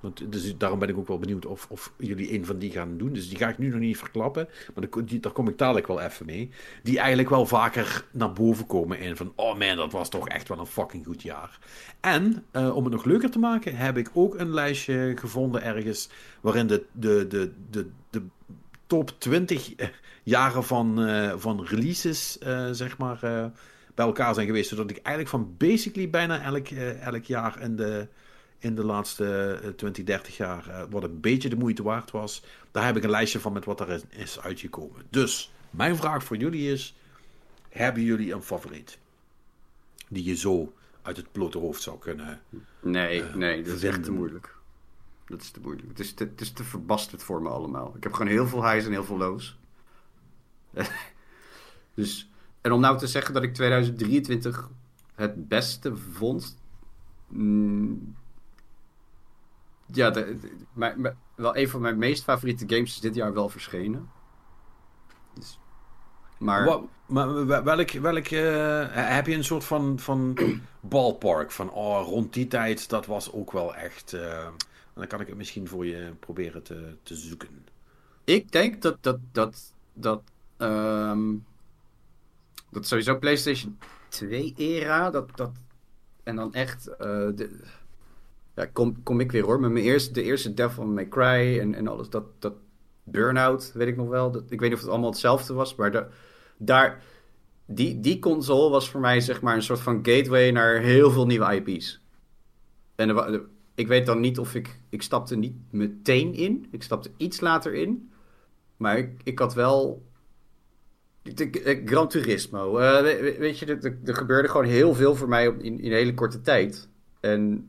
Want, dus daarom ben ik ook wel benieuwd of, of jullie een van die gaan doen. Dus die ga ik nu nog niet verklappen. Maar daar, die, daar kom ik dadelijk wel even mee. Die eigenlijk wel vaker naar boven komen in van... Oh man, dat was toch echt wel een fucking goed jaar. En, uh, om het nog leuker te maken... heb ik ook een lijstje gevonden ergens... waarin de, de, de, de, de top twintig jaren van, uh, van releases... Uh, zeg maar... Uh, bij elkaar zijn geweest. Zodat ik eigenlijk van basically bijna elk, uh, elk jaar in de... in de laatste twintig, dertig jaar, uh, wat een beetje de moeite waard was. Daar heb ik een lijstje van met wat er is uitgekomen. Dus, mijn vraag voor jullie is... hebben jullie een favoriet? Die je zo uit het blote hoofd zou kunnen... Nee, uh, nee, dat vinden. is echt te moeilijk. Dat is te moeilijk. Het is te, het is te verbasterd voor me allemaal. Ik heb gewoon heel veel highs en heel veel lows. Dus, en om nou te zeggen dat ik tweeduizend drieëntwintig het beste vond... Mm, ja, de, de, maar, maar, wel een van mijn meest favoriete games is dit jaar wel verschenen. Dus, maar... Wat, maar welk, welk uh, heb je een soort van, van ballpark van, oh, rond die tijd, dat was ook wel echt... Uh, dan kan ik het misschien voor je proberen te, te zoeken. Ik denk dat dat, dat, dat, um, dat sowieso PlayStation twee era, dat, dat, en dan echt... Uh, de, Ja, kom, kom ik weer hoor. Met mijn eerste, de eerste Devil May Cry en, en alles. Dat, dat Burnout, weet ik nog wel. Dat, ik weet niet of het allemaal hetzelfde was. Maar de, daar, die, die console was voor mij zeg maar een soort van gateway naar heel veel nieuwe I P's. En er, de, ik weet dan niet of ik... Ik stapte niet meteen in. Ik stapte iets later in. Maar ik, ik had wel... De, de, Gran Turismo. Uh, weet, weet je, er gebeurde gewoon heel veel voor mij in, in een hele korte tijd. En...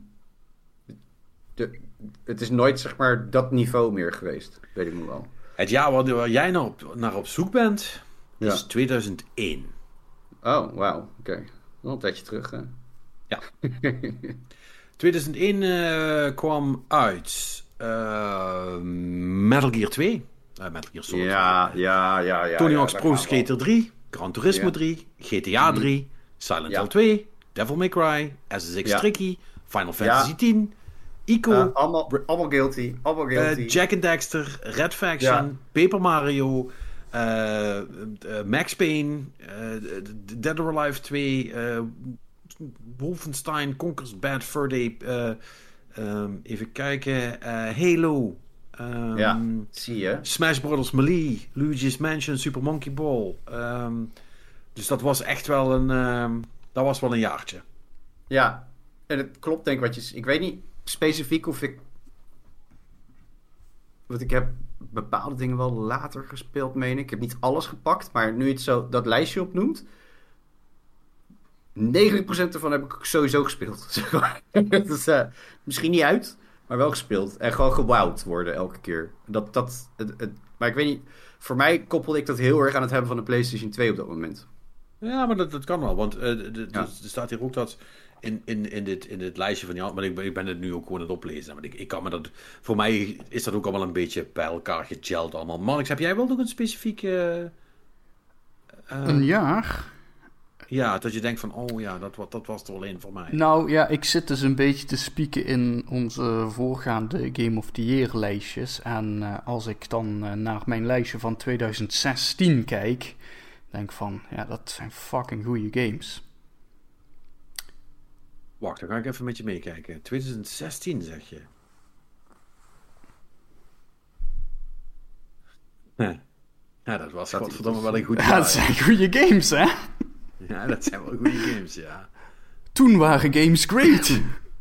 De, het is nooit, zeg maar, dat niveau meer geweest. Weet ik nog wel. Het jaar waar, waar jij naar op, naar op zoek bent, ja. is tweeduizend één. Oh, wauw. Oké. Okay. Wel een tijdje terug, hè? Ja. tweeduizend één uh, kwam uit uh, Metal Gear twee. Uh, Metal Gear Solid ja, twee. Ja, ja, ja. Tony ja, Hawk's Pro Skater drie. Gran Turismo ja. drie. G T A drie. Mm. Silent Hill ja. twee. Devil May Cry. S S X ja. Tricky. Final Fantasy ja. tien. Ico, uh, allemaal, allemaal guilty, allemaal guilty. Uh, Jack and Dexter, Red Faction, ja. Paper Mario, uh, uh, Max Payne, uh, Dead or Alive twee, uh, Wolfenstein, Conker's Bad Fur Day, uh, um, even kijken, uh, Halo, um, ja, zie je. Smash Bros. Melee, Luigi's Mansion, Super Monkey Ball. Um, dus dat was echt wel een, um, dat was wel een jaartje. Ja, en het klopt denk ik wat je... Ik weet niet specifiek of ik... Want ik heb bepaalde dingen wel later gespeeld, meen ik. Ik heb niet alles gepakt, maar nu je het zo dat lijstje opnoemt... negentig procent ervan heb ik sowieso gespeeld. Dat is uh, misschien niet uit, maar wel gespeeld. En gewoon gewowd worden elke keer. Dat, dat, het, het, maar ik weet niet... Voor mij koppelde ik dat heel erg aan het hebben van de PlayStation twee op dat moment. Ja, maar dat, dat kan wel. Want uh, de, de, ja. er staat hier ook dat... In, in, in, dit, in dit lijstje van die maar ik ben, ik ben het nu ook gewoon aan het oplezen. Maar ik, ik kan me dat, voor mij is dat ook allemaal een beetje bij elkaar gegeld allemaal. Marnix, heb jij wel nog een specifieke... Uh, een jaar? Ja, dat je denkt van, oh ja, dat, dat was er alleen voor mij. Nou ja, ik zit dus een beetje te spieken in onze voorgaande Game of the Year lijstjes. En uh, als ik dan uh, naar mijn lijstje van twintig zestien kijk, denk van, ja, dat zijn fucking goede games. Wacht, dan ga ik even met je meekijken. twintig zestien zeg je. Ja, ja dat was godverdomme wel een goed jaar. Ja, dat zijn goede games, hè? Ja, dat zijn wel goede games, ja. Toen waren games great.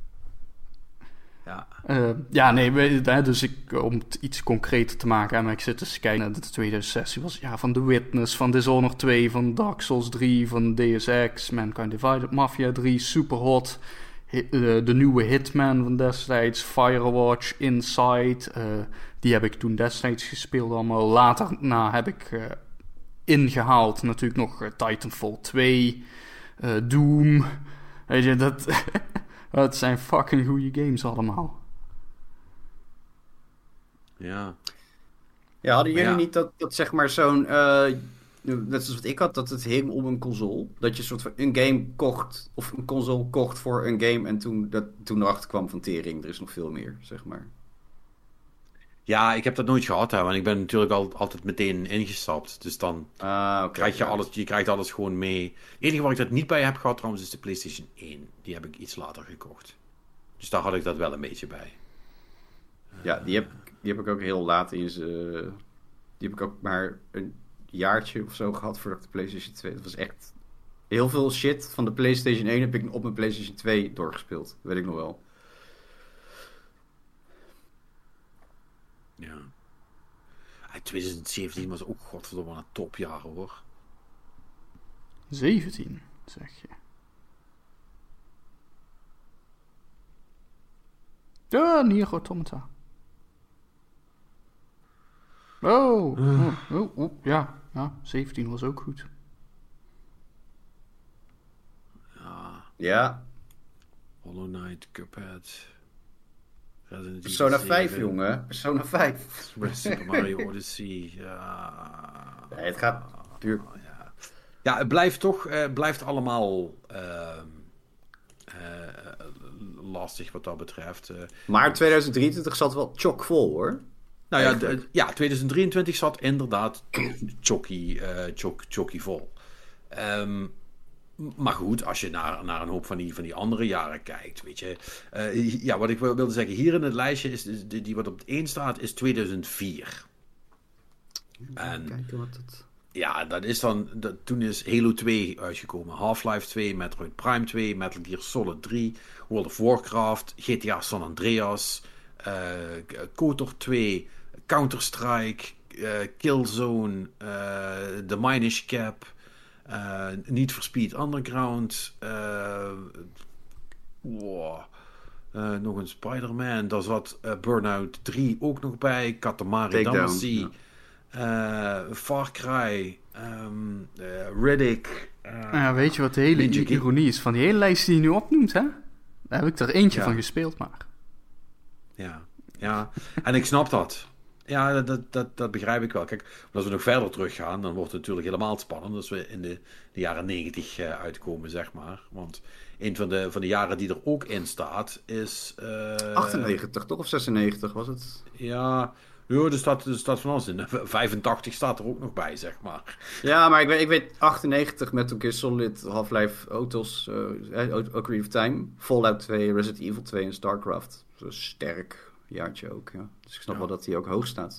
Ja. Uh, ja, nee, dus ik, om het iets concreter te maken, maar ik zit dus te kijken naar de twintig zestien was ja, van The Witness, van Dishonored twee, van Dark Souls drie, van Deus Ex, Mankind Divided, Mafia drie, Superhot, hit, uh, de nieuwe Hitman van destijds, Firewatch, Inside, uh, die heb ik toen destijds gespeeld allemaal. Later na heb ik uh, ingehaald natuurlijk nog uh, Titanfall twee, uh, Doom, weet je, dat... Het zijn fucking goede games allemaal. Ja. Ja, hadden jullie ja. niet dat, dat zeg maar zo'n... Uh, net zoals wat ik had, dat het hing om een console. Dat je een soort van een game kocht, of een console kocht voor een game... en toen, dat, toen erachter kwam van tering, er is nog veel meer, zeg maar. Ja, ik heb dat nooit gehad, hè, want ik ben natuurlijk al, altijd meteen ingestapt. Dus dan ah, okay, krijg je ja. alles, je krijgt alles gewoon mee. Het enige waar ik dat niet bij heb gehad trouwens is de PlayStation één. Die heb ik iets later gekocht. Dus daar had ik dat wel een beetje bij. Ja, die heb, die heb ik ook heel laat in ze. Die heb ik ook maar een jaartje of zo gehad voordat ik de PlayStation twee... Dat was echt... Heel veel shit van de PlayStation één heb ik op mijn PlayStation twee doorgespeeld. Dat weet ik nog wel. Ja. twintig zeventien was ook godverdomme een topjaar, hoor. zeventien, zeg je. Ja, Nier Automata. Oh, oh, oh, oh, ja, ja, zeventien was ook goed. Ja. Ja. Hollow Knight, Cuphead. Resident Persona Evil vijf, zeven. jongen. Persona vijf. Super Mario Odyssey. Ja. Nee, het gaat puur... Oh, ja. ja, het blijft toch uh, blijft allemaal uh, uh, lastig wat dat betreft. Uh, maar twintig drieëntwintig zat wel chockvol, hoor. Nou ja, d- ja, twintig drieëntwintig zat inderdaad chocky, uh, chock, chocky vol. Um, maar goed, als je naar, naar een hoop van die, van die andere jaren kijkt, weet je. Uh, ja, wat ik wilde zeggen, hier in het lijstje, is, is die, die wat op het één staat, is tweeduizend vier. En kijken wat het... ja, dat is dan, dat, toen is Halo twee uitgekomen, Half-Life twee, Metroid Prime twee, Metal Gear Solid drie, World of Warcraft, G T A San Andreas, uh, KOTOR twee, Counter-Strike, uh, Killzone, uh, The Minish Cap, uh, Need for Speed Underground, uh, wow, uh, nog een Spider-Man, daar zat uh, Burnout drie ook nog bij, Katamari Damacy, ja. uh, Far Cry, um, uh, Riddick. Uh, ja, weet je wat de hele i- ironie is van die hele lijst die je nu opnoemt, hè? Daar heb ik er eentje ja. van gespeeld, maar. Ja, ja, en ik snap dat. Ja, dat, dat, dat begrijp ik wel. Kijk, als we nog verder teruggaan, dan wordt het natuurlijk helemaal spannend als we in de, de jaren negentig uh, uitkomen, zeg maar. Want een van de, van de jaren die er ook in staat is... Uh, achtennegentig, toch? Of zesennegentig was het? Ja, ja er, staat, er staat van alles in. vijfentachtig staat er ook nog bij, zeg maar. Ja, maar ik weet, ik weet achtennegentig met Metal Gear Solid, Half-Life, Otos, uh, Ocarina of Time, Fallout twee, Resident Evil twee en StarCraft. Zo sterk jaartje ook, ja. Dus ik snap ja. wel dat hij ook hoog staat.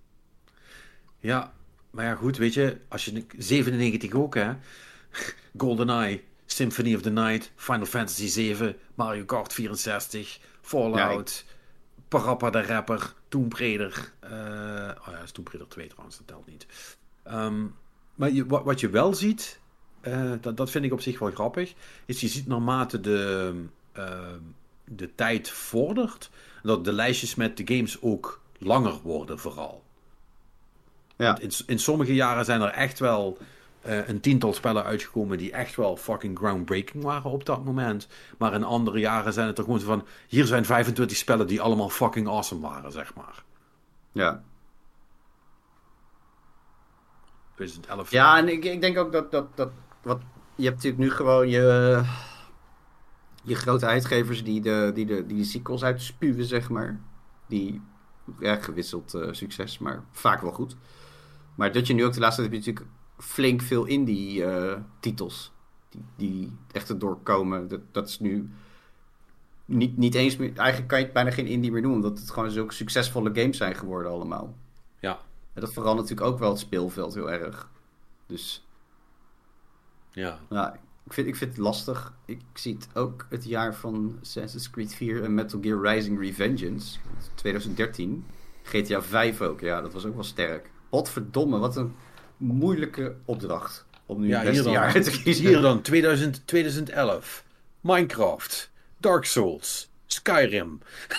Ja, maar ja, goed, weet je, als je zevenennegentig ook, hè. GoldenEye, Symphony of the Night, Final Fantasy zeven, Mario Kart vierenzestig, Fallout, ja, ik... Parappa de Rapper, Tomb Raider. Uh, oh ja, dat is Tomb Raider twee trouwens, dat telt niet. Um, maar je, wat, wat je wel ziet, uh, dat, dat vind ik op zich wel grappig, is je ziet naarmate de, uh, de tijd vordert, dat de lijstjes met de games ook langer worden vooral. Ja. In, in sommige jaren zijn er echt wel uh, een tiental spellen uitgekomen die echt wel fucking groundbreaking waren op dat moment. Maar in andere jaren zijn het er gewoon zo van, hier zijn vijfentwintig spellen die allemaal fucking awesome waren, zeg maar. Ja. twintig elf. Ja, en ik, ik denk ook dat, dat, dat wat, je hebt natuurlijk nu gewoon je, je grote uitgevers die de, die de, die de sequels uitspuwen, zeg maar. Die, ja, gewisseld uh, succes, maar vaak wel goed. Maar dat je nu ook de laatste tijd heb je natuurlijk flink veel indie uh, titels die, die echt erdoor komen. Dat, dat is nu niet, niet eens meer, eigenlijk kan je het bijna geen indie meer noemen, omdat het gewoon zulke succesvolle games zijn geworden allemaal. Ja. En dat verandert natuurlijk ook wel het speelveld heel erg. Dus ja, ja, ik vind, ik vind het lastig. Ik zie het ook het jaar van Assassin's Creed vier en Metal Gear Rising Revengeance, twintig dertien. G T A vijf ook, ja, dat was ook wel sterk. Potverdomme, wat een moeilijke opdracht om nu ja, het beste jaar uit te kiezen. Hier dan, twintig, twintig elf. Minecraft, Dark Souls, Skyrim,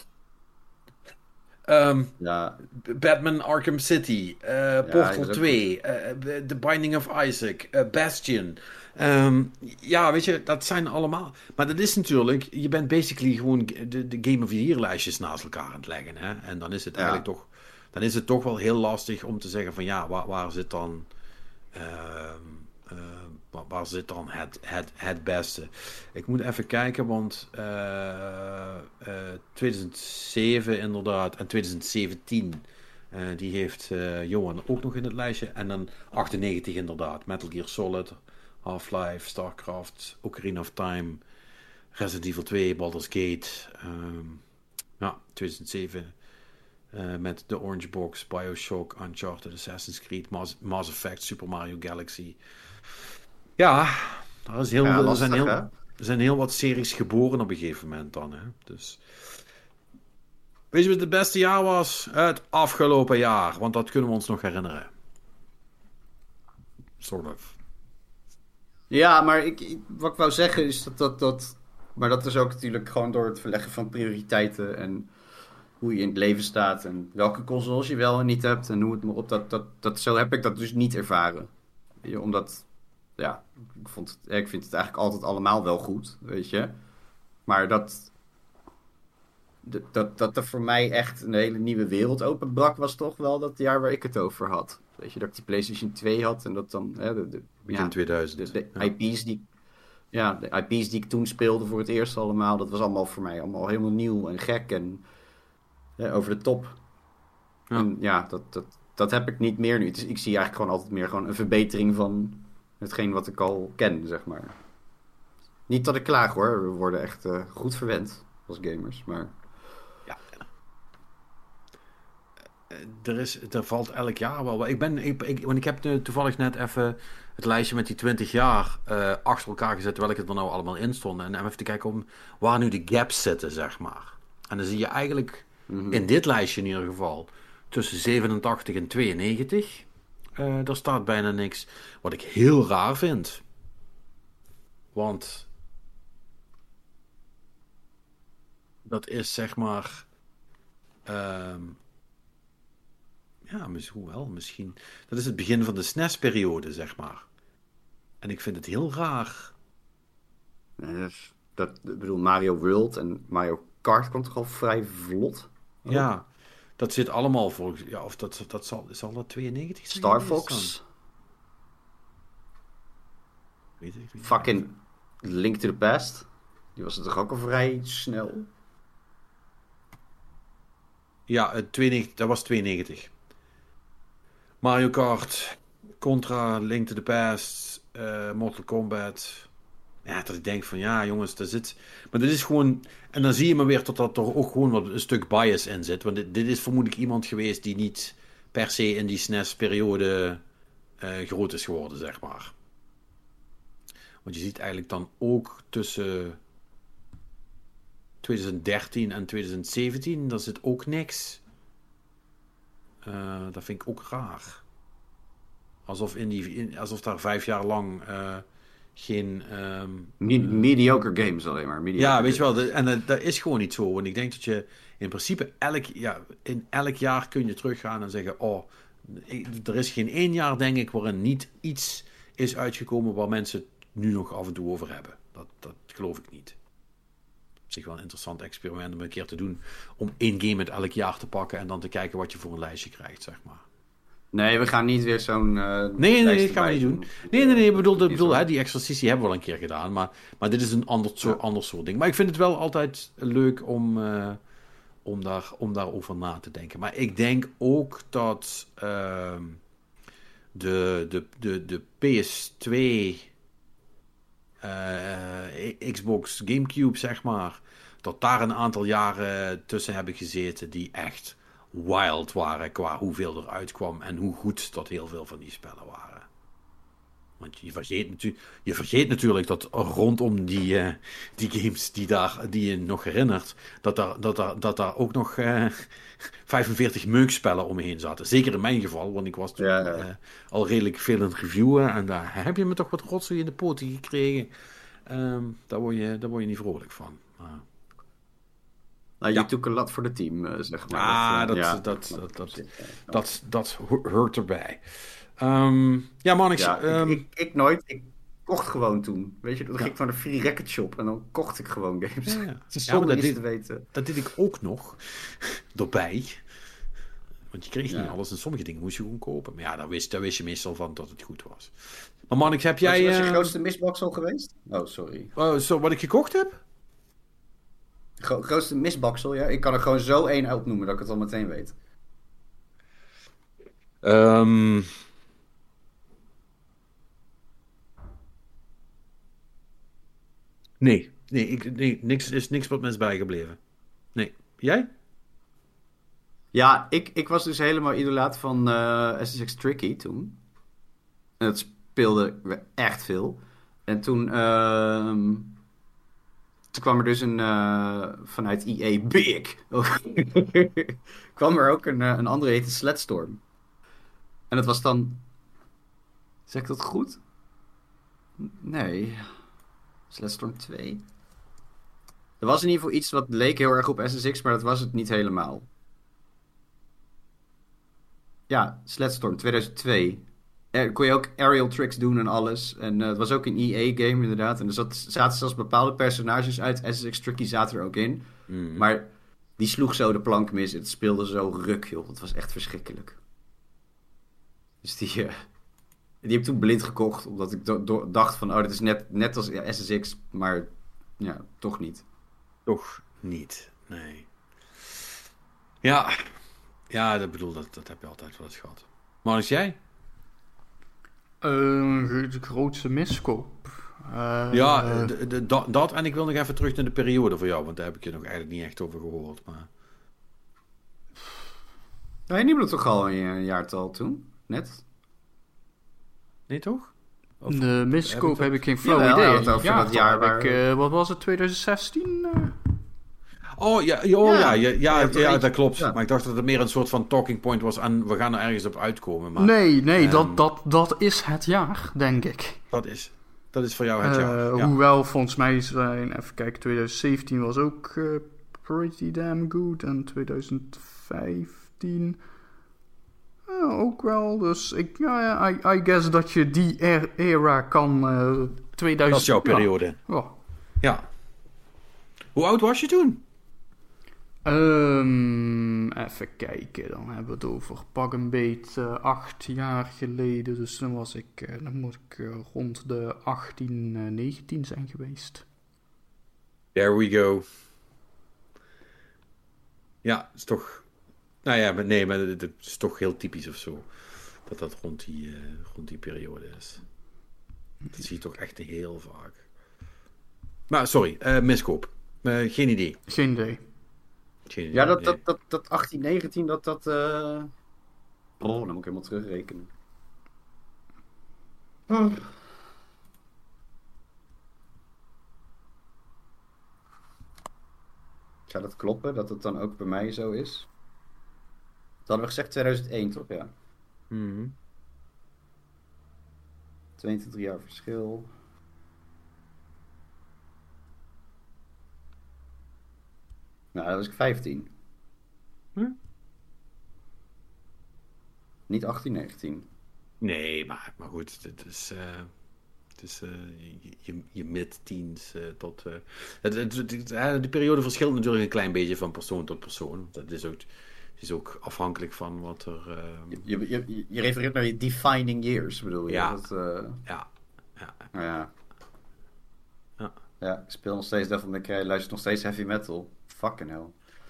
um, ja. Batman Arkham City, uh, Portal ja, twee, uh, The Binding of Isaac, uh, Bastion. Um, ja, weet je, dat zijn allemaal... Maar dat is natuurlijk... Je bent basically gewoon de, de Game of the Year lijstjes naast elkaar aan het leggen. Hè? En dan is het eigenlijk ja. toch... Dan is het toch wel heel lastig om te zeggen van ja, waar, waar zit dan... Uh, uh, waar, waar zit dan het, het, het beste? Ik moet even kijken, want uh, uh, tweeduizend zeven inderdaad en twintig zeventien Uh, die heeft uh, Johan ook nog in het lijstje. En dan achtennegentig inderdaad. Metal Gear Solid, Half-Life, Starcraft, Ocarina of Time, Resident Evil twee, Baldur's Gate. Um, ja, tweeduizend zeven uh, met de Orange Box, Bioshock, Uncharted, Assassin's Creed, Mass, Mass Effect, Super Mario Galaxy. Ja, er, is heel, ja, lastig, er, zijn heel, er zijn heel wat series geboren op een gegeven moment dan. Hè? Dus... Weet je wat het beste jaar was? Het afgelopen jaar. Want dat kunnen we ons nog herinneren. Sort of. Ja, maar ik, ik, wat ik wou zeggen is dat, dat, dat... Maar dat is ook natuurlijk gewoon door het verleggen van prioriteiten. En hoe je in het leven staat. En welke consoles je wel en niet hebt. En hoe het me op dat, dat, dat... Zo heb ik dat dus niet ervaren. Omdat... Ja, ik, vond het, ik vind het eigenlijk altijd allemaal wel goed. Weet je. Maar dat... Dat, dat er voor mij echt een hele nieuwe wereld openbrak, was toch wel dat jaar waar ik het over had. Weet je, dat ik die PlayStation twee had en dat dan... Hè, de, de, Begin ja, tweeduizend. De, de ja. I P's die... Ja, de I P's die ik toen speelde voor het eerst allemaal, dat was allemaal voor mij allemaal helemaal nieuw en gek en ja, over de top. Ja, en ja dat, dat, dat heb ik niet meer nu. Dus ik zie eigenlijk gewoon altijd meer gewoon een verbetering van hetgeen wat ik al ken, zeg maar. Niet dat ik klaag hoor, we worden echt uh, goed verwend als gamers, maar... Ja. Er, is, er valt elk jaar wel. Ik ben, ik, ik, want ik heb nu toevallig net even het lijstje met die twintig jaar uh, achter elkaar gezet, welke er nou allemaal in stonden. En even te kijken om waar nu de gaps zitten, zeg maar. En dan zie je eigenlijk mm-hmm. in dit lijstje in ieder geval tussen zevenentachtig en tweeënnegentig. Uh, daar staat bijna niks. Wat ik heel raar vind. Want dat is zeg maar... Um, ja, misschien wel. Misschien. Dat is het begin van de S N E S-periode, zeg maar. En ik vind het heel raar. Nee, dat, ik bedoel, Mario World en Mario Kart komt toch al vrij vlot? Ook? Ja, dat zit allemaal volgens... Ja, of dat, dat zal, zal dat tweeënnegentig zijn? Star Fox. Weet ik niet. Fucking Link to the Past. Die was er toch ook al vrij snel? Ja, tweeënnegentig, dat was tweeënnegentig. Mario Kart, Contra, Link to the Past, uh, Mortal Kombat. Ja, dat ik denk van ja jongens, daar zit... Maar dit is gewoon... En dan zie je maar weer dat er toch ook gewoon wat een stuk bias in zit. Want dit, dit is vermoedelijk iemand geweest die niet per se in die S N E S-periode uh, groot is geworden, zeg maar. Want je ziet eigenlijk dan ook tussen twintig dertien en twintig zeventien, daar zit ook niks. Uh, dat vind ik ook raar. Alsof, in die, in, alsof daar vijf jaar lang uh, geen... Um, Me- mediocre games alleen maar. Mediocre ja, weet je wel. De, en uh, dat is gewoon niet zo. Want ik denk dat je in principe elk, ja, in elk jaar kun je teruggaan en zeggen... Oh, ik, er is geen één jaar, denk ik, waarin niet iets is uitgekomen waar mensen het nu nog af en toe over hebben. Dat, dat geloof ik niet. Op zich wel een interessant experiment om een keer te doen. Om één game met elk jaar te pakken en dan te kijken wat je voor een lijstje krijgt, zeg maar. Nee, we gaan niet weer zo'n... Uh, nee, nee, nee, dat gaan we niet doen. Nee, nee, nee, ik bedoel, ik bedoel hè, die exercitie hebben we al een keer gedaan. Maar, maar dit is een ander soort, ja. ander soort ding. Maar ik vind het wel altijd leuk om, uh, om, daar, om daarover na te denken. Maar ik denk ook dat uh, de, de, de, de P S twee... Uh, Xbox, Gamecube, zeg maar, dat daar een aantal jaren tussen hebben gezeten die echt wild waren qua hoeveel er uitkwam en hoe goed dat heel veel van die spellen waren. Want je vergeet, natu- je vergeet natuurlijk dat rondom die, uh, die games die, daar, die je nog herinnert, dat daar, dat daar, dat daar ook nog uh, vijfenveertig meukspellen omheen zaten. Zeker in mijn geval, want ik was toen ja, ja. Uh, al redelijk veel aan het reviewen en daar heb je me toch wat rotzooi in de poten gekregen. Um, daar, word je, daar word je niet vrolijk van. Uh, nou, je ja. took a lot voor het team, uh, zeg maar. Ah, dat, ja. dat, dat, dat, dat, dat, dat hoort erbij. Um, ja, man, ik, ja, um, ik, ik, ik nooit. Ik kocht gewoon toen. Weet je, dan ja. ging ik naar de Free Record Shop en dan kocht ik gewoon games. Ja, ja. Zonder ja, iets te weten. Dat deed ik ook nog. Erbij. Want je kreeg ja. niet alles en sommige dingen moest je gewoon kopen. Maar ja, daar wist, daar wist je meestal van dat het goed was. Maar man, ik heb jij... Was, was je uh... grootste misbox al geweest? Oh, sorry. Uh, zo, wat ik gekocht heb? Gro- grootste misbaksel, ja. Ik kan er gewoon zo één opnoemen dat ik het al meteen weet. Um... Nee, nee, ik, nee niks, is niks wat me is bijgebleven. Nee. Jij? Ja, ik, ik was dus helemaal idolaat van uh, S S X Tricky toen. En dat speelde echt veel. En toen, uh, toen kwam er dus een, uh, vanuit E A Big, kwam er ook een, uh, een andere heette Sledstorm. En dat was dan, zeg ik dat goed? Nee, Sledstorm twee. Er was in ieder geval iets wat leek heel erg op S S X, maar dat was het niet helemaal. Ja, Sledstorm tweeduizend twee. Er kon je ook aerial tricks doen en alles. En uh, het was ook een E A-game inderdaad. En er zat, zaten zelfs bepaalde personages uit S S X Tricky zaten er ook in. Mm. Maar die sloeg zo de plank mis. Het speelde zo ruk, joh. Het was echt verschrikkelijk. Dus die, uh, die heb ik toen blind gekocht. Omdat ik do- do- dacht van, oh, dit is net, net als ja, S S X. Maar ja, toch niet. Toch niet, nee. Ja, ja dat bedoel, dat, dat heb je altijd wel eens gehad. Maar is jij? Uh, de grootste miskoop. Uh, ja, de, de, dat, dat en ik wil nog even terug naar de periode voor jou, want daar heb ik je nog eigenlijk niet echt over gehoord. Maar... Nee, die bleef toch al een, een jaartal toen? Net? Nee, toch? Of, de miskoop heb ik, heb ik geen flauw ja, idee. Ja, over ja, dat jaar waar... ik, uh, wat was het, twintig zestien? Uh... Oh, ja, oh, ja, ja, ja, ja, ja dat klopt. Ja. Maar ik dacht dat het meer een soort van talking point was en we gaan er ergens op uitkomen. Maar, nee, nee, um, dat, dat, dat is het jaar, denk ik. Dat is, dat is voor jou het uh, jaar. Ja. Hoewel, volgens mij zijn, even kijken, twintig zeventien was ook uh, pretty damn good. En twintig vijftien uh, ook wel. Dus ik, ja, I, I guess dat je die era kan... Uh, tweeduizend Dat is jouw periode. Ja. Oh. ja. Hoe oud was je toen? Um, even kijken, dan hebben we het over pak een beet uh, acht jaar geleden. Dus dan was ik, uh, dan moet ik uh, rond de achttien, uh, negentien zijn geweest. There we go. Ja, is toch... Nou ja, maar nee, maar het is toch heel typisch of zo. Dat dat rond die, uh, rond die periode is. Dat zie je toch echt heel vaak. Maar sorry, uh, miskoop. Uh, geen idee. Geen idee. Geen idee. Ja, dat, dat, dat, dat achttien, negentien, dat dat... Uh... Oh, dan moet ik helemaal terugrekenen. Oh. Zou dat kloppen, dat het dan ook bij mij zo is? Dat hadden we gezegd tweeduizend één, toch? Ja. Mm-hmm. tweeëntwintig jaar verschil... Nou, dat was ik vijftien. Hm? Niet achttien, negentien. Nee, maar, maar goed, het is, uh, het is uh, je, je mid-teens uh, tot... Uh, het, het, het, het, uh, de periode verschilt natuurlijk een klein beetje van persoon tot persoon. Dat is ook, is ook afhankelijk van wat er... Uh... Je, je, je refereert naar je defining years, bedoel je? Ja. Dat, uh... ja. Ja. ja. Ja. Ja, ik speel nog steeds Devil May Cry, luister nog steeds heavy metal. Fucking hell.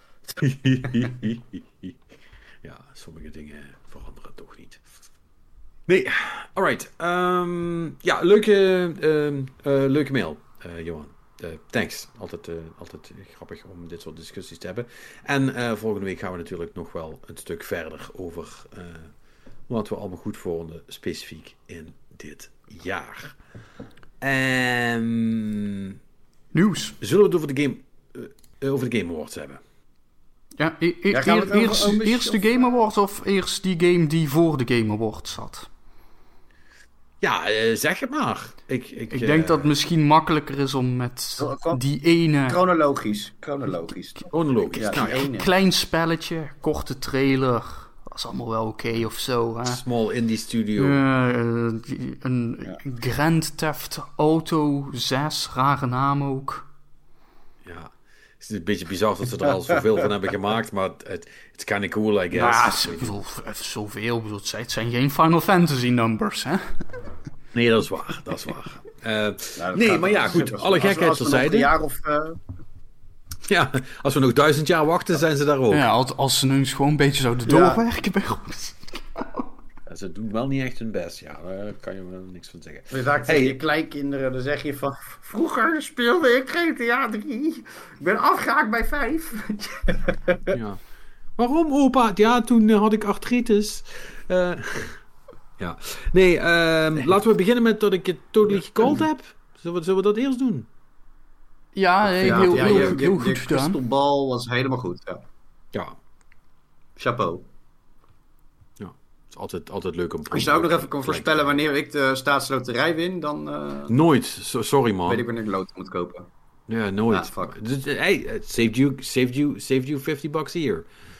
Ja, sommige dingen veranderen toch niet. Nee, alright. Um, ja, leuke, uh, uh, leuke mail, uh, Johan. Uh, thanks. Altijd, uh, altijd grappig om dit soort discussies te hebben. En uh, volgende week gaan we natuurlijk nog wel een stuk verder over uh, wat we allemaal goed vonden, specifiek in dit jaar. Um, Nieuws. Zullen we het over de Game, uh, over de Game Awards hebben? Ja, e- e- ja eer, eerst, over, eerst de Game Awards of eerst die game die voor de Game Awards zat? Ja, uh, zeg het maar. Ik, ik, ik uh, denk dat het misschien makkelijker is om met Chron- die ene... Chronologisch. Chronologisch. Chronologisch. Ja, nou, een klein spelletje, korte trailer. Dat is allemaal wel oké okay of zo. Hè? Small indie studio. Uh, een ja. Grand Theft Auto zes, rare naam ook. Ja. Het is een beetje bizar dat ze er al zoveel van hebben gemaakt, maar het is kind of cool, I guess. Nou, ik bedoel, zoveel, bedoel, het zijn geen Final Fantasy numbers, hè? Nee, dat is waar, dat is waar. Uh, nou, nee, maar ja, goed, alle gekheid terzijde. Een jaar of... Uh... Ja, als we nog duizend jaar wachten, zijn ze daar ook. Ja, als, als ze nu eens gewoon een beetje zouden doorwerken ja. bij ons. ze doen wel niet echt hun best. Ja, daar kan je wel niks van zeggen. Je raakt tegen je kleinkinderen, dan zeg je van... Vroeger speelde ik G T A drie. Ik ben afgehaakt bij vijf. Ja. Waarom, opa? Ja, toen uh, had ik artritis. Uh, ja. Nee, uh, nee, laten we beginnen met dat ik het totally gecalled heb. Zullen we, zullen we dat eerst doen? Ja, heel, ja, heel, ja, heel, je, heel, heel je, goed je gedaan. De bal was helemaal goed, ja. Ja. Chapeau. Ja, het is altijd, altijd leuk om... Als je ook nog even kan voorspellen wanneer ik de staatsloterij win, dan... Uh, nooit, so, sorry man. Weet ik wanneer ik lood moet kopen. Ja, nooit. Ah, fuck. Hey, it saved you, saved you, saved you fifty bucks a year.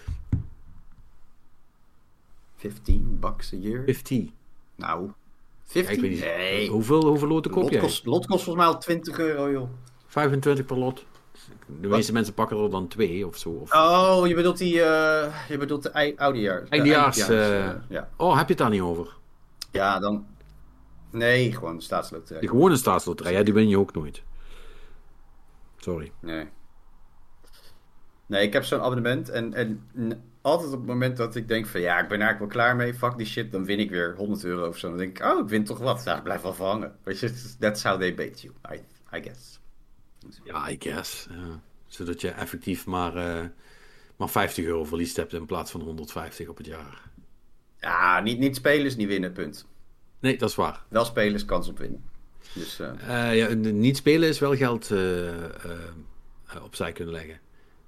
fifteen bucks a year? fifty. Nou, vijftig? Ja, ik weet niet, nee. Hoeveel, hoeveel loten koop jij? Kost, lot kost volgens mij al twintig euro, joh. vijfentwintig per lot. De meeste mensen pakken er dan twee of zo. Of... Oh, je bedoelt die, uh, je bedoelt de ei, oudejaars. Eindejaars. Uh, uh, ja. Oh, heb je het daar niet over? Ja, dan... Nee, gewoon de staatsloterij. De gewone staatsloterij, ja, die win je ook nooit. Sorry. Nee. Nee, ik heb zo'n abonnement en, en altijd op het moment dat ik denk van ja, ik ben eigenlijk wel klaar mee, fuck die shit, dan win ik weer honderd euro of zo. Dan denk ik, oh, ik win toch wat. Ja, ik blijf wel verhangen. Weet je, that's how they bait you, I, I guess. Ja, I guess. Ja. Zodat je effectief maar, uh, maar vijftig euro verlies hebt in plaats van honderdvijftig op het jaar. Ja, niet, niet spelen is niet winnen, punt. Nee, dat is waar. Wel spelen is kans op winnen. Dus, uh... Uh, ja, niet spelen is wel geld uh, uh, uh, opzij kunnen leggen.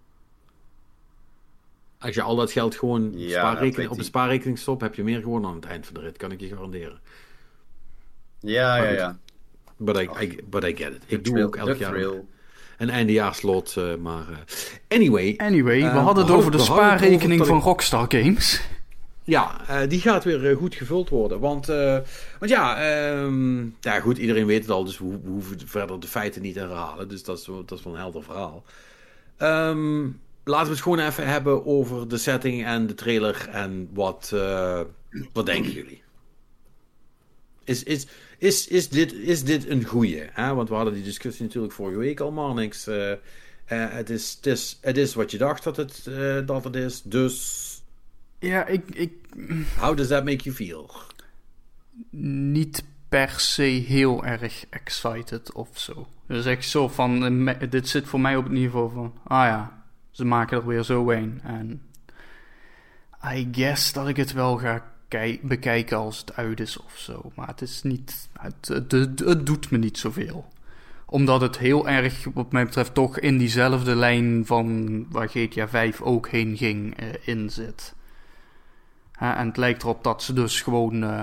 Als je al dat geld gewoon ja, spaarrekening, op een spaarrekening stopt, heb je meer gewonnen aan het eind van de rit, kan ik je garanderen. Ja, ja, ja. But I, I, but I get it. Ik doe thrill, ook elk jaar thrill. een eindejaarslot, uh, maar... Uh, anyway. Anyway, uh, we hadden het over de spaarrekening van Rockstar Games. Ja, uh, die gaat weer uh, goed gevuld worden. Want, uh, want ja, um, ja, goed, iedereen weet het al, dus we, we hoeven verder de feiten niet te herhalen. Dus dat is, dat is wel een helder verhaal. Um, laten we het gewoon even hebben over de setting en de trailer en wat, uh, wat denken jullie? Is, is, is, is, dit, is dit een goeie? Hè? Want we hadden die discussie natuurlijk vorige week al, maar niks. Uh, uh, het, is, het, is, het is wat je dacht dat het, uh, dat het is, dus... Ja, ik, ik... How does that make you feel? Niet per se heel erg excited of zo. Dus echt zo van, dit zit voor mij op het niveau van, ah ja, ze maken er weer zo een. En I guess dat ik het wel ga kei- bekijken als het uit is of zo. Maar het is niet, het, het, het, het doet me niet zoveel. Omdat het heel erg, wat mij betreft, toch in diezelfde lijn van waar G T A vijf ook heen ging uh, in zit. Uh, en het lijkt erop dat ze dus gewoon uh,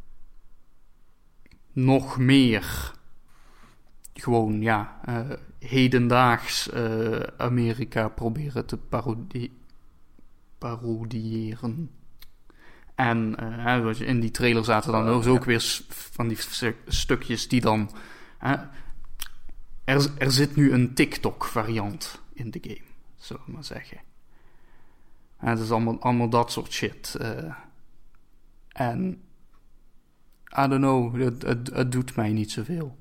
nog meer gewoon, ja, uh, hedendaags uh, Amerika proberen te parodie- parodiëren. En uh, in die trailer zaten dan uh, ook ja. weer van die stukjes die dan... Uh, er, er zit nu een TikTok-variant in de game, zullen we maar zeggen. En het is allemaal, allemaal dat soort shit. Uh, en... I don't know, het, het, het doet mij niet zoveel.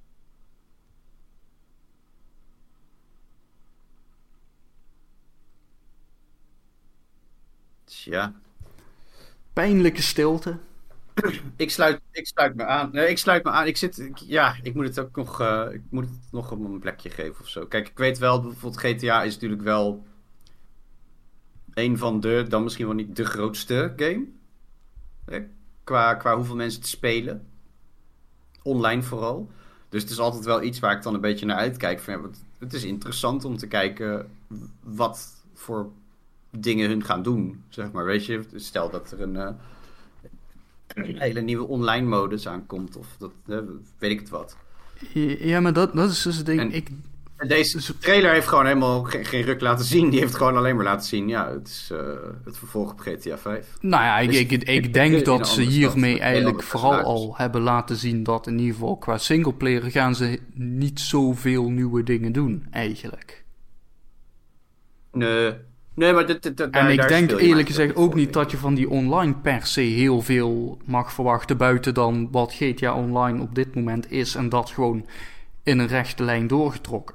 Tja. Pijnlijke stilte. Ik sluit, ik sluit me aan. Nee, ik sluit me aan. Ik zit, ik, ja, ik moet het ook nog, uh, ik moet het nog op een plekje geven of zo. Kijk, ik weet wel, bijvoorbeeld G T A is natuurlijk wel een van de, dan misschien wel niet de grootste game. Hè? Qua, qua hoeveel mensen het spelen. Online vooral. Dus het is altijd wel iets waar ik dan een beetje naar uitkijk. Van, ja, het is interessant om te kijken wat voor dingen hun gaan doen, zeg maar. Weet je, stel dat er een, uh, een hele nieuwe online modus aankomt, of dat, uh, weet ik het wat. Ja, maar dat, dat is dus het ding. En, ik... en deze trailer heeft gewoon helemaal ge- geen ruk laten zien. Die heeft gewoon alleen maar laten zien, ja, het is uh, het vervolg op G T A vijf. Nou ja, ik, dus, ik, ik, ik denk dat ze hiermee stad, eigenlijk vooral al hebben laten zien dat in ieder geval qua singleplayer gaan ze niet zoveel nieuwe dingen doen, eigenlijk. Nee. Nee, maar dit, dit, dit, en daar, ik daar denk eerlijk gezegd ook niet in. dat je van die online per se heel veel mag verwachten buiten dan wat G T A Online op dit moment is en dat gewoon in een rechte lijn doorgetrokken.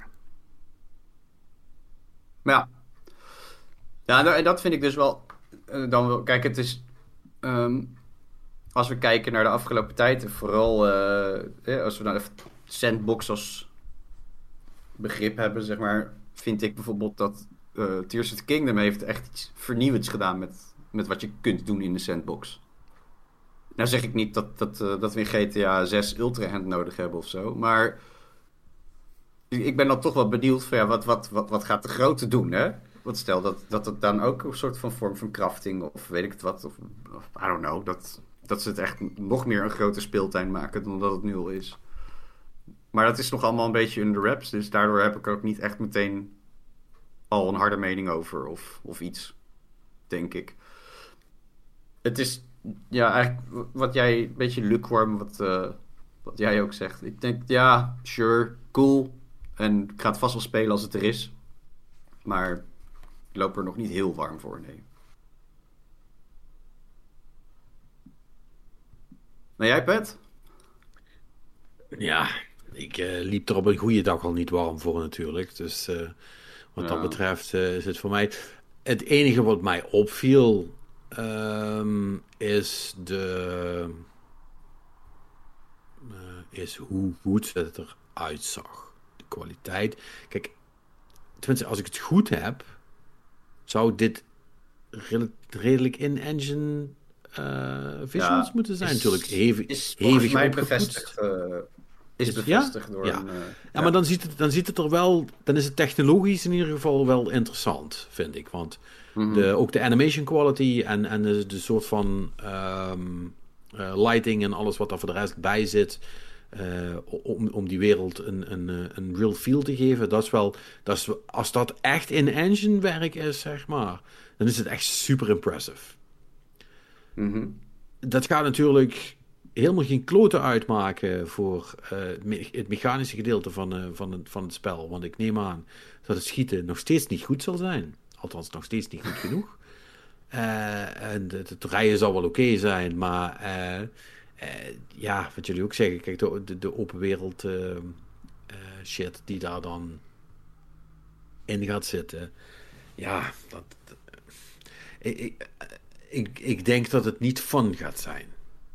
Ja. Ja, en dat vind ik dus wel uh, dan wel, kijk, het is um, als we kijken naar de afgelopen tijd, en vooral uh, als we nou even sandbox als begrip hebben, zeg maar, vind ik bijvoorbeeld dat uh, Tears of the Kingdom heeft echt iets vernieuwends gedaan met, met wat je kunt doen in de sandbox. Nou zeg ik niet dat, dat, uh, dat we in G T A zes Ultra Hand nodig hebben of zo, maar ik ben dan toch wel benieuwd van ja, wat, wat, wat, wat gaat de grote doen, hè? Want stel dat, dat het dan ook een soort van vorm van crafting of weet ik het wat, of, of I don't know, dat, dat ze het echt nog meer een grote speeltuin maken dan dat het nu al is. Maar dat is nog allemaal een beetje under wraps, dus daardoor heb ik er ook niet echt meteen al een harde mening over of, of iets, denk ik. Het is, ja, eigenlijk wat jij, een beetje lukewarm, wat, uh, wat jij ook zegt. Ik denk, ja, sure, cool. En ik ga het vast wel spelen als het er is. Maar ik loop er nog niet heel warm voor, nee. Nou, jij, Pet? Ja, ik uh, liep er op een goede dag al niet warm voor natuurlijk. Dus uh, wat ja. dat betreft uh, is het voor mij... Het enige wat mij opviel um, is de... Uh, is hoe goed het eruit zag. De kwaliteit. Kijk, tenminste, als ik het goed heb, zou dit redelijk, redelijk in-engine uh, visuals ja, moeten zijn. Is, Natuurlijk hevig, is hevig mij bevestigd. Uh, is bevestigd ja? door ja. een... Uh, ja, ja, maar dan ziet, het, dan ziet het er wel... Dan is het technologisch in ieder geval wel interessant, vind ik. Want mm-hmm. de, ook de animation quality en, en de, de soort van um, uh, lighting en alles wat er voor de rest bij zit... Uh, om, om die wereld een, een, een real feel te geven, dat is wel... Dat is, als dat echt in-engine werk is, zeg maar, dan is het echt super impressive. Mm-hmm. Dat gaat natuurlijk helemaal geen kloten uitmaken voor uh, het mechanische gedeelte van, uh, van, het, van het spel. Want ik neem aan dat het schieten nog steeds niet goed zal zijn. Althans, nog steeds niet goed genoeg. Uh, en het, het rijden zal wel oké okay zijn, maar... Uh, Uh, ja, wat jullie ook zeggen, kijk, de, de, de open wereld uh, uh, shit die daar dan in gaat zitten. Ja, dat, dat uh, ik, ik, ik, ik denk dat het niet fun gaat zijn.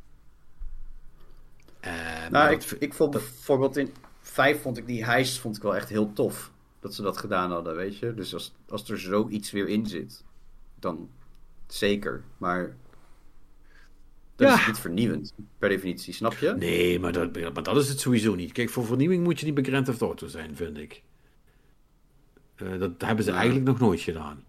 Uh, nou, ik, ik vond dat, bijvoorbeeld in vijf vond ik die heist vond ik wel echt heel tof. Dat ze dat gedaan hadden, weet je. Dus als, als er zoiets weer in zit, dan zeker. Maar... Dat ja. is niet vernieuwend, per definitie, snap je? Nee, maar dat, maar dat is het sowieso niet. Kijk, voor vernieuwing moet je niet bij Grand Theft Auto zijn, vind ik. Uh, dat hebben ze ja. eigenlijk nog nooit gedaan.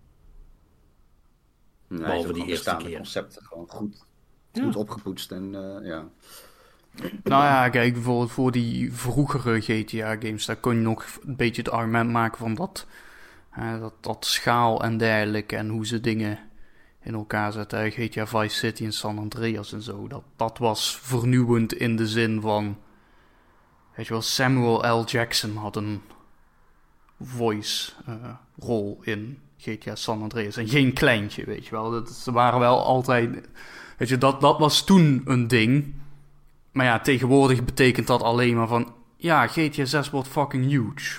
Nee, behalve die eerste keer. Concepten gewoon goed, ja. goed opgepoetst en uh, ja. Nou ja, kijk, bijvoorbeeld voor die vroegere G T A-games, daar kon je nog een beetje het argument maken van dat, uh, dat, dat schaal en dergelijke en hoe ze dingen... in elkaar zetten. G T A Vice City en San Andreas en zo. Dat, dat was vernieuwend in de zin van... Weet je wel, Samuel L. Jackson had een voice uh, rol in G T A San Andreas. En geen kleintje, weet je wel. Dat, ze waren wel altijd... Weet je, dat, dat was toen een ding. Maar ja, tegenwoordig betekent dat alleen maar van... Ja, G T A zes wordt fucking huge.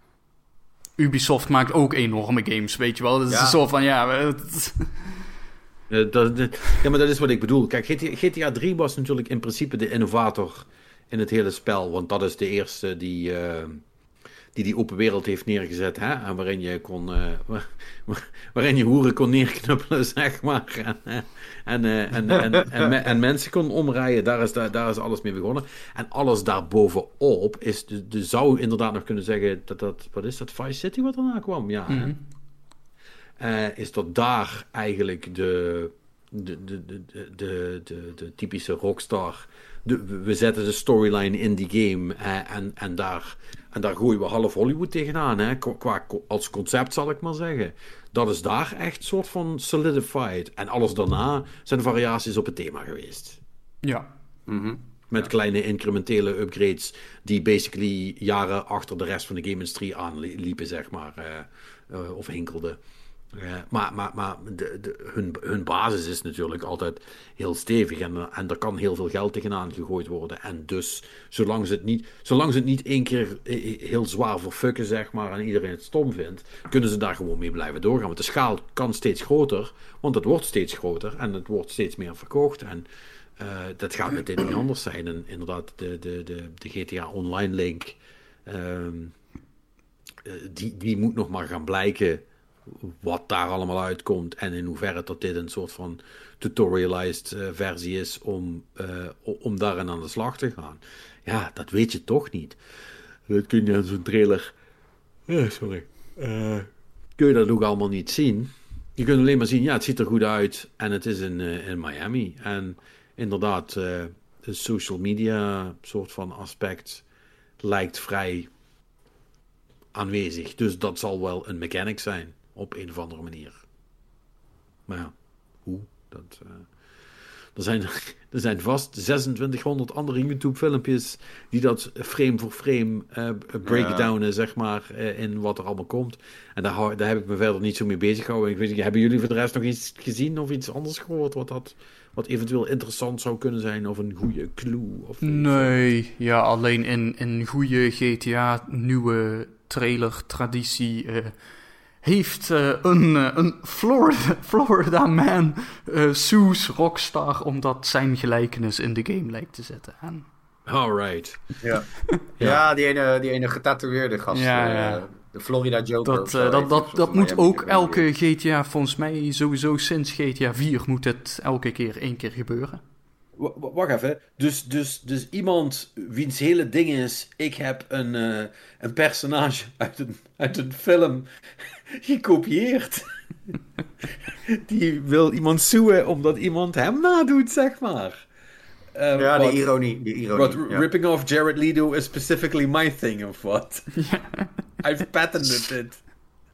Ubisoft maakt ook enorme games, weet je wel. Dat is ja. zo van, ja... Het, Uh, dat, dat, ja, maar dat is wat ik bedoel. Kijk, G T A drie was natuurlijk in principe de innovator in het hele spel. Want dat is de eerste die uh, die, die open wereld heeft neergezet. Hè? En waarin je kon... Uh, waar, waarin je hoeren kon neerknuppelen, zeg maar. En, en, uh, en, en, en, en, en mensen kon omrijden. Daar is, daar, daar is alles mee begonnen. En alles daarbovenop is... De, de zou inderdaad nog kunnen zeggen... dat dat Wat is dat? Vice City wat erna kwam? Ja, mm-hmm. Uh, is dat daar eigenlijk de, de, de, de, de, de, de typische rockstar... De, we zetten de storyline in die game uh, en, en, daar, en daar gooien we half Hollywood tegenaan. Hè? Qua, als concept zal ik maar zeggen. Dat is daar echt soort van solidified. En alles daarna zijn variaties op het thema geweest. Ja. Mm-hmm. Met ja. kleine incrementele upgrades die basically jaren achter de rest van de game-industrie aanliepen, zeg maar. Uh, uh, of hinkelden. Uh, maar maar, maar de, de, hun, hun basis is natuurlijk altijd heel stevig en, en er kan heel veel geld tegenaan gegooid worden. En dus, zolang ze het niet, zolang ze het niet één keer heel zwaar verfucken, zeg maar, en iedereen het stom vindt, kunnen ze daar gewoon mee blijven doorgaan. Want de schaal kan steeds groter, want het wordt steeds groter en het wordt steeds meer verkocht. En Uh, dat gaat met dit niet anders zijn. En inderdaad, de, de, de, de G T A Online link, um, uh, die, die moet nog maar gaan blijken wat daar allemaal uitkomt en in hoeverre dat dit een soort van tutorialized uh, versie is om, uh, om daarin aan de slag te gaan. Ja, dat weet je toch niet. Dat kun je aan zo'n trailer... Uh, sorry. Uh, kun je dat ook allemaal niet zien. Je kunt alleen maar zien, ja, het ziet er goed uit en het is in, uh, in Miami. En inderdaad, uh, de social media soort van aspect lijkt vrij aanwezig. Dus dat zal wel een mechanic zijn, op een of andere manier. Maar ja, hoe? Dat, uh, er, zijn, er zijn vast zesentwintighonderd andere YouTube-filmpjes die dat frame voor frame uh, breakdownen, ja. zeg maar, uh, in wat er allemaal komt. En daar, daar heb ik me verder niet zo mee bezig gehouden. Ik weet niet, hebben jullie voor de rest nog iets gezien of iets anders gehoord wat, dat, wat eventueel interessant zou kunnen zijn of een goede clue? Of nee, ja, alleen in een goede G T A nieuwe trailer-traditie... Uh, heeft uh, een, uh, een Florida, Florida man uh, Sues Rockstar, omdat zijn gelijkenis in de game lijkt te zetten aan. Alright. Ja, ja. ja die, ene, die ene getatoeëerde gast. Ja, ja. Uh, de Florida Joker. Dat, uh, dat, dat, dat moet ook elke G T A, volgens mij sowieso sinds G T A vier moet het elke keer één keer gebeuren. W- wacht even. Dus, dus, dus iemand wiens hele ding is... Ik heb een, uh, een personage uit een, uit een film gekopieerd. Die wil iemand zoeken omdat iemand hem nadoet, zeg maar. Uh, ja, what, de ironie. De ironie what, ja. Ripping off Jared Leto is specifically my thing, of what? I've patented it.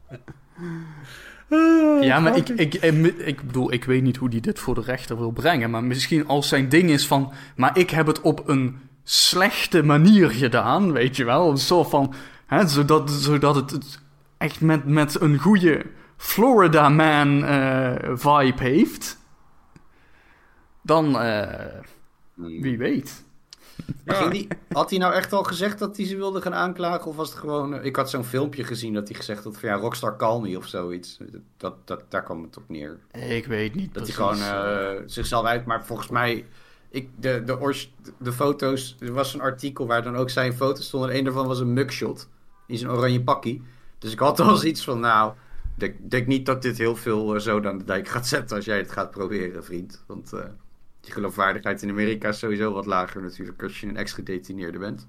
Uh, ja, maar ik, ik, ik, ik bedoel, ik weet niet hoe hij dit voor de rechter wil brengen. Maar misschien als zijn ding is van... Maar ik heb het op een slechte manier gedaan, weet je wel. Een soort van... Hè, zodat, zodat het echt met, met een goede Florida Man uh, vibe heeft. Dan, uh, wie weet. Ja. Die, had hij nou echt al gezegd dat hij ze wilde gaan aanklagen? Of was het gewoon... Uh, ik had zo'n filmpje gezien dat hij gezegd had van... Ja, Rockstar call me of zoiets. Dat, dat, daar kwam het op neer. Ik weet niet dat precies. hij gewoon uh, zichzelf uit... Maar volgens mij... Ik, de, de, de, de foto's... Er was een artikel waar dan ook zijn foto's stonden. En een daarvan was een mugshot. In zijn oranje pakkie. Dus ik had al zoiets van... Nou, ik denk, denk niet dat dit heel veel uh, zo aan de dijk gaat zetten... als jij het gaat proberen, vriend. Want... Uh, die geloofwaardigheid in Amerika is sowieso wat lager natuurlijk als je een ex-gedetineerde bent.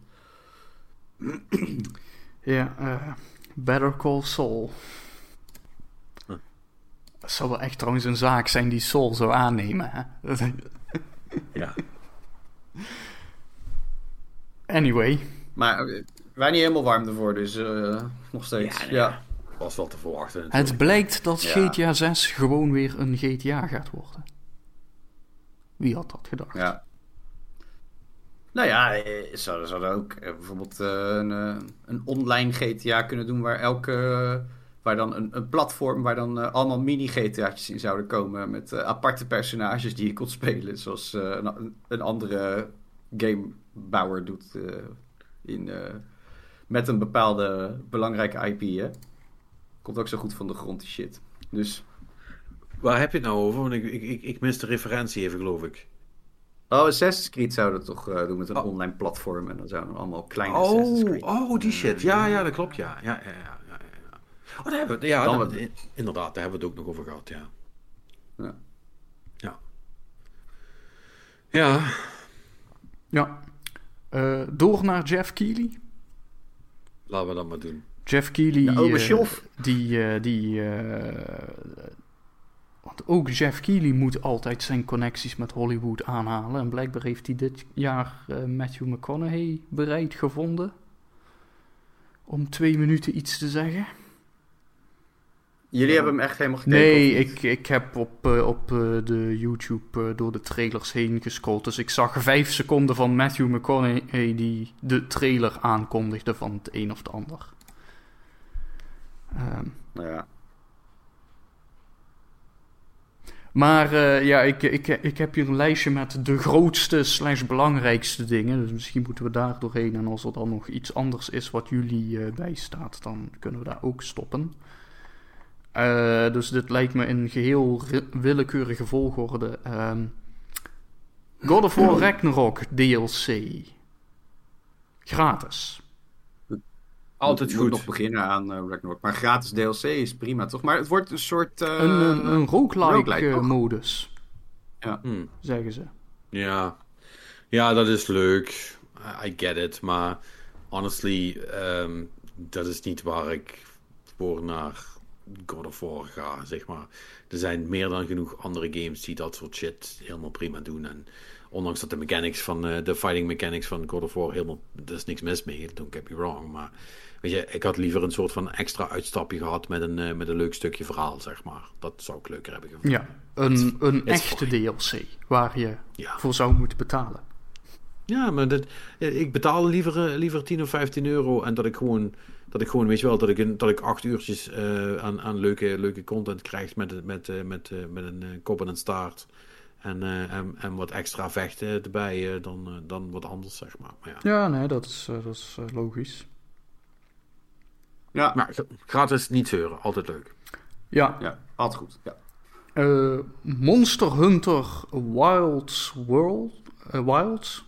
Ja, uh, Better Call Saul. Huh. Dat zou wel echt trouwens een zaak zijn die Saul zou aannemen, hè? Ja. Anyway. Maar uh, wij niet helemaal warm ervoor, dus uh, nog steeds. Ja, nee, ja. Was wel te verwachten. Natuurlijk. Het blijkt dat ja. G T A zes gewoon weer een G T A gaat worden. Wie had dat gedacht? Ja. Nou ja, zouden ze ook uh, bijvoorbeeld uh, een, uh, een online G T A kunnen doen waar elke... Uh, waar dan een, een platform waar dan uh, allemaal mini-G T A'tjes in zouden komen met uh, aparte personages die je kon spelen. Zoals uh, een, een andere gamebouwer doet uh, in, uh, met een bepaalde belangrijke I P. Hè? Komt ook zo goed van de grond, die shit. Dus... Waar heb je het nou over? Want ik, ik, ik, ik mis de referentie even, geloof ik. Oh, Assassin's Creed zou dat toch uh, doen met een oh. online platform. En dan zouden allemaal kleine oh, Assassin's Creed. Oh, die shit. Ja, ja, dat klopt, ja. Ja, ja, ja, ja. Oh, daar hebben we het. Ja, dan dan, we... inderdaad, daar hebben we het ook nog over gehad, ja. Ja. Ja. Ja. Ja. Uh, door naar Jeff Keighley. Laten we dat maar doen. Jeff Keighley, ja, uh, die... Uh, die uh, Want ook Jeff Keighley moet altijd zijn connecties met Hollywood aanhalen. En blijkbaar heeft hij dit jaar uh, Matthew McConaughey bereid gevonden om twee minuten iets te zeggen. Jullie uh, hebben hem echt helemaal gekeken? Nee, ik, ik heb op, uh, op uh, de YouTube uh, door de trailers heen gescrollt. Dus ik zag vijf seconden van Matthew McConaughey die de trailer aankondigde van het een of het ander. Um, nou ja. Maar uh, ja, ik, ik, ik heb hier een lijstje met de grootste slash belangrijkste dingen. Dus misschien moeten we daar doorheen. En als er dan nog iets anders is wat jullie uh, bijstaat, dan kunnen we daar ook stoppen. Uh, dus dit lijkt me in geheel ri- willekeurige volgorde. Um, God of War Ragnarok D L C. Gratis. Altijd goed. Ik moet nog beginnen aan uh, Ragnarok. Maar gratis D L C is prima, toch? Maar het wordt een soort... Uh, een een, een roguelike, roguelike uh, modus. Ja. Hmm. Zeggen ze. Ja. Ja, dat is leuk. I get it. Maar honestly, um, dat is niet waar ik voor naar God of War ga, zeg maar. Er zijn meer dan genoeg andere games die dat soort shit helemaal prima doen. En ondanks dat de mechanics van uh, de fighting mechanics van God of War helemaal, er is niks mis mee, don't get me wrong. Maar weet je, ik had liever een soort van extra uitstapje gehad met een, uh, met een leuk stukje verhaal, zeg maar. Dat zou ik leuker hebben gevonden. Ja, een, een echte D L C waar je ja. voor zou moeten betalen. Ja, maar dat, ik betaal liever, liever tien of vijftien euro en dat ik gewoon, dat ik gewoon weet je wel, dat ik, dat ik acht uurtjes uh, aan, aan leuke, leuke content krijg met, met, uh, met, uh, met een uh, kop en een staart. En, uh, en, en wat extra vechten erbij uh, dan, uh, dan wat anders, zeg maar. maar ja. ja, nee, dat is, uh, dat is uh, logisch. Ja. Maar gratis niet zeuren, altijd leuk. Ja. Ja, altijd goed, ja. Uh, Monster Hunter Wilds World... Uh, Wilds...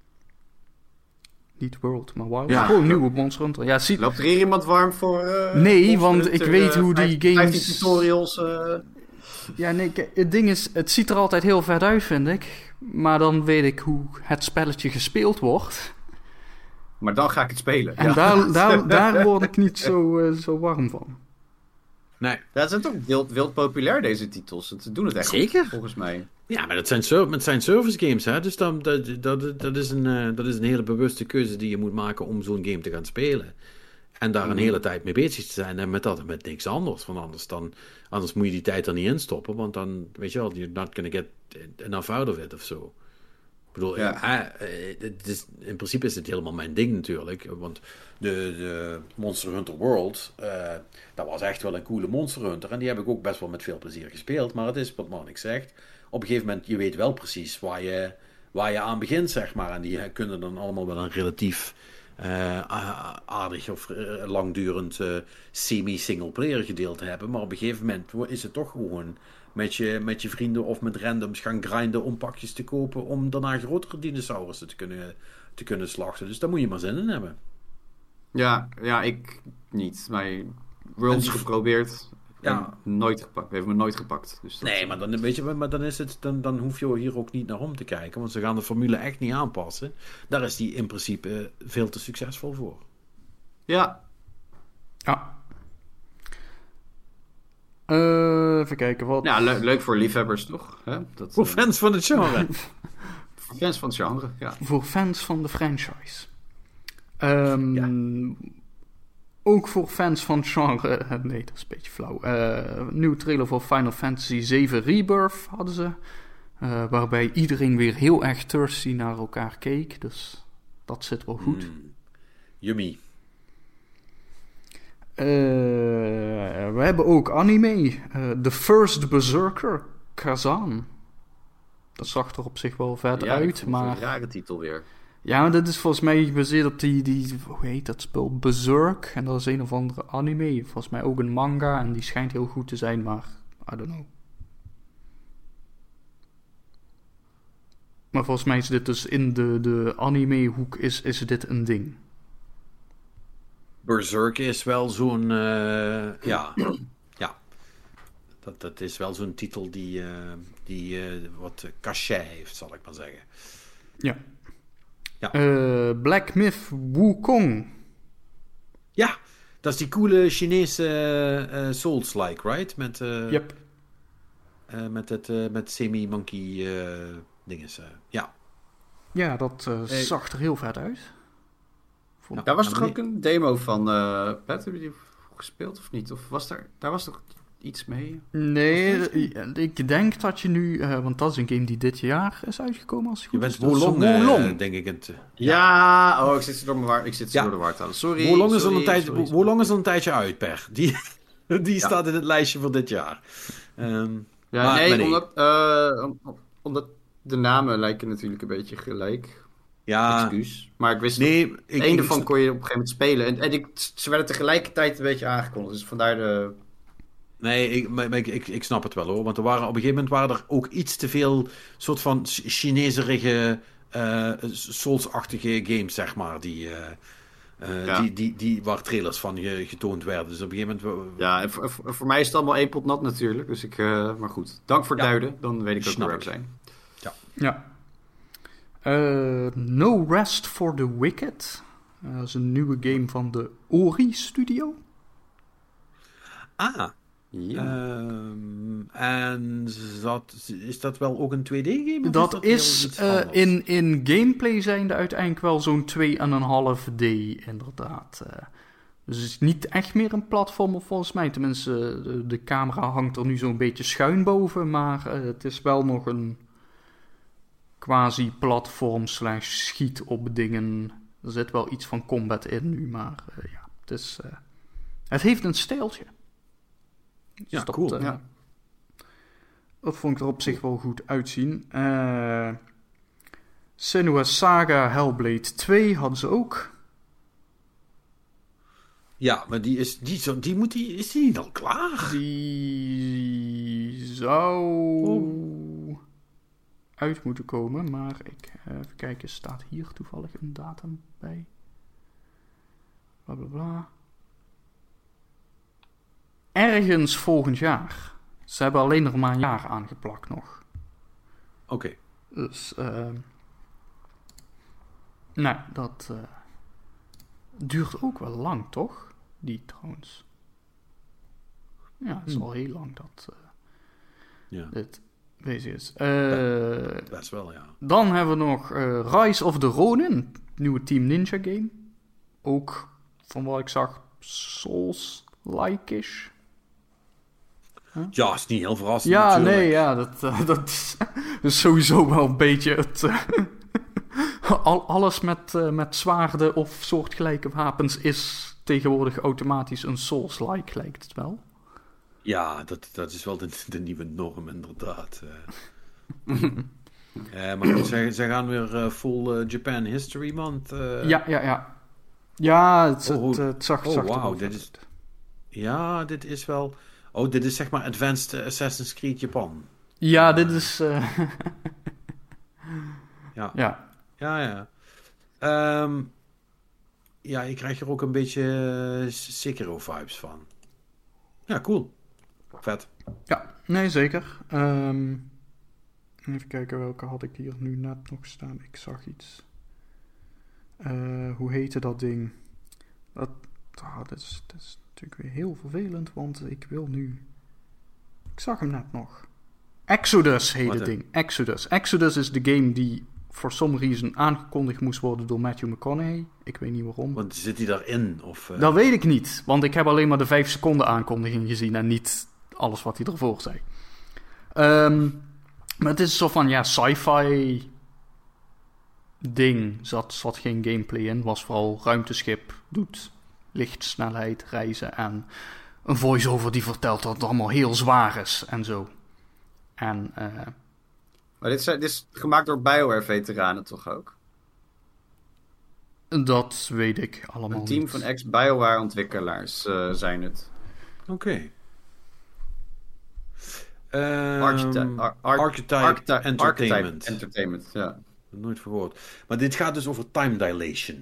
Niet World, maar Wild. Ja. Gewoon nieuwe Monster Hunter. Ja, zie... Loopt er hier iemand warm voor... Uh, nee, Monster want Hunter, ik weet uh, hoe die games... vijftien tutorials... Uh... Ja, nee, het ding is... Het ziet er altijd heel vet uit, vind ik. Maar dan weet ik hoe het spelletje gespeeld wordt. Maar dan ga ik het spelen. En ja. daar, daar, daar word ik niet zo, uh, zo warm van. Nee. Ja, het zijn toch wild, wild populair, deze titels. Ze doen het echt Zeker. Goed, volgens mij. Ja, maar dat zijn, het zijn service games, hè. Dus dan, dat, dat, dat, is een, uh, dat is een hele bewuste keuze die je moet maken om zo'n game te gaan spelen. En daar mm. een hele tijd mee bezig te zijn. En met dat en met niks anders. Want anders, dan, anders moet je die tijd er niet in stoppen. Want dan, weet je wel, you're not gonna get enough out of it of zo. Ik bedoel, ja. Ja, het is, in principe is het helemaal mijn ding natuurlijk. Want de, de Monster Hunter World, uh, dat was echt wel een coole Monster Hunter. En die heb ik ook best wel met veel plezier gespeeld. Maar het is wat Marnik zegt. Op een gegeven moment, je weet wel precies waar je, waar je aan begint, zeg maar. En die kunnen dan allemaal wel een relatief uh, aardig of uh, langdurend uh, semi-single-player gedeelte hebben. Maar op een gegeven moment is het toch gewoon met je, met je vrienden of met randoms gaan grinden om pakjes te kopen om daarna grotere dinosaurussen te kunnen, te kunnen slachten. Dus daar moet je maar zin in hebben. Ja, ja ik niet. Mijn Worlds die... geprobeerd... Ja. Nooit gepakt. We hebben me nooit gepakt. Dus dat... Nee, maar dan, weet je, maar dan, is het, dan, dan hoef je hier ook niet naar om te kijken. Want ze gaan de formule echt niet aanpassen. Daar is die in principe veel te succesvol voor. Ja. Ja. Uh, even kijken wat... Ja, le- leuk voor liefhebbers, toch? Hè? Dat, voor uh... fans van het genre. Voor fans van het genre, ja. Voor fans van de franchise. Um, ja. Ook voor fans van het genre... Uh, nee, dat is een beetje flauw. Uh, nieuwe trailer voor Final Fantasy zeven Rebirth hadden ze. Uh, waarbij iedereen weer heel erg thirsty naar elkaar keek. Dus dat zit wel goed. Mm. Yummy. Uh, we hebben ook anime. Uh, The First Berserker, Kazan. Dat zag er op zich wel vet ja, uit, maar... een rare titel weer. Ja, maar dit is volgens mij gebaseerd op die, die... Hoe heet dat spel? Berserk. En dat is een of andere anime. Volgens mij ook een manga. En die schijnt heel goed te zijn, maar... I don't know. Maar volgens mij is dit dus in de, de anime-hoek is, is dit een ding. Berserk is wel zo'n... Uh, ja... ja. Dat, dat is wel zo'n titel die, uh, die uh, wat cachet heeft, zal ik maar zeggen. Ja. Ja. Uh, Black Myth Wukong. Ja, dat is die coole Chinese uh, uh, Souls-like, right? Met, uh, yep. uh, met het uh, met semi-monkey uh, dinges. Uh, ja. Ja, dat uh, hey. zag er heel vet uit. Ja, daar was toch ook een demo van uh, Pat, heb je die gespeeld of niet? Of was daar, daar was toch iets mee? Nee, ik denk dat je nu... Uh, want dat is een game die dit jaar is uitgekomen. Als je bent Wolong, uh, denk ik. Het, uh, ja. ja, oh, ik zit ze door, mijn war, ik zit ze ja. door de war te halen. Sorry. Wolong is, een tijd, Wolong is al een tijdje uit, Per. Die, die ja. staat in het lijstje voor dit jaar. Um, ja, maar, nee, maar nee, omdat, uh, omdat de namen lijken natuurlijk een beetje gelijk. Ja. Excuus. Maar ik wist nee, dat één ervan kon je op een gegeven moment spelen. En, en ik, ze werden tegelijkertijd een beetje aangekondigd. Dus vandaar de... Nee, ik, maar, ik, ik, ik snap het wel hoor. Want er waren, op een gegeven moment waren er ook iets te veel soort van Chineserige, uh, Souls-achtige games, zeg maar. Die, uh, uh, ja. die, die, die, waar trailers van ge, getoond werden. Dus op een gegeven moment... Ja, en voor, voor mij is het allemaal één pot nat natuurlijk. Dus ik, uh, maar goed, dank voor het ja. duiden. Dan weet ik ook waar we zijn. Ja. ja. Uh, No Rest for the Wicked. Uh, dat is een nieuwe game van de Ori Studio. Ah, ja. Um, en dat, is dat wel ook een twee D-game? Dat, dat is uh, in, in gameplay zijnde uiteindelijk wel zo'n twee komma vijf D, inderdaad. Uh, dus het is niet echt meer een platform, volgens mij. Tenminste, de, de camera hangt er nu zo'n beetje schuin boven, maar uh, het is wel nog een quasi-platform slash schiet op dingen. Er zit wel iets van combat in nu, maar uh, ja, het is... Uh, het heeft een stijltje. Dus ja, dat, cool. Uh, ja. Dat vond ik er op zich wel goed uitzien. Uh, Senua's Saga Hellblade twee hadden ze ook. Ja, maar die is, die, die moet die, is die niet al klaar? Die zou oh. uit moeten komen, maar ik even kijken, staat hier toevallig een datum bij? Bla bla bla. Ergens volgend jaar. Ze hebben alleen nog maar een jaar aangeplakt nog. Oké. Okay. Dus, uh, nou, dat uh, duurt ook wel lang, toch? Die trouwens. Ja, het is hmm. al heel lang dat uh, ja. dit bezig is. Uh, dat is wel, ja. Dan hebben we nog uh, Rise of the Ronin. Nieuwe Team Ninja game. Ook, van wat ik zag, Souls-like-ish. Huh? Ja, is niet heel verrassend. Ja, natuurlijk. nee, ja, dat, uh, dat is, is sowieso wel een beetje het... Uh, al, alles met, uh, met zwaarden of soortgelijke wapens is tegenwoordig automatisch een Souls-like, lijkt het wel. Ja, dat, dat is wel de, de nieuwe norm, inderdaad. uh, maar goed, zij, zij gaan weer uh, full uh, Japan History Month. Uh... Ja, ja, ja. Ja, het, oh, het, het, het zag, oh, zag wow, dit is... Ja, dit is wel... Oh, dit is zeg maar Advanced Assassin's Creed Japan. Ja, uh, dit is... Uh... ja. Ja. Ja, ja. Um, ja, ik krijg er ook een beetje uh, Sekiro-vibes van. Ja, cool. Vet. Ja, nee, zeker. Um, even kijken, welke had ik hier nu net nog staan. Ik zag iets. Uh, hoe heette dat ding? Dat, oh, dat, is, dat is natuurlijk weer heel vervelend, want ik wil nu... Ik zag hem net nog. Exodus heet het ding. Exodus. Exodus is de game die for some reason aangekondigd moest worden door Matthew McConaughey. Ik weet niet waarom. Want zit hij daarin? Of, uh... Dat weet ik niet, want ik heb alleen maar de vijf seconden aankondiging gezien en niet alles wat hij ervoor zei. Um, maar het is zo van, ja, sci-fi ding. Zat, zat geen gameplay in. Was vooral ruimteschip, doet lichtsnelheid, reizen en een voice-over die vertelt dat het allemaal heel zwaar is en zo. En... Uh, maar dit is, dit is gemaakt door BioWare-veteranen toch ook? Dat weet ik allemaal Een team niet. van ex-BioWare-ontwikkelaars uh, zijn het. Oké. Okay. Um, Archety- Ar- Ar- Archetype, Archetype Entertainment. Archetype Entertainment, ja. Nooit verwoord. Maar dit gaat dus over time dilation.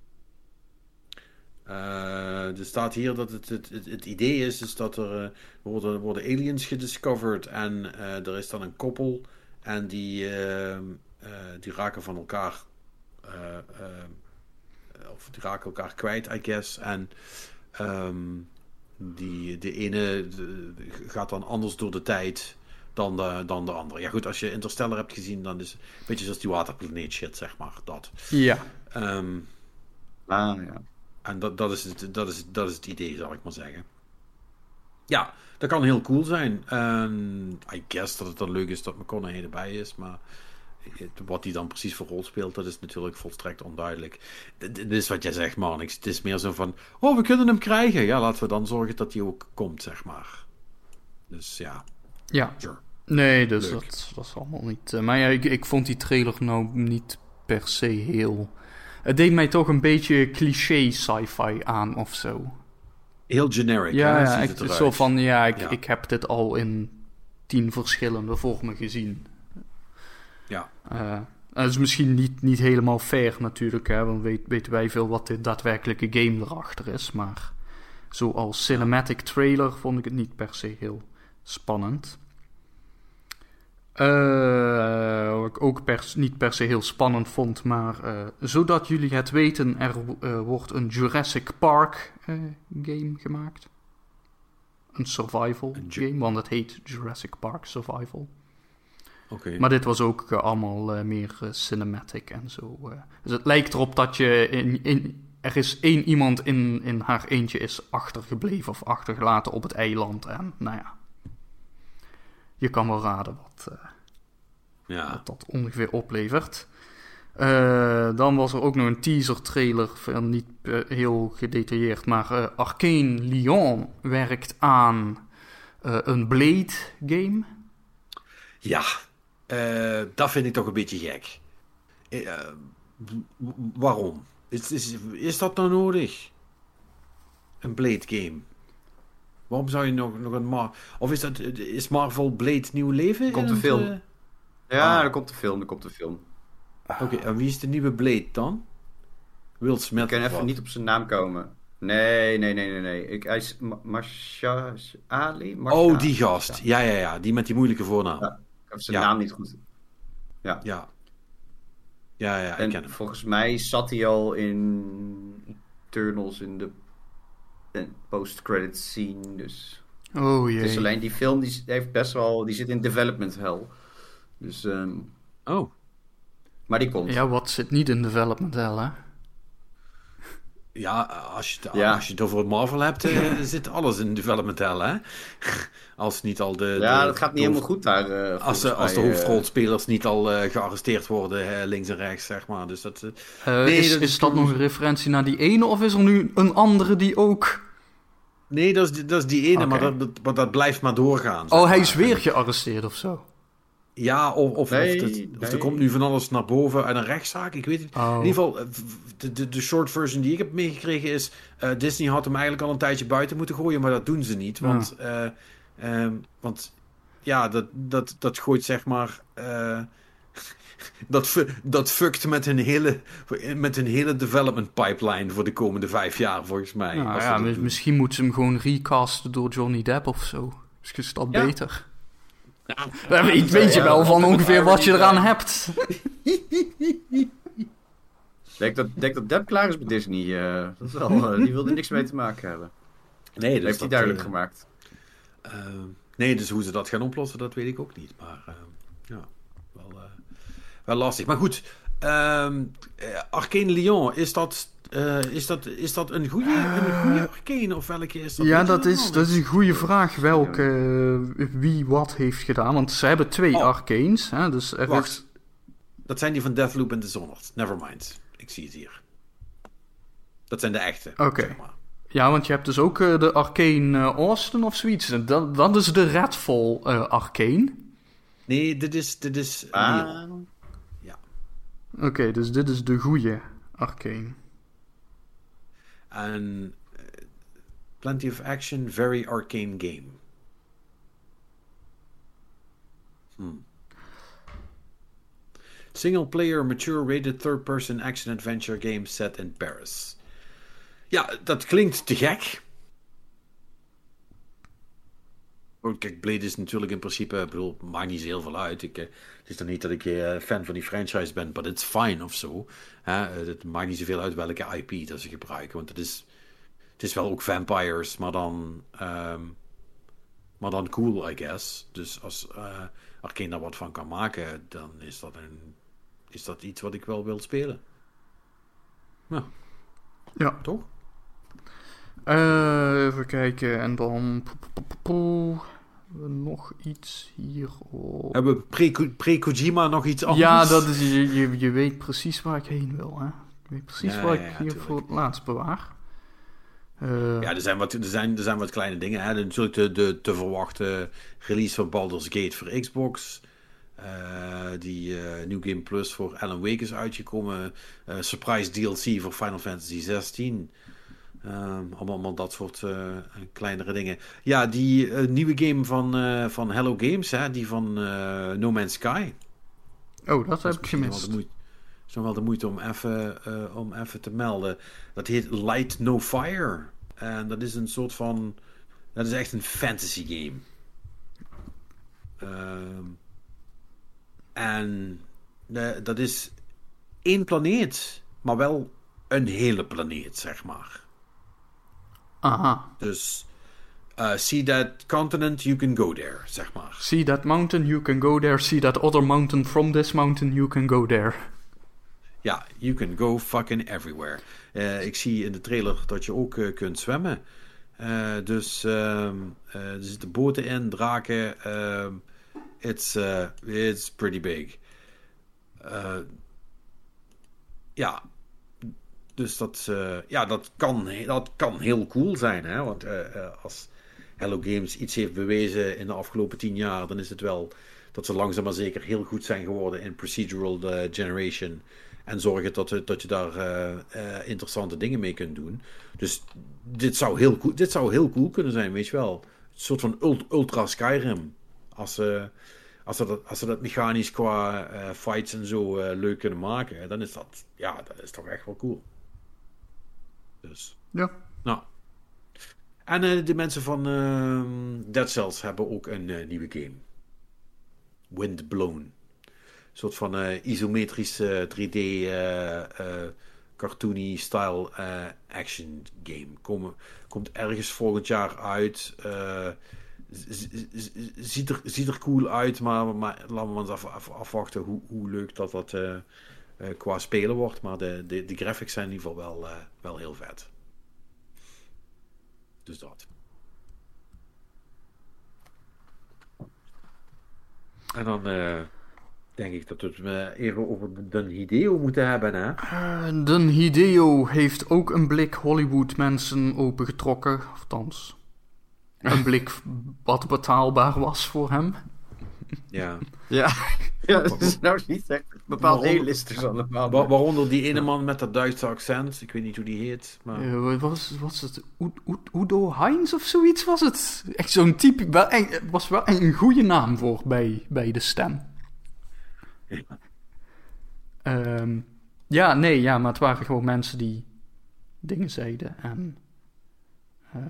Uh, er staat hier dat het, het, het, het idee is, is dat er uh, worden, worden aliens gediscovered en uh, er is dan een koppel en die, uh, uh, die raken van elkaar uh, uh, of die raken elkaar kwijt, I guess. En um, die, de ene de, de gaat dan anders door de tijd dan de, dan de andere. Ja goed, als je Interstellar hebt gezien, dan is het een beetje zoals die waterplaneet shit, zeg maar, dat. Ja. Um, ah, ja. En dat, dat, is het, dat, is, dat is het idee, zal ik maar zeggen. Ja, dat kan heel cool zijn. En I guess dat het dan leuk is dat McConaughey erbij is, maar wat hij dan precies voor rol speelt, dat is natuurlijk volstrekt onduidelijk. Dit is wat jij zegt, Marnix. Het is meer zo van, oh, we kunnen hem krijgen. Ja, laten we dan zorgen dat hij ook komt, zeg maar. Dus ja. Ja. Sure. Nee, dus dat, dat is allemaal niet... Uh, maar ja, ik, ik vond die trailer nou niet per se heel... Het deed mij toch een beetje cliché sci-fi aan of zo. Heel generic. Ja, hè? ja Ziet ik, het het is eruit. zo van, ja ik, Ja. ik heb dit al in tien verschillende vormen gezien. Ja. Uh, dat is misschien niet, niet helemaal fair natuurlijk, hè, want weet, weten wij veel wat de daadwerkelijke game erachter is, maar zo als cinematic trailer vond ik het niet per se heel spannend. Uh, wat ik ook per, niet per se heel spannend vond, maar uh, zodat jullie het weten, er uh, wordt een Jurassic Park uh, game gemaakt. Een survival een ju- game, want het heet Jurassic Park Survival. Okay. Maar dit was ook uh, allemaal uh, meer uh, cinematic en zo. Uh. Dus het lijkt erop dat je... In, in, er is één iemand in, in haar eentje is achtergebleven of achtergelaten op het eiland. En nou ja, je kan wel raden wat, uh, ja. wat dat ongeveer oplevert. Uh, dan was er ook nog een teaser trailer, niet uh, heel gedetailleerd, maar uh, Arcane Lyon werkt aan uh, een Blade game. Ja, uh, dat vind ik toch een beetje gek. Uh, w- waarom? Is, is, is dat nou nodig? Een Blade game? Waarom zou je nog, nog een... Mar- of is, dat, is Marvel Blade nieuw leven? Er komt een film. Uh... Ja, ah. er komt een film, er komt een film. Oké, okay, en wie is de nieuwe Blade dan? Will Smith? Ik kan even wat? niet op zijn naam komen. Nee, nee, nee, nee, nee. Ik, hij is Marsha Ali? Marsha, oh, die gast. Ja, ja, ja. Die met die moeilijke voornaam. Ja, ik heb zijn ja. naam niet goed. Ja. Ja. Ja, ja, en ik ken hem. Volgens mij zat hij al in Eternals in de post-credit scene, dus... Oh jee. Het is alleen die film, die heeft best wel... Die zit in development hell. Dus... Um... Oh. Maar die komt. Ja, wat zit niet in development hell, hè? Ja, als je, het, ja. als je het over het Marvel hebt, uh, zit alles in development hell, hè? Als niet al de... Ja, de, dat gaat niet de, helemaal goed daar. Uh, als, de, als de hoofdrolspelers uh, niet al uh, gearresteerd worden, uh, links en rechts, zeg maar. Dus dat... Uh, uh, nee, is, dat is dat nog een referentie naar die ene, of is er nu een andere die ook... Nee, dat is, dat is die ene, okay. maar, dat, maar dat blijft maar doorgaan. Oh, maar. hij is weer gearresteerd of zo? Ja, of, of, nee, of, het, nee. of er komt nu van alles naar boven uit een rechtszaak. Ik weet het. Oh. In ieder geval, de, de, de short version die ik heb meegekregen is... Uh, Disney had hem eigenlijk al een tijdje buiten moeten gooien, maar dat doen ze niet. Want, ja, uh, um, want, ja dat, dat, dat gooit zeg maar... Uh, dat, dat fuckt met een, hele, met een hele development pipeline voor de komende vijf jaar, volgens mij. Nou, ja, mis, misschien moeten ze hem gewoon recasten door Johnny Depp of zo. Misschien is dat ja. beter. Ja, ja, weet, weet je wel van ongeveer wat je eraan hebt. Denk dat, denk dat Depp klaar is met Disney. Uh, dat is wel, uh, die wilde niks mee te maken hebben. Nee, dat heeft hij duidelijk uh, gemaakt. Uh, nee, dus hoe ze dat gaan oplossen, dat weet ik ook niet. Maar uh, ja, wel, uh, wel lastig. Maar goed, uh, Arcane Lyon, is dat... Uh, is, dat, is dat een goede, een goede Arcane of welke is dat? Ja, dat is, dat is een goede vraag welke, uh, wie wat heeft gedaan. Want ze hebben twee oh. Arcanes. Hè, dus er Wacht, is... dat zijn die van Deathloop en Dishonored. Nevermind, ik zie het hier. Dat zijn de echte. Oké. Okay. Zeg maar. Ja, want je hebt dus ook uh, de Arcane uh, Austin of zoiets. Dat, dat is de Redfall uh, Arcane. Nee, dit is... Dit is ah. Ja. Oké, okay, dus dit is de goede Arcane. En uh, Plenty of Action, very arcane game. Hmm. Single player, mature rated third person action adventure game set in Paris. Ja, dat klinkt te gek. Oh, kijk, Blade is natuurlijk in principe, ik bedoel, maakt niet zo heel veel uit. Ik, uh, het is dan niet dat ik uh, fan van die franchise ben, but it's fine of zo. Uh, het maakt niet zoveel uit welke I P dat ze gebruiken, want het is, het is wel ook vampires, maar dan, um, maar dan cool, I guess. Dus als uh, Arcane daar wat van kan maken, dan is dat, een, is dat iets wat ik wel wil spelen. Ja. Ja. Toch? Uh, even kijken, en dan... Nog iets hierop. Hebben we pre- pre-Kojima nog iets anders? Ja, dat is, je, je, je weet precies waar ik heen wil, hè? Je weet precies ja, waar ja, ik ja, hier tuurlijk. voor het laatst bewaar. Uh, ja, er zijn, wat, er, zijn, er zijn wat kleine dingen. Hè? Natuurlijk de, de te verwachte release van Baldur's Gate voor Xbox. Uh, die uh, New Game Plus voor Alan Wake is uitgekomen. Uh, surprise D L C voor Final Fantasy zestien. Um, allemaal dat soort uh, kleinere dingen. Ja, die uh, nieuwe game van, uh, van Hello Games, hè, die van uh, No Man's Sky. Oh, dat, dat heb ik gemist. Het is nog wel de moeite om even, uh, om even te melden. Dat heet Light No Fire. En dat is een soort van... Dat is echt een fantasy game. Um, en uh, dat is één planeet, maar wel een hele planeet, zeg maar. Aha. Dus uh, see that continent, you can go there, zeg maar. See that mountain, you can go there. See that other mountain from this mountain, you can go there. Ja, you can go fucking everywhere. Uh, ik zie in de trailer dat je ook uh, kunt zwemmen. Uh, dus um, uh, er zitten boten in, draken. Um, it's, uh, it's pretty big. Uh, ja... Dus dat, uh, ja, dat, kan, dat kan heel cool zijn. Hè? Want uh, uh, als Hello Games iets heeft bewezen in de afgelopen tien jaar... dan is het wel dat ze langzaam maar zeker heel goed zijn geworden in procedural uh, generation. En zorgen dat, dat je daar uh, uh, interessante dingen mee kunt doen. Dus dit zou heel cool, dit zou heel cool kunnen zijn, weet je wel. Een soort van ult- ultra Skyrim. Als, uh, als, ze dat, als ze dat mechanisch qua uh, fights en zo uh, leuk kunnen maken... dan is dat, ja, dat is toch echt wel cool. Dus. Ja. Nou. En uh, de mensen van uh, Dead Cells hebben ook een uh, nieuwe game. Windblown. Een soort van uh, isometrische drie D uh, uh, cartoony style uh, action game. Kom, komt ergens volgend jaar uit. Uh, z- z- ziet, er, ziet er cool uit, maar, maar laten we eens af, af, afwachten hoe, hoe leuk dat dat... Uh, Uh, qua spelen wordt, maar de, de, de graphics zijn in ieder geval wel, uh, wel heel vet. Dus dat. En dan uh, denk ik dat we het uh, even over Den Hideo moeten hebben, hè? Uh, Den Hideo heeft ook een blik Hollywood mensen opengetrokken, althans. Een blik wat betaalbaar was voor hem. Ja. Ja, ja dat is nou niet echt bepaald A-listers allemaal. Waar, waaronder die ene man met dat Duitse accent. Ik weet niet hoe die heet. Maar... Uh, wat was, was het? U, U, Udo Heinz of zoiets was het? Echt zo'n type... Wel, het was wel een goede naam voor bij, bij de stem. Ja. Um, ja, nee, ja, maar het waren gewoon mensen die dingen zeiden. En... Uh,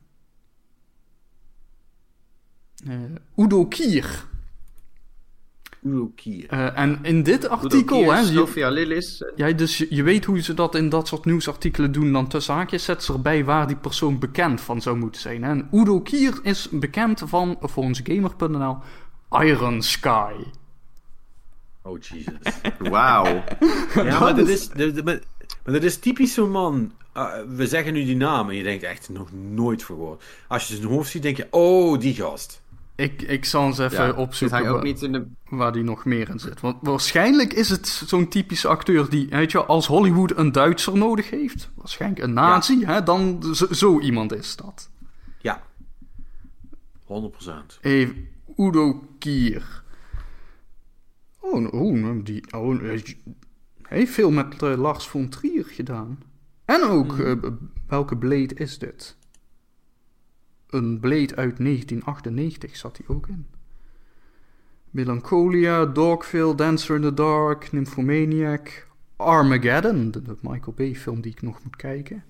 uh, Udo Kier... Udo Kier. Uh, en in dit artikel... Kier, hè, Sofia Lillis. Ja, dus je, je weet hoe ze dat in dat soort nieuwsartikelen doen. Dan tussen haakjes zet ze erbij waar die persoon bekend van zou moeten zijn. Hè. En Udo Kier is bekend van, volgens Gamer punt n l, Iron Sky. Oh, Jesus. Wauw. Ja, maar dat is, dat, dat, maar dat is typisch zo'n man. Uh, we zeggen nu die naam en je denkt echt nog nooit verhoord. Als je zijn hoofd ziet, denk je, oh, die gast. Ik, ik zal eens even ja, opzoeken hij ook waar, niet in de... waar die nog meer in zit. Want waarschijnlijk is het zo'n typische acteur die, weet je, als Hollywood een Duitser nodig heeft, waarschijnlijk een nazi, ja. hè, dan zo, zo iemand is dat. Ja, honderd procent. Even, Udo Kier. Oh, oh, die, oh, hij heeft veel met uh, Lars von Trier gedaan. En ook, mm. uh, welke Blade is dit? Een Blade uit negentien achtennegentig zat hij ook in. Melancholia, Dogville, Dancer in the Dark, Nymphomaniac, Armageddon, de, de Michael Bay film die ik nog moet kijken.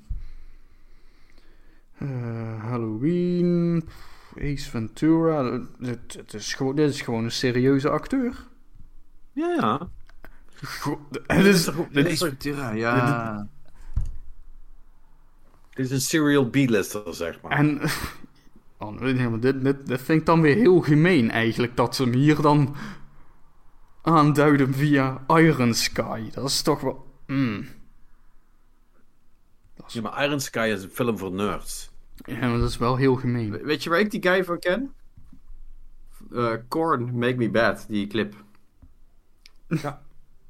Uh, Halloween, Ace Ventura. Dit, dit, is gewoon, dit is gewoon een serieuze acteur. Ja, ja. Go- dit is, dit is, Ace Ventura, ja. Dit, dit is een serial B-lister, zeg maar. En... Oh, dit, dit, dit vind ik dan weer heel gemeen eigenlijk, dat ze hem hier dan aanduiden via Iron Sky. Dat is toch wel... Mm. Dat is... Ja, maar Iron Sky is een film voor nerds. Ja, maar dat is wel heel gemeen. We, weet je waar ik die guy voor ken? Uh, Korn, Make Me Bad, die clip. Ja.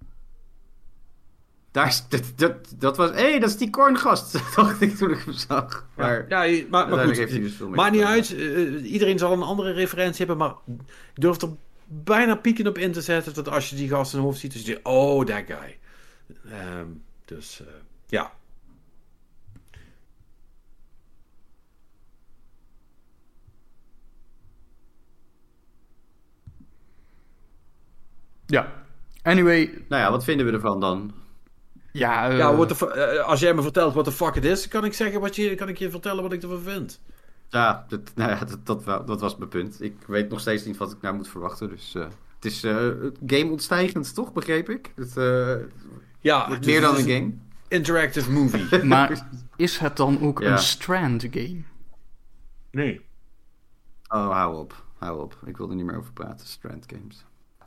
Daar, dat, dat, dat was... Hé, hey, dat is die Korn-gast, dacht ik toen ik hem zag. Maar, ja, ja, maar, maar goed, heeft hij dus veel maakt niet uit. Uh, iedereen zal een andere referentie hebben, maar ik durf er bijna pieken op in te zetten dat als je die gast in zijn hoofd ziet, dus je denkt, oh, that guy. Um, dus, uh, ja. Ja, anyway. Nou ja, wat vinden we ervan dan? Ja, uh... ja what the, uh, als jij me vertelt wat de fuck het is, kan ik, zeggen wat je, kan ik je vertellen wat ik ervan vind. Ja, dat, nou ja dat, dat, dat was mijn punt. Ik weet nog steeds niet wat ik nou moet verwachten. Dus uh, het is uh, game ontstijgend, toch? Begreep ik? Het, uh, ja, het meer dan een game. Interactive movie. Maar is het dan ook ja. een Strand game? Nee. Oh, hou op. Hou op. Ik wil er niet meer over praten. Strand games.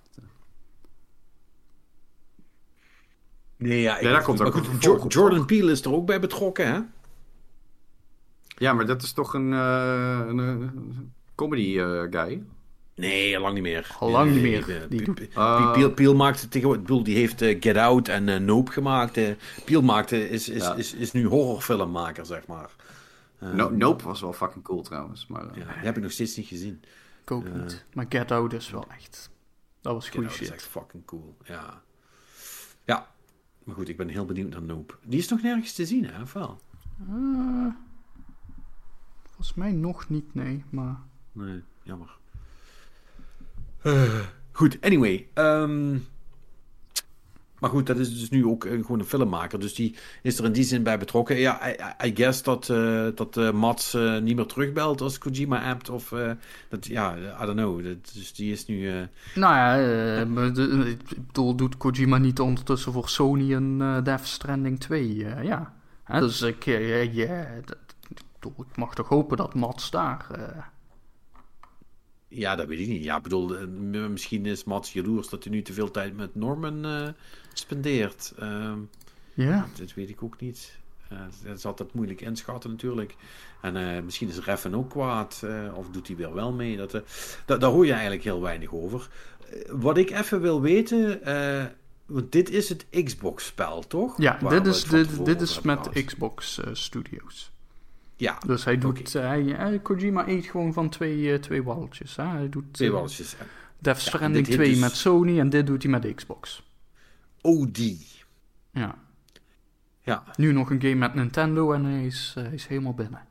Nee, ja. Ik, ja daar komt ook goed, jo- Jordan Peele is er ook bij betrokken, hè? Ja, maar dat is toch een, uh, een, een comedy uh, guy? Nee, lang niet meer. Al lang niet nee, meer. Nee, die P- P- uh, Peele, Peele maakte tegenwoordig, bedoel, die heeft uh, Get Out en uh, Nope gemaakt. Uh, Peele maakte, is, is, ja. is, is, is nu horrorfilmmaker, zeg maar. Uh, no, Nope was wel fucking cool trouwens. Maar, uh, ja, die heb ik nog steeds niet gezien. Ik ook uh, niet. Maar Get Out is wel echt... Dat was goede shit. Dat is echt fucking cool, ja. Ja, maar goed, ik ben heel benieuwd naar Nope. Die is nog nergens te zien, hè, of wel? Uh, volgens mij nog niet, nee, maar... Nee, jammer. Uh, goed, anyway. Um, maar goed, dat is dus nu ook uh, gewoon een filmmaker. Dus die is er in die zin bij betrokken. Ja, I, I guess dat, uh, dat uh, Mats uh, niet meer terugbelt als Kojima appt. Of, uh, dat, ja, I don't know. Dat, dus die is nu... Uh... Nou ja, uh, de, ik bedoel, doet Kojima niet ondertussen voor Sony een uh, Death Stranding twee? Uh, ja. Hè? Dus ik, uh, yeah, dat, ik, bedoel, ik mag toch hopen dat Mats daar... Uh... Ja, dat weet ik niet. Ja, ik bedoel, misschien is Mats jaloers dat hij nu te veel tijd met Norman uh, spendeert. Uh, ja. Dat weet ik ook niet. Uh, dat is altijd moeilijk inschatten natuurlijk. En uh, misschien is Reffen ook kwaad. Uh, of doet hij weer wel mee. Dat, uh, da- daar hoor je eigenlijk heel weinig over. Uh, wat ik even wil weten... Uh, want dit is het Xbox-spel, toch? Ja, dit is, dit, dit is met gehad. Xbox uh, Studios. Ja. Dus hij doet... Okay. Uh, hij, Kojima eet gewoon van twee, uh, twee walletjes. Hè? Hij doet... Twee walletjes. Uh, Death Stranding ja, twee dus... met Sony en dit doet hij met Xbox. Oh, die. Ja. Ja. Nu nog een game met Nintendo en hij is, uh, hij is helemaal binnen.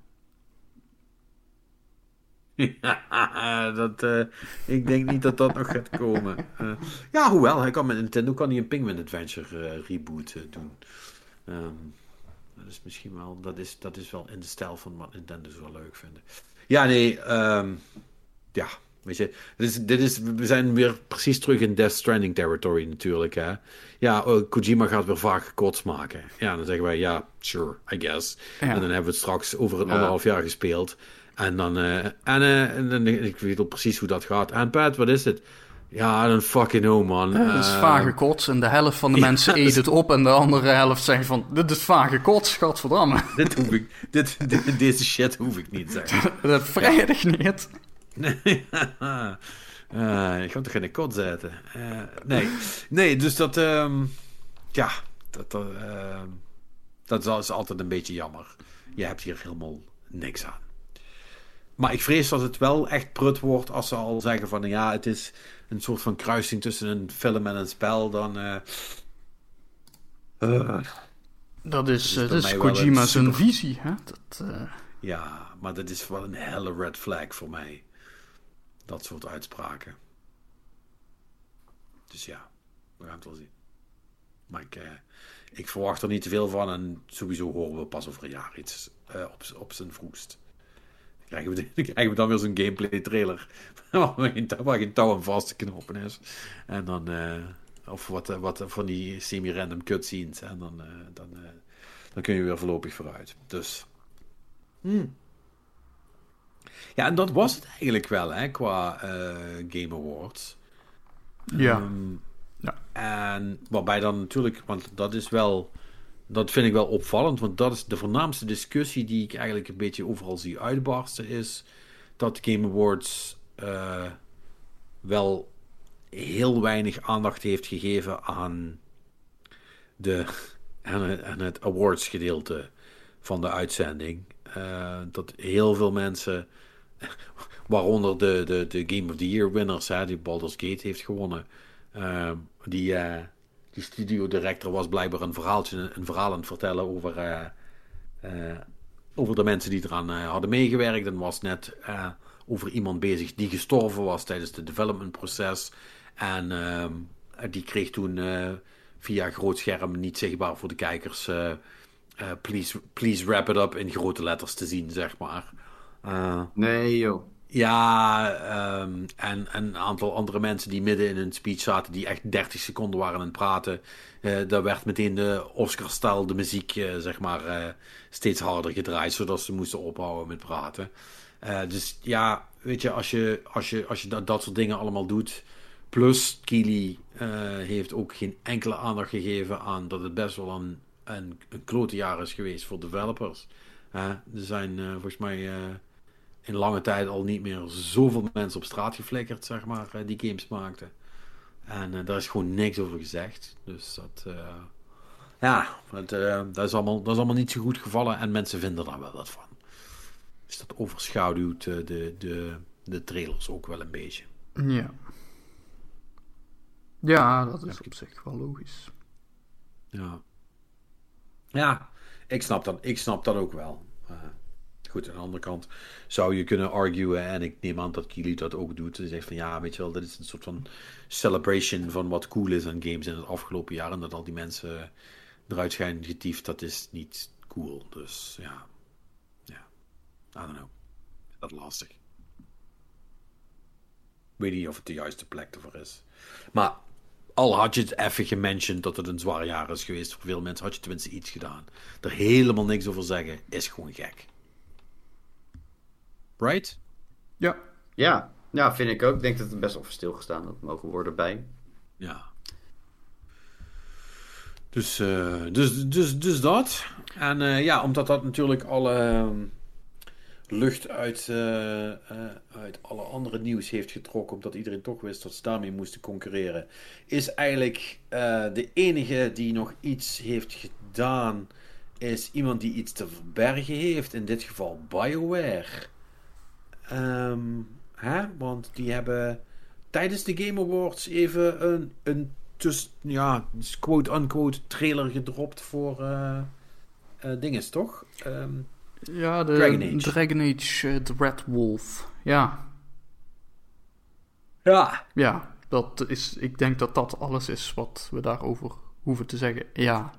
Ja, dat, uh, ik denk niet dat dat nog gaat komen. Uh, ja, hoewel, hij kan met Nintendo kan hij een Penguin Adventure uh, reboot uh, doen. Um, dat is misschien wel, dat is, dat is wel in de stijl van wat Nintendo zo leuk vinden. Ja, nee, um, ja, weet je, dit is, dit is, we zijn weer precies terug in Death Stranding territory natuurlijk, hè. Ja, uh, Kojima gaat weer vaak gekots maken. Ja, dan zeggen wij, ja, sure, I guess. Ja. En dan hebben we het straks over een ja. anderhalf jaar gespeeld. En dan, uh, en, uh, en dan, ik weet al precies hoe dat gaat. En Pat, wat is het? Ja, dan fucking no, man. Ja, dat is vage kots en de helft van de ja, mensen eet het op en de andere helft zegt van, dit is vage kots, godverdamme. Dit hoef ik, dit, dit, deze shit hoef ik niet, zeg. Dat vrijdag niet. Nee, uh, ik ga toch geen kot zetten. Uh, nee, nee, dus dat, um, ja, dat, uh, dat is altijd een beetje jammer. Je hebt hier helemaal niks aan. Maar ik vrees dat het wel echt prut wordt als ze al zeggen van ja, het is een soort van kruising tussen een film en een spel. Dan, uh, uh, dat is, dat is, is Kojima zijn super... visie. Hè? Dat, uh... Ja, maar dat is wel een helle red flag voor mij. Dat soort uitspraken. Dus ja, we gaan het wel zien. Maar ik, uh, ik verwacht er niet te veel van en sowieso horen we pas over een jaar iets uh, op, op zijn vroegst. Krijgen we, dan krijgen we dan weer zo'n gameplay trailer waar geen, waar geen touw aan vast te knopen is. En dan, uh, of wat, wat van die semi-random cutscenes. En dan, uh, dan, uh, dan kun je weer voorlopig vooruit. Dus. Hmm. Ja, en dat was het eigenlijk wel, hè, qua uh, Game Awards. Ja. Um, ja. En waarbij dan natuurlijk, want dat is wel. Dat vind ik wel opvallend, want dat is de voornaamste discussie die ik eigenlijk een beetje overal zie uitbarsten, is dat Game Awards uh, wel heel weinig aandacht heeft gegeven aan, de, aan, het, aan het awards gedeelte van de uitzending. Uh, dat heel veel mensen, waaronder de, de, de Game of the Year winners, hè, die Baldur's Gate heeft gewonnen, uh, die... Uh, Die studiodirector was blijkbaar een verhaaltje, een verhaal aan het vertellen over, uh, uh, over de mensen die eraan uh, hadden meegewerkt. En was net uh, over iemand bezig die gestorven was tijdens het developmentproces. En, uh, die kreeg toen uh, via groot scherm niet zichtbaar voor de kijkers uh, uh, please, please wrap it up in grote letters te zien, zeg maar. Uh, nee, joh. Ja, um, en, en een aantal andere mensen die midden in een speech zaten, die echt dertig seconden waren aan het praten. Uh, daar werd meteen de Oscar-stijl, de muziek, uh, zeg maar, uh, steeds harder gedraaid, zodat ze moesten ophouden met praten. Uh, dus ja, weet je, als je, als je, als je dat, dat soort dingen allemaal doet. Plus, Keighley uh, heeft ook geen enkele aandacht gegeven aan dat het best wel een, een, een klote jaar is geweest voor developers. Uh, er zijn uh, volgens mij uh, in lange tijd al niet meer zoveel mensen op straat geflikkerd, zeg maar, uh, die games maakten. En uh, daar is gewoon niks over gezegd. Dus dat, uh, ja, dat, uh, dat, is allemaal, dat is allemaal niet zo goed gevallen en mensen vinden daar wel wat van. Dus dat overschaduwt uh, de, de, de trailers ook wel een beetje. Ja. Ja, dat is op zich wel logisch. Ja. Ja, ik snap dat, ik snap dat ook wel. Uh, goed, aan de andere kant zou je kunnen arguen, en ik neem aan dat Keighley dat ook doet. Hij zegt van ja, weet je wel, dit is een soort van celebration van wat cool is aan games in het afgelopen jaar. En dat al die mensen eruit schijnen getiefd, dat is niet cool. Dus ja, ja, I don't know. Dat is lastig. Ik weet niet of het de juiste plek ervoor is. Maar al had je het even gementiond dat het een zwaar jaar is geweest voor veel mensen, had je tenminste iets gedaan. Er helemaal niks over zeggen is gewoon gek. Right? Ja. Ja, ja, vind ik ook. Ik denk dat het best wel stilgestaan had mogen worden bij. Ja. Dus, uh, dus, dus, dus dat. En uh, ja, omdat dat natuurlijk alle uh, lucht uit, uh, uh, uit alle andere nieuws heeft getrokken, omdat iedereen toch wist dat ze daarmee moesten concurreren, is eigenlijk uh, de enige die nog iets heeft gedaan, is iemand die iets te verbergen heeft. In dit geval BioWare. Um, hè? Want die hebben tijdens de Game Awards even een, een tuss, ja, quote-unquote trailer gedropt voor uh, uh, dinges, toch? Um, ja, de Dragon Age. Dragon Age, uh, The Red Wolf. Ja. Ja. Ja, dat is, ik denk dat dat alles is wat we daarover hoeven te zeggen. Ja.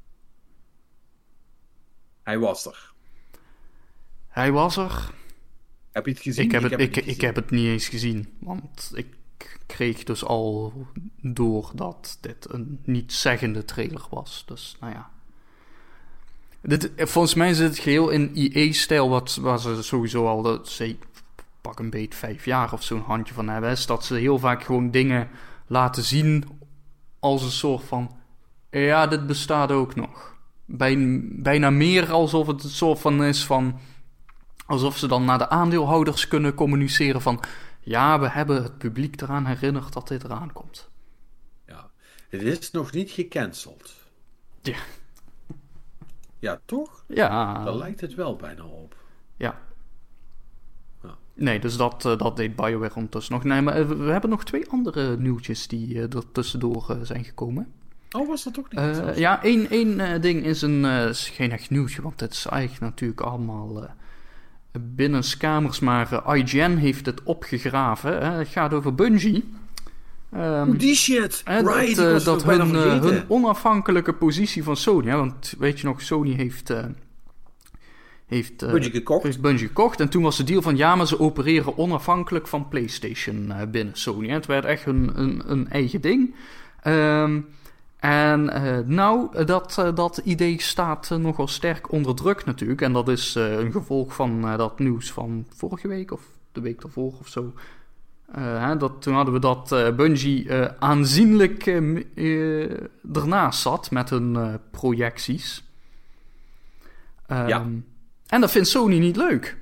Hij was er. Hij was er. Heb je het gezien? Ik heb het, ik, ik, heb het ik heb het niet eens gezien. Want ik kreeg dus al door dat dit een niet-zeggende trailer was. Dus, nou ja. Dit, volgens mij zit het geheel in E A-stijl, wat, waar ze sowieso al, dat ze pak een beet vijf jaar of zo'n handje van hebben. Is dat ze heel vaak gewoon dingen laten zien als een soort van, ja, dit bestaat ook nog. Bij, bijna meer alsof het een soort van is van, alsof ze dan naar de aandeelhouders kunnen communiceren van, ja, we hebben het publiek eraan herinnerd dat dit eraan komt. Ja, het is nog niet gecanceld. Ja. Ja, toch? Ja. Daar lijkt het wel bijna op. Ja. ja. Nee, dus dat, uh, dat deed BioWare ondertussen nog. Nee, maar uh, we hebben nog twee andere nieuwtjes die uh, er tussendoor uh, zijn gekomen. Oh, was dat toch niet? Uh, ja, één, één uh, ding is een uh, is geen echt nieuwtje, want het is eigenlijk natuurlijk allemaal uh, binnenskamers, maar uh, I G N heeft het opgegraven. Uh, het gaat over Bungie. Um, die shit! Uh, right, dat uh, dat hun, uh, hun onafhankelijke positie van Sony, hè, want weet je nog, Sony heeft... Uh, heeft uh, Bungie gekocht. Heeft Bungie gekocht. En toen was de deal van, ja, maar ze opereren onafhankelijk van PlayStation uh, binnen Sony. Hè. Het werd echt een, een, een eigen ding. Um, en uh, nou, dat, uh, dat idee staat uh, nogal sterk onder druk natuurlijk. En dat is uh, een gevolg van uh, dat nieuws van vorige week of de week daarvoor of zo. Uh, hè, dat, toen hadden we dat uh, Bungie uh, aanzienlijk uh, uh, ernaast zat met hun uh, projecties. Um, ja. En dat vindt Sony niet leuk.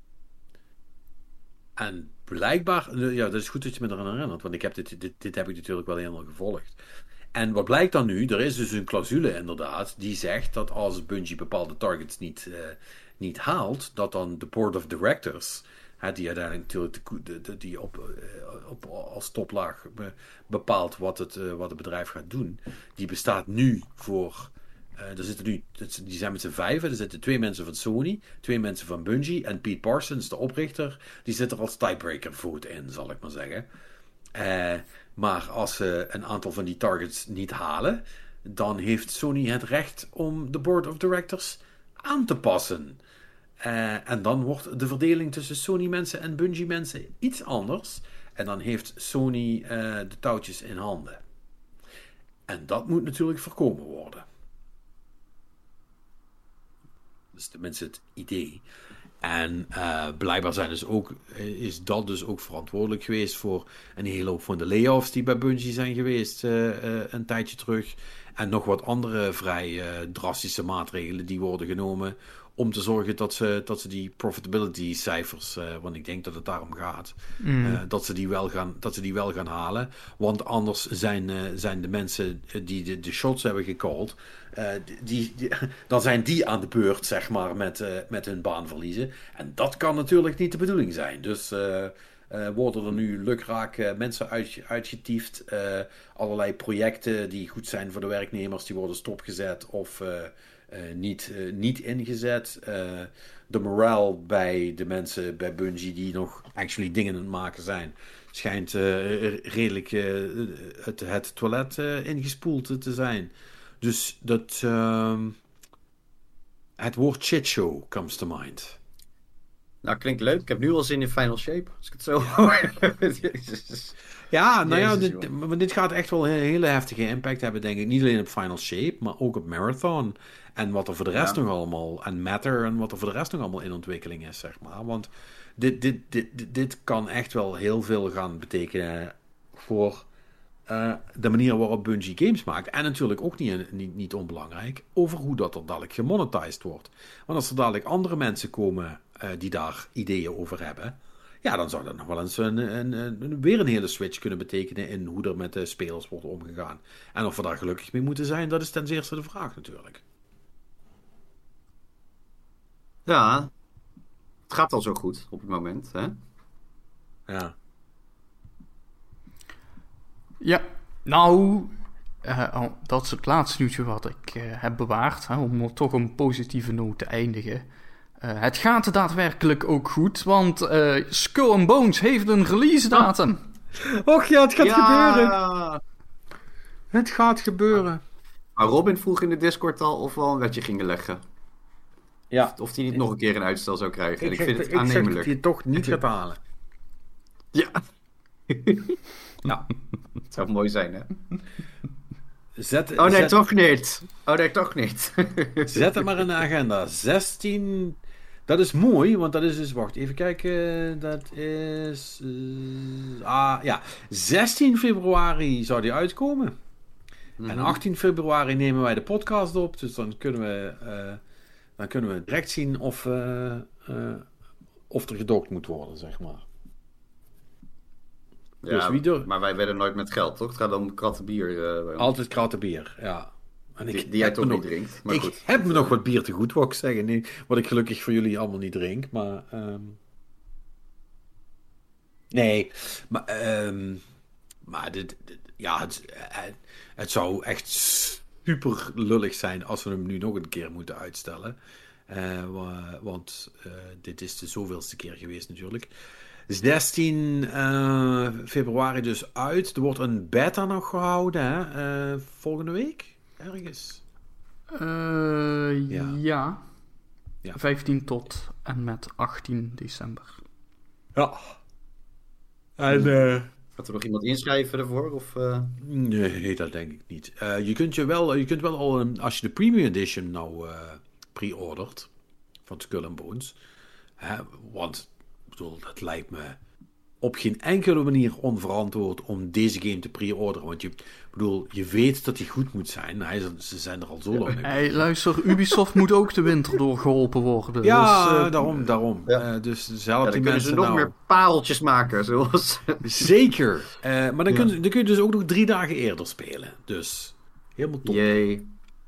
En blijkbaar, ja, dat is goed dat je me eraan herinnert, want ik heb dit, dit, dit heb ik natuurlijk wel helemaal gevolgd. En wat blijkt dan nu? Er is dus een clausule inderdaad die zegt dat als Bungie bepaalde targets niet, uh, niet haalt, dat dan de board of directors, hè, die uiteindelijk natuurlijk de, de, die op, uh, op, als toplaag bepaalt wat het, uh, wat het bedrijf gaat doen, die bestaat nu voor... Uh, er zitten nu, die zijn met z'n vijven. Er zitten twee mensen van Sony, twee mensen van Bungie en Pete Parsons, de oprichter, die zit er als tiebreaker vote in, zal ik maar zeggen. Uh, maar als ze een aantal van die targets niet halen, dan heeft Sony het recht om de Board of Directors aan te passen. Uh, en dan wordt de verdeling tussen Sony-mensen en Bungie-mensen iets anders. En dan heeft Sony uh, de touwtjes in handen. En dat moet natuurlijk voorkomen worden. Dat is tenminste het idee. En uh, blijkbaar zijn dus ook, is dat dus ook verantwoordelijk geweest voor een hele hoop van de layoffs die bij Bungie zijn geweest uh, uh, een tijdje terug. En nog wat andere vrij uh, drastische maatregelen die worden genomen om te zorgen dat ze, dat ze die profitability cijfers, uh, want ik denk dat het daarom gaat, mm. uh, dat, ze die wel gaan, dat ze die wel gaan halen. Want anders zijn, uh, zijn de mensen die de, de shots hebben gecalled, uh, die, die, dan zijn die aan de beurt, zeg maar, met, uh, met hun baan verliezen. En dat kan natuurlijk niet de bedoeling zijn. Dus uh, uh, worden er nu lukraak uh, mensen uit, uitgetiefd. Uh, allerlei projecten die goed zijn voor de werknemers, die worden stopgezet of Uh, Uh, niet, uh, niet ingezet. Uh, de morale bij de mensen bij Bungie die nog actually dingen aan het maken zijn, schijnt uh, redelijk uh, het, het toilet uh, ingespoeld te zijn. Dus dat uh, het woord shitshow comes to mind. Nou, klinkt leuk. Ik heb nu al zin in Final Shape, als ik het zo hoor. Ja, nou ja, dit, dit gaat echt wel een hele heftige impact hebben, denk ik. Niet alleen op Final Shape, maar ook op Marathon. En wat er voor de rest ja. nog allemaal, en Matter, en wat er voor de rest nog allemaal in ontwikkeling is, zeg maar. Want dit, dit, dit, dit, dit kan echt wel heel veel gaan betekenen voor uh, de manier waarop Bungie games maakt. En natuurlijk ook niet, niet, niet onbelangrijk, over hoe dat er dadelijk gemonetized wordt. Want als er dadelijk andere mensen komen uh, die daar ideeën over hebben, ja, dan zou dat nog wel eens een, een, een, weer een hele switch kunnen betekenen in hoe er met de spelers wordt omgegaan. En of we daar gelukkig mee moeten zijn, dat is ten eerste de vraag natuurlijk. Ja, het gaat al zo goed op het moment, hè? Ja. Ja, nou, uh, dat is het laatste nieuwtje wat ik uh, heb bewaard, hè, om toch een positieve noot te eindigen. Uh, het gaat daadwerkelijk ook goed, want uh, Skull and Bones heeft een release datum. Oh. Och ja, het gaat ja. gebeuren. Het gaat gebeuren. Maar Robin vroeg in de Discord al of we al een wetje gingen leggen. Ja. Of hij niet nog een keer een uitstel zou krijgen. En ik, ik vind het ik aannemelijk. Ik zeg dat hij het toch niet gaat halen. Ja. Ja. Het zou mooi zijn, hè? Zet, oh nee, zet, toch niet. Oh nee, toch niet. Zet het maar in de agenda. zestien... Dat is mooi, want dat is dus... Wacht, even kijken. Dat is... Uh, ah, ja. zestien februari zou die uitkomen. Mm-hmm. En achttien februari nemen wij de podcast op. Dus dan kunnen we... Uh, dan kunnen we direct zien of, uh, uh, of er gedokt moet worden, zeg maar. Ja, dus wie door... maar wij werden nooit met geld, toch? Het gaat om kratten bier. Uh, Altijd kratten bier, ja. En ik die, die jij toch niet drinkt. Maar ik goed. heb me nog wat bier te goed, wou ik zeggen. Nee, wat ik gelukkig voor jullie allemaal niet drink, maar... Um... Nee, maar... Um... Maar dit... dit ja, het, het, het zou echt super lullig zijn als we hem nu nog een keer moeten uitstellen. Uh, want uh, dit is de zoveelste keer geweest natuurlijk. zestien uh, februari dus uit. Er wordt een beta nog gehouden, hè? Uh, volgende week? Ergens? Uh, ja. ja. ja. vijftien tot en met achttien december. Ja. En... Uh, Gaat er nog iemand inschrijven ervoor? Of, uh... Nee, dat denk ik niet. Uh, je kunt je wel, je kunt wel al, een, als je de Premium Edition nou uh, pre-ordert van Skull and Bones, hè, want ik bedoel, dat lijkt me op geen enkele manier onverantwoord om deze game te pre-orderen. Want je, bedoel, je weet dat hij goed moet zijn. Hij, ze zijn er al zo lang. Hey, luister, Ubisoft moet ook de winter doorgeholpen worden. Ja, dus, uh, daarom. daarom. Ja. Uh, dus zelf ja, die mensen ze nog nou... meer pareltjes maken. Zoals... Zeker. Uh, maar dan, ja. kun, dan kun je dus ook nog drie dagen eerder spelen. Dus helemaal top. Jee.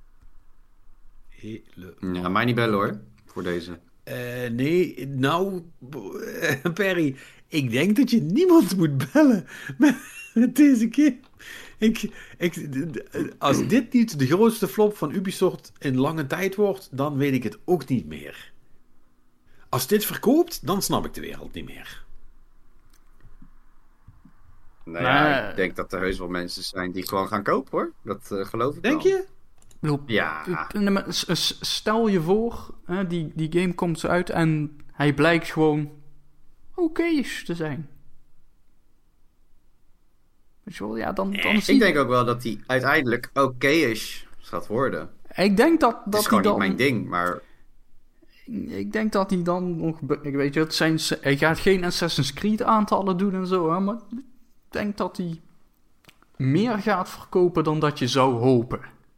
Helemaal. Ja, mij niet bellen hoor. Voor deze. Uh, nee, nou, Perry, ik denk dat je niemand moet bellen met deze game. Ik, ik, als dit niet de grootste flop van Ubisoft in lange tijd wordt, dan weet ik het ook niet meer. Als dit verkoopt, dan snap ik de wereld niet meer. Nou ja, uh, ik denk dat er heus wel mensen zijn die gewoon gaan kopen, hoor. Dat uh, geloof ik Denk wel. je? Ja. Stel je voor, hè, die, die game komt uit en hij blijkt gewoon oké te zijn. Weet je wel, ja, dan, dan Ik denk ook wel dat hij uiteindelijk oké-ish gaat worden. Ik denk dat, dat het is gewoon dan... niet mijn ding, maar... Ik denk dat hij dan nog... Ik weet je, het zijn, hij gaat geen Assassin's Creed aantallen doen en zo, hè, maar ik denk dat hij meer gaat verkopen dan dat je zou hopen.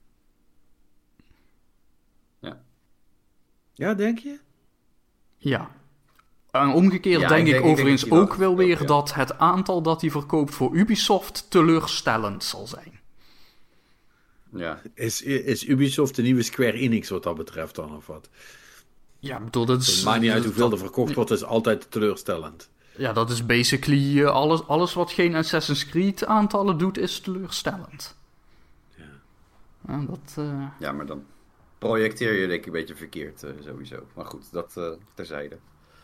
Ja. Ja, denk je? Ja. En omgekeerd ja, denk ik, denk, ik overigens ik denk ook wel weer ja. dat het aantal dat hij verkoopt voor Ubisoft teleurstellend zal zijn. Ja. Is, is Ubisoft de nieuwe Square Enix wat dat betreft dan, of wat? Ja, bedoel, dat is... Het maakt niet uit hoeveel er verkocht wordt, is altijd teleurstellend. Ja, dat is basically uh, alles, alles wat geen Assassin's Creed aantallen doet, is teleurstellend. Ja. Ja, dat, uh... ja maar dan projecteer je denk ik een beetje verkeerd, uh, sowieso. Maar goed, dat uh, terzijde.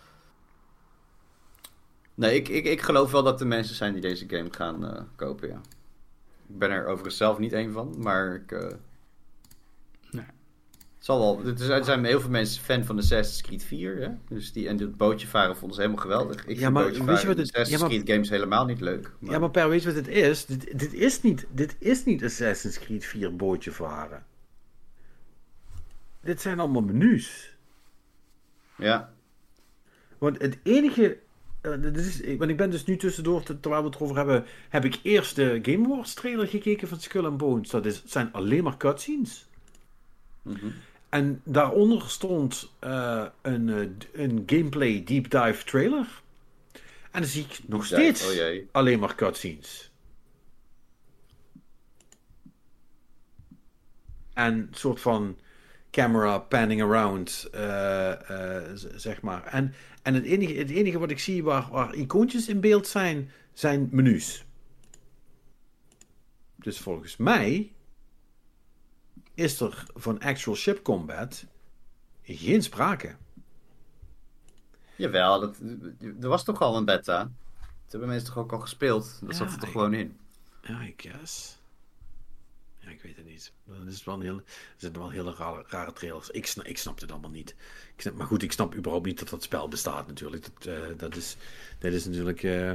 Nee, ik, ik, ik geloof wel dat er mensen zijn die deze game gaan uh, kopen, ja. Ik ben er overigens zelf niet één van, maar ik... Uh... Nee. Het zal wel... Er zijn heel veel mensen fan van Assassin's Creed vier, hè? Dus die, en het bootje varen vonden ze helemaal geweldig. Ik ja, maar vind weet je wat het... Assassin's ja, maar... Creed games helemaal niet leuk. Maar... Ja, maar Per, weet je wat het is? Dit, dit, is niet, dit is niet Assassin's Creed vier bootje varen. Dit zijn allemaal menus. Ja. Want het enige... Uh, dit is, want ik ben dus nu tussendoor, terwijl we het erover hebben, heb ik eerst de Game Awards trailer gekeken van Skull and Bones. Dat is, zijn alleen maar cutscenes. Mm-hmm. En daaronder stond uh, een, uh, een gameplay deep dive trailer. En dan zie ik nog deep steeds dive, oh alleen maar cutscenes. En een soort van camera panning around, uh, uh, zeg maar. En, en het, enige, het enige wat ik zie waar, waar icoontjes in beeld zijn, zijn menus. Dus volgens mij is er van actual ship combat geen sprake. Jawel, dat, er was toch al een beta. Dat hebben mensen toch ook al gespeeld. Dat ja, zat er toch I, gewoon in. Ja, I guess. Ja, ik weet het niet. Dat is wel een hele, er zitten wel hele rare, rare trailers. Ik snap, ik snap het allemaal niet. Ik snap, maar goed, ik snap überhaupt niet dat dat spel bestaat natuurlijk. Dat, uh, dat, is, dat is natuurlijk... Uh, uh,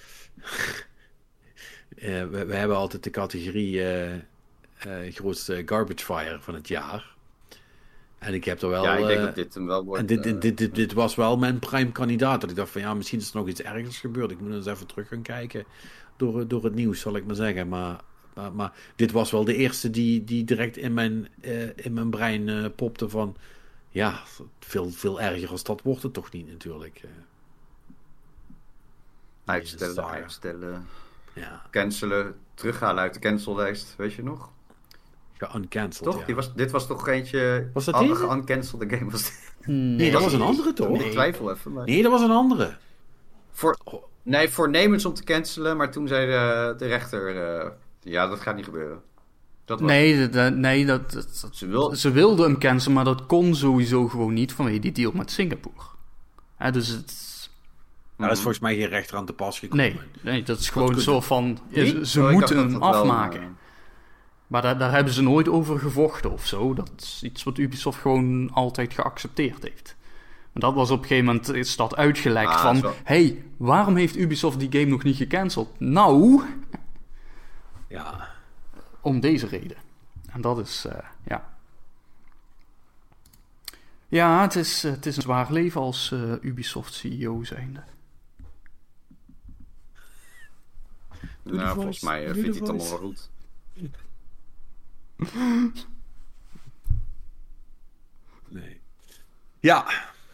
we, we hebben altijd de categorie uh, uh, grootste garbage fire van het jaar. En ik heb er wel... Ja, ik denk uh, dat dit hem wel wordt... En dit, dit, dit, dit, dit was wel mijn prime kandidaat. Dat ik dacht van ja, misschien is er nog iets ergers gebeurd. Ik moet eens even terug gaan kijken door, door het nieuws, zal ik maar zeggen. Maar... Maar, maar dit was wel de eerste die, die direct in mijn, uh, in mijn brein uh, popte van... Ja, veel, veel erger als dat wordt het toch niet natuurlijk. Uh, uitstellen, uitstellen. Ja. Cancelen, terughalen uit de cancellijst, weet je nog? Ja, uncancelled, toch? Ja. Die was, dit was toch eentje... Was dat een deze? Uncancelled game was dit. Nee, nee, dat was een andere toch? Nee. Ik twijfel even. Maar... Nee, dat was een andere. Voor, nee, voornemens om te cancelen, maar toen zei de, de rechter... Uh, ja, dat gaat niet gebeuren. Dat was... Nee, de, nee dat, dat, dat, ze, wil... ze wilden hem cancelen, maar dat kon sowieso gewoon niet vanwege die deal met Singapore. Hè, dus het... Nou, dat is volgens mij geen rechter aan te pas gekomen. Nee, nee dat is gewoon zo van... Nee? Ze, ze oh, moeten hem afmaken. Wel, uh... Maar daar, daar hebben ze nooit over gevochten of zo. Dat is iets wat Ubisoft gewoon altijd geaccepteerd heeft. En dat was op een gegeven moment is dat uitgelekt ah, van... Hé, hey, waarom heeft Ubisoft die game nog niet gecanceld? Nou... Ja. Om deze reden. En dat is, uh, ja... Ja, het is, uh, het is een zwaar leven als uh, Ubisoft C E O zijnde. Nou, volgens mij uh, vindt hij het allemaal wel goed. Nee. Ja.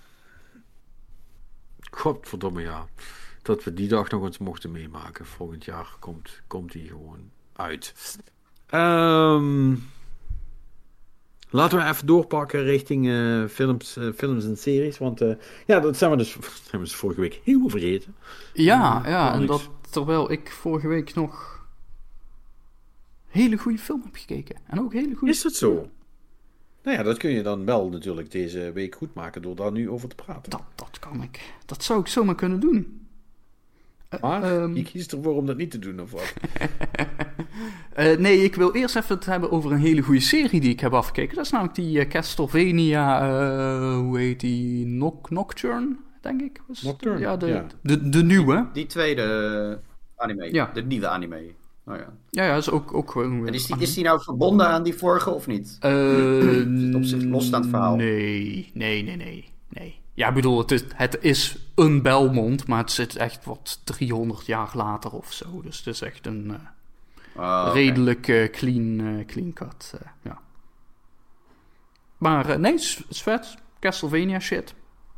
Godverdomme, ja. Dat we die dag nog eens mochten meemaken. Volgend jaar komt, komt die gewoon uit. Um, laten we even doorpakken richting uh, films, uh, films en series. Want uh, ja, dat zijn we dus, zijn we dus vorige week helemaal vergeten. Ja, uh, ja en dat terwijl ik vorige week nog hele goede film heb gekeken. En ook hele goede... Is dat zo? Nou ja, dat kun je dan wel natuurlijk deze week goed maken door daar nu over te praten. Dat, dat kan ik. Dat zou ik zomaar kunnen doen. Maar um, je kiest ervoor om dat niet te doen, of wat? uh, nee, ik wil eerst even het hebben over een hele goede serie die ik heb afgekeken. Dat is namelijk die uh, Castlevania, uh, hoe heet die? Noc- Nocturne, denk ik. Was Nocturne, ja, de, ja. De, de, de nieuwe. Die, die tweede anime, ja. De nieuwe anime. Oh, ja. Ja, ja, is ook, ook gewoon... En is die, is die nou verbonden aan die vorige of niet? Uh, is het op zich losstaand verhaal? Nee, nee, nee, nee. nee. Ja, ik bedoel, het is, het is een Belmont, maar het zit echt wat driehonderd jaar later of zo. Dus het is echt een uh, oh, okay. redelijk uh, clean, uh, clean cut. Uh, ja. Maar uh, nee, het is, is vet. Castlevania shit.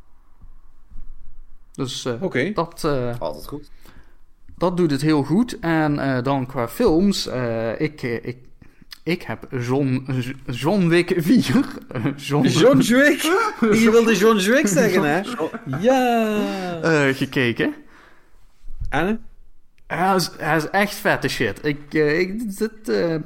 Dus uh, okay. dat... Uh, Altijd goed. Dat doet het heel goed. En uh, dan qua films, uh, ik... Uh, ik Ik heb John, John Wick vier. John, John Wick? Je wilde John Wick zeggen, hè? Ja. Uh, gekeken. En? Hij is, hij is echt vette shit. Ik, uh, ik, dit, uh,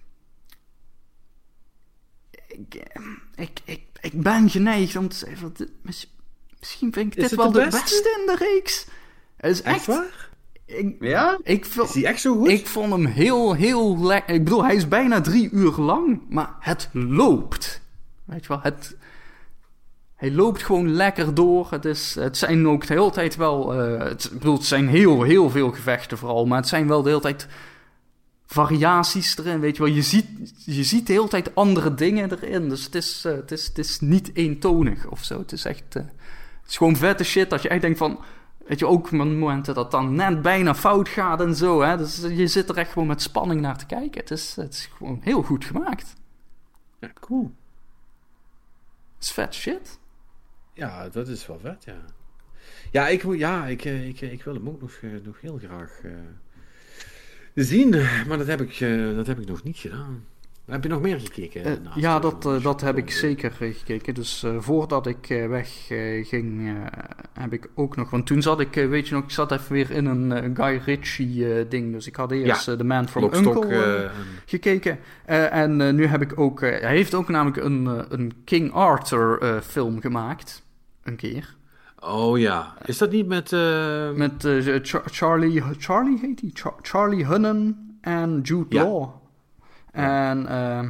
ik, ik, ik, ik ben geneigd om te zeggen, dit, misschien vind ik dit wel de beste? beste in de reeks. Het is echt, echt waar? Ik, ja? Ik vond, is hij echt zo goed? Ik vond hem heel, heel lekker. Ik bedoel, hij is bijna drie uur lang, maar het loopt. Weet je wel, het... Hij loopt gewoon lekker door. Het, is, het zijn ook de hele tijd wel... Uh, het, ik bedoel, het zijn heel, heel veel gevechten vooral, maar het zijn wel de hele tijd variaties erin, weet je wel. Je ziet, je ziet de hele tijd andere dingen erin, dus het is, uh, het is, het is niet eentonig of zo. Het is echt... Uh, het is gewoon vette shit dat je echt denkt van... Weet je, ook met momenten dat dan net bijna fout gaat en zo, hè. Dus je zit er echt gewoon met spanning naar te kijken. Het is, het is gewoon heel goed gemaakt. Ja, cool. Het is vet shit. Ja, dat is wel vet, ja. Ja, ik, ja, ik, ik, ik wil hem ook nog, nog heel graag uh, zien, maar dat heb, ik, uh, dat heb ik nog niet gedaan. Heb je nog meer gekeken? Uh, ja, dat, uh, dat heb ik zeker uh, gekeken. Dus uh, voordat ik uh, weg uh, ging, uh, heb ik ook nog... Want toen zat ik, uh, weet je nog, ik zat even weer in een uh, Guy Ritchie uh, ding. Dus ik had eerst ja. uh, The Man from Lockstok, Uncle uh, uh, gekeken. Uh, en uh, nu heb ik ook... Uh, hij heeft ook namelijk een, uh, een King Arthur uh, film gemaakt. Een keer. Oh ja. Is dat niet met... Uh... Met uh, Char- Charlie... Charlie heet hij? Char- Charlie Hunnam en Jude ja. Law. En uh,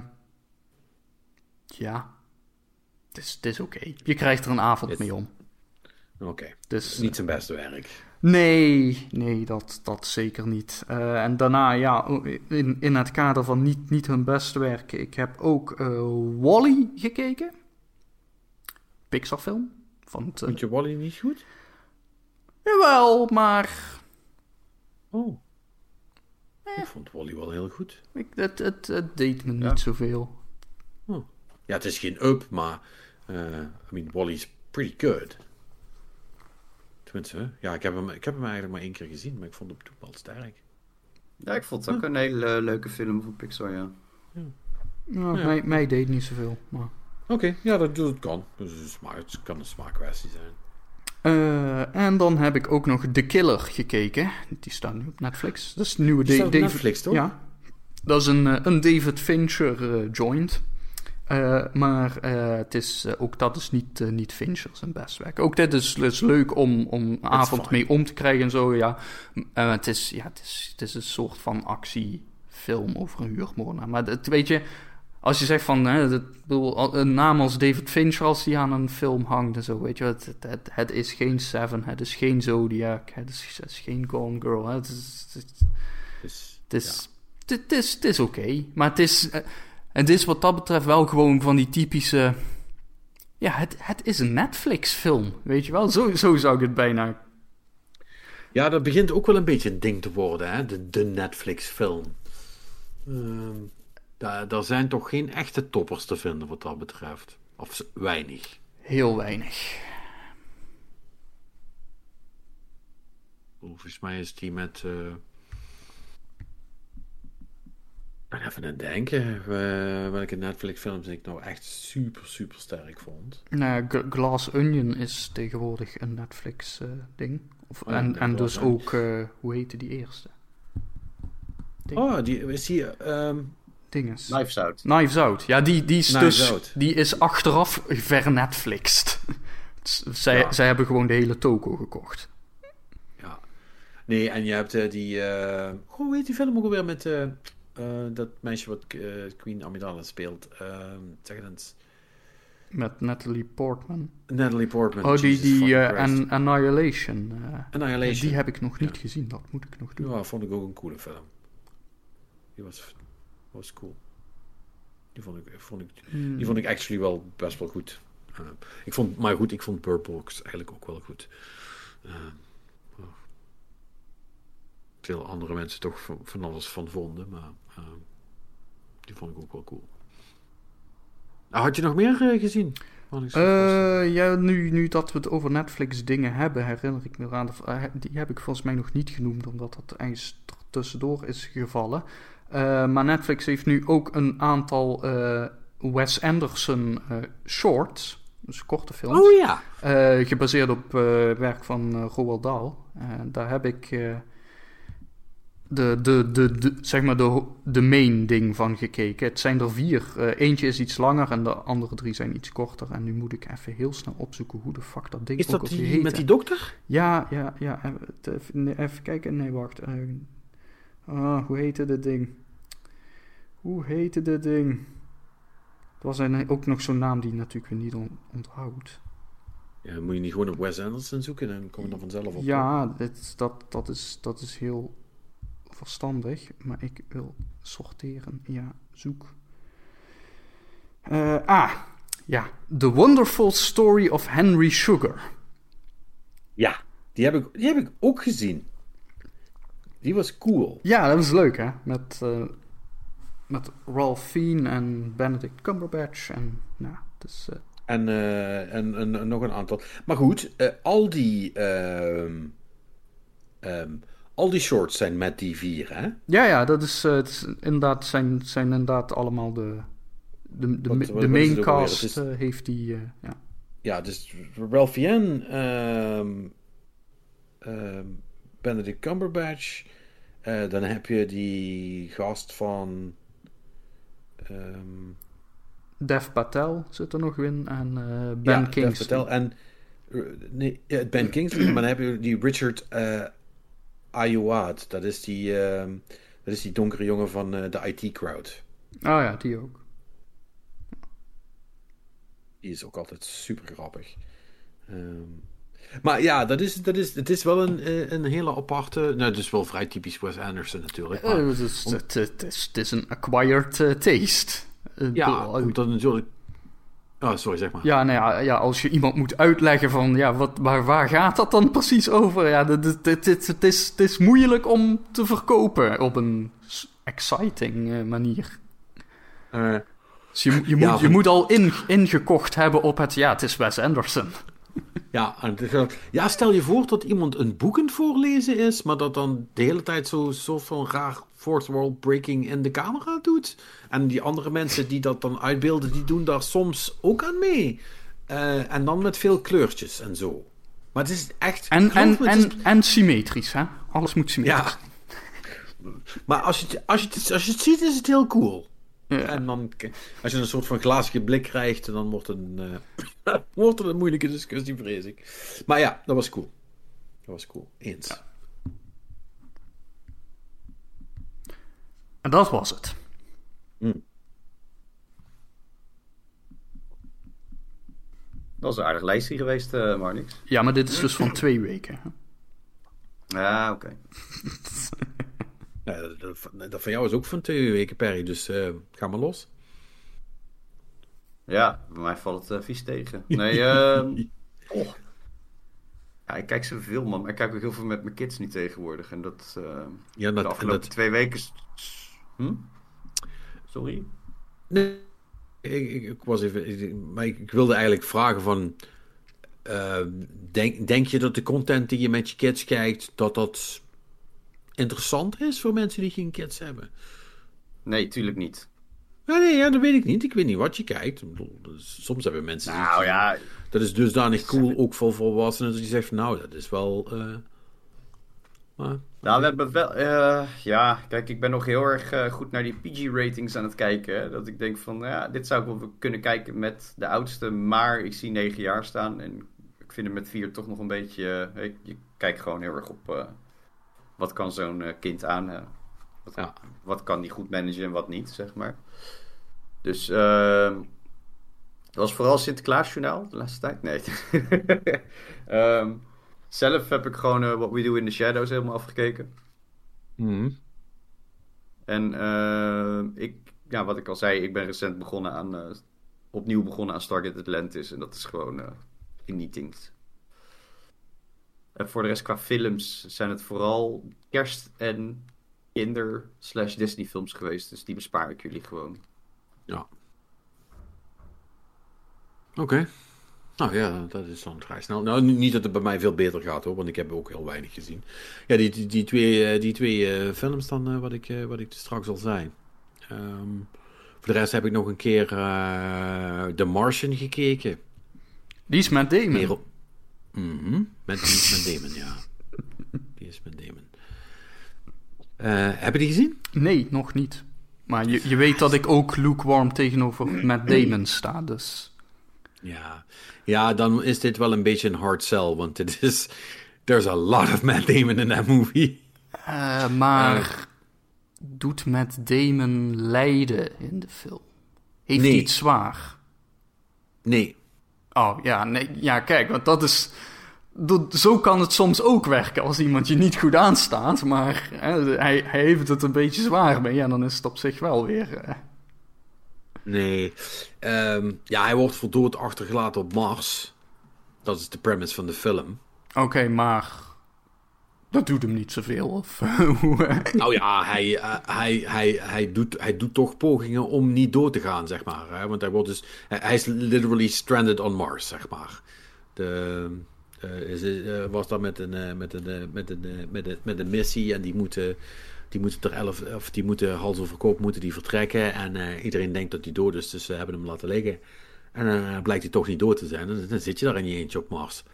ja, het is, het is oké. Okay. Je krijgt er een avond het... mee om. Oké, okay. Dus, niet zijn beste werk. Nee, nee, dat, dat zeker niet. Uh, en daarna, ja, in, in het kader van niet, niet hun beste werk. Ik heb ook uh, Wall-E gekeken. Pixar film. Vond uh, je Wall-E niet goed? Jawel, maar... Oh. Ik vond Wall-E wel heel goed. Ik, het, het, het deed me ja. niet zoveel. Oh. Ja, het is geen up, maar... Uh, I mean, Wall-E is pretty good. Tenminste, ja, ik heb, hem, ik heb hem eigenlijk maar één keer gezien, maar ik vond hem toen wel sterk. Ja, ik vond het ook huh? een hele leuke film van Pixar, ja. ja. Nou, ja. Mij, mij deed niet zoveel, maar... Oké, okay, ja, dat, dat kan. Dus het kan een smaakkwestie zijn. Uh, en dan heb ik ook nog The Killer gekeken. Die staat nu op Netflix. Dat is een nieuwe... Die da- staat op David, Netflix, toch? Ja. Dat is een, een David Fincher uh, joint. Uh, maar uh, het is, uh, ook dat is niet, uh, niet Fincher zijn best werk. Ook dit is, is leuk om, om een avond mee om te krijgen en zo, ja. Uh, het, is, ja het, is, het is een soort van actiefilm over een huurmoordenaar. Maar het, weet je... Als je zegt van, hè, dat, bedoel, een naam als David Fincher, als die aan een film hangt en zo, weet je, het, het, het, het is geen Seven, het is geen Zodiac, het is, het is geen Gone Girl, hè, het is, het is, het is, ja. het is, het is oké, okay, maar het is, het is wat dat betreft wel gewoon van die typische, ja, het, het is een Netflix-film, weet je wel, zo, zo zou ik het bijna. Ja, dat begint ook wel een beetje een ding te worden, hè, de, de Netflix-film. Um... Daar zijn toch geen echte toppers te vinden wat dat betreft. Of weinig. Heel weinig. Volgens mij is die met... Uh... Ik ben even aan het denken. Uh, welke Netflix-films ik nou echt super, super sterk vond. Nou, G- Glass Onion is tegenwoordig een Netflix-ding. Uh, oh, en en dus ook... Uh, hoe heette die eerste? Ding. Oh, die, is die... Um... Dinges. Knives Out. Knives Out. Ja, die, die is Knives dus... Out. Die is achteraf vernetflixt. zij, ja. zij hebben gewoon de hele toko gekocht. Ja. Nee, en je hebt uh, die... Uh... Oh, hoe heet die film ook alweer met uh, uh, dat meisje wat uh, Queen Amidala speelt? Uh, zeg het eens. Met Natalie Portman. Natalie Portman. Oh, die, die uh, An- Annihilation. Uh, Annihilation. Die heb ik nog niet ja. gezien, dat moet ik nog doen. Ja, vond ik ook een coole film. Die was, was cool. Die vond ik, vond ik, hmm. die vond ik actually wel best wel goed. Uh, ik vond, maar goed, ik vond Bird Box eigenlijk ook wel goed. Uh, oh. Veel andere mensen toch van, van alles van vonden, maar uh, die vond ik ook wel cool. Uh, had je nog meer uh, gezien? Uh, ja, nu, nu dat we het over Netflix dingen hebben, herinner ik me eraan. Uh, die heb ik volgens mij nog niet genoemd, omdat dat ergens tussendoor is gevallen. Uh, maar Netflix heeft nu ook een aantal uh, Wes Anderson uh, shorts, dus korte films. Oh ja. Uh, gebaseerd op uh, werk van uh, Roald Dahl. Uh, daar heb ik uh, de, de, de, de, zeg maar de, de main ding van gekeken. Het zijn er vier. Uh, eentje is iets langer en de andere drie zijn iets korter. En nu moet ik even heel snel opzoeken hoe de fuck dat ding is ook dat alweer die heette. Met die dokter? Ja, ja, ja. Even, even kijken. Nee, wacht. Uh, uh, hoe heette dit ding? Hoe heette dit ding? Er was een, ook nog zo'n naam die je natuurlijk weer niet on, onthoudt. Ja, moet je niet gewoon op Wes Anderson zoeken en dan kom je dan vanzelf op. Ja, dit, dat, dat, is, dat is heel verstandig. Maar ik wil sorteren. Ja, zoek. Uh, ah, ja. The Wonderful Story of Henry Sugar. Ja, die heb ik, die heb ik ook gezien. Die was cool. Ja, dat was leuk, hè? Met... Uh, Met Ralph Fiennes en Benedict Cumberbatch. En, nou, dus, uh... en, uh, en, en, en nog een aantal. Maar goed, uh, al die... Uh, um, al die shorts zijn met die vier, hè? Ja, ja, dat is, uh, is inderdaad, zijn, zijn inderdaad allemaal de... De, de, wat, de wat main cast is, uh, heeft die... Uh, ja. ja, dus Ralph Fiennes... Um, um, Benedict Cumberbatch... Uh, dan heb je die gast van... Um... Dev Patel zit er nog in. En uh, Ben ja, Kingsley. Dev Patel en... Uh, nee, uh, Ben Kingsley. Maar dan heb je die Richard uh, Ayoade. Dat is die, uh, dat is die donkere jongen van uh, de I T-crowd. Oh ja, die ook. Die is ook altijd super grappig. Um... Maar ja, dat is, dat is, het is wel een, een hele aparte... Nou, het is wel vrij typisch Wes Anderson natuurlijk. Maar, uh, het, is, om... het, het, is, het is een acquired uh, taste. Uh, ja, omdat natuurlijk... Oh, sorry, zeg maar. Ja, nou ja, ja, als je iemand moet uitleggen van... Ja, wat, waar, waar gaat dat dan precies over? Ja, het, het, het, het, het, is, het is moeilijk om te verkopen op een exciting uh, manier. Uh, dus je, je, ja, moet, je van... moet al in, ingekocht hebben op het... Ja, het is Wes Anderson. Ja, ja, stel je voor dat iemand een boek aan het voorlezen is, maar dat dan de hele tijd zo'n zo van raar fourth world breaking in de camera doet. En die andere mensen die dat dan uitbeelden, die doen daar soms ook aan mee. Uh, en dan met veel kleurtjes en zo. Maar het is echt... En, en, en, is... en symmetrisch, hè? Alles moet symmetrisch. Ja. Maar als je, het, als, je het, als je het ziet, is het heel cool. Ja. En dan, als je een soort van glazige blik krijgt, dan wordt het een, uh, wordt het een moeilijke discussie, vrees ik. Maar ja, dat was cool. Dat was cool. Eens. Ja. En dat was het. Hmm. Dat was een aardig lijstje geweest, uh, Marnix. Ja, maar dit is dus van twee weken. Hè? Ja, oké. Okay. Ja, dat, dat, dat van jou is ook van twee weken, Perry, dus uh, ga maar los. Ja, bij mij valt het uh, vies tegen. Nee, uh, oh. Ja, ik kijk zoveel, man. Maar ik kijk ook heel veel met mijn kids nu tegenwoordig. En dat, uh, ja, dat de afgelopen dat... twee weken... Hm? Sorry? Nee, ik, ik, ik was even... Ik, maar ik, ik wilde eigenlijk vragen van... Uh, denk, denk je dat de content die je met je kids kijkt, dat dat... interessant is voor mensen die geen kids hebben? Nee, tuurlijk niet. Ja, nee, ja, dat weet ik niet. Ik weet niet wat je kijkt. Soms hebben mensen... Nou die, ja... Dat is dusdanig cool, ook voor volwassenen, dat je zegt, nou, dat is wel... Uh, maar, nou, we hebben wel... Uh, ja, kijk, ik ben nog heel erg uh, goed naar die P G-ratings aan het kijken. Hè, dat ik denk van, ja, dit zou ik wel kunnen kijken met de oudste, maar ik zie negen jaar staan. En ik vind het met vier toch nog een beetje... Uh, je kijkt gewoon heel erg op... Uh, wat kan zo'n uh, kind aan? Uh, wat, ja. wat kan die goed managen en wat niet, zeg maar. Dus uh, dat was vooral Sinterklaasjournaal de laatste tijd. Nee. um, zelf heb ik gewoon uh, What We Do in the Shadows helemaal afgekeken. Mm. En uh, ik, ja, wat ik al zei, ik ben recent begonnen aan, uh, opnieuw begonnen aan Stargate Atlantis. En dat is gewoon uh, genietend. En voor de rest qua films zijn het vooral kerst- en kinder- slash Disney films geweest. Dus die bespaar ik jullie gewoon. Ja. Oké. Okay. Nou ja, dat is dan vrij snel. Nou, niet dat het bij mij veel beter gaat hoor, want ik heb ook heel weinig gezien. Ja, die, die, die twee, die twee uh, films dan, uh, wat, ik, uh, wat ik dus straks al zei. Um, voor de rest heb ik nog een keer uh, The Martian gekeken. Die is met Damon. Meer... Mm-hmm. Met, die is met Damon, ja. Die is met Damon. Uh, heb je die gezien? Nee, nog niet. Maar je, je weet dat ik ook lukewarm tegenover Matt Damon sta, dus... Ja. ja, dan is dit wel een beetje een hard sell, want het is... There's a lot of Matt Damon in that movie. Uh, maar uh, doet Matt Damon lijden in de film? Heeft nee. hij het zwaar? Nee. Oh, ja, nee, ja, kijk, want dat is... Dat, zo kan het soms ook werken als iemand je niet goed aanstaat, maar hè, hij, hij heeft het een beetje zwaar mee, ja, dan is het op zich wel weer... Uh... Nee. Um, ja, hij wordt voor dood achtergelaten op Mars. Dat is de premise van de film. Oké, okay, maar... Dat doet hem niet zoveel, of... nou ja, hij, uh, hij, hij, hij, doet, hij doet toch pogingen om niet dood te gaan, zeg maar. Hè? Want hij wordt dus... Hij, hij is literally stranded on Mars, zeg maar. De... Uh, is, uh, was dat met een, uh, met, een, uh, met, een, uh, met, een, met een missie en die moeten, die moeten er elf, of die moeten hals over kop moeten die vertrekken en uh, iedereen denkt dat hij dood is, dus ze hebben hem laten liggen en dan uh, blijkt hij toch niet dood te zijn en dan zit je daar in je eentje op Mars.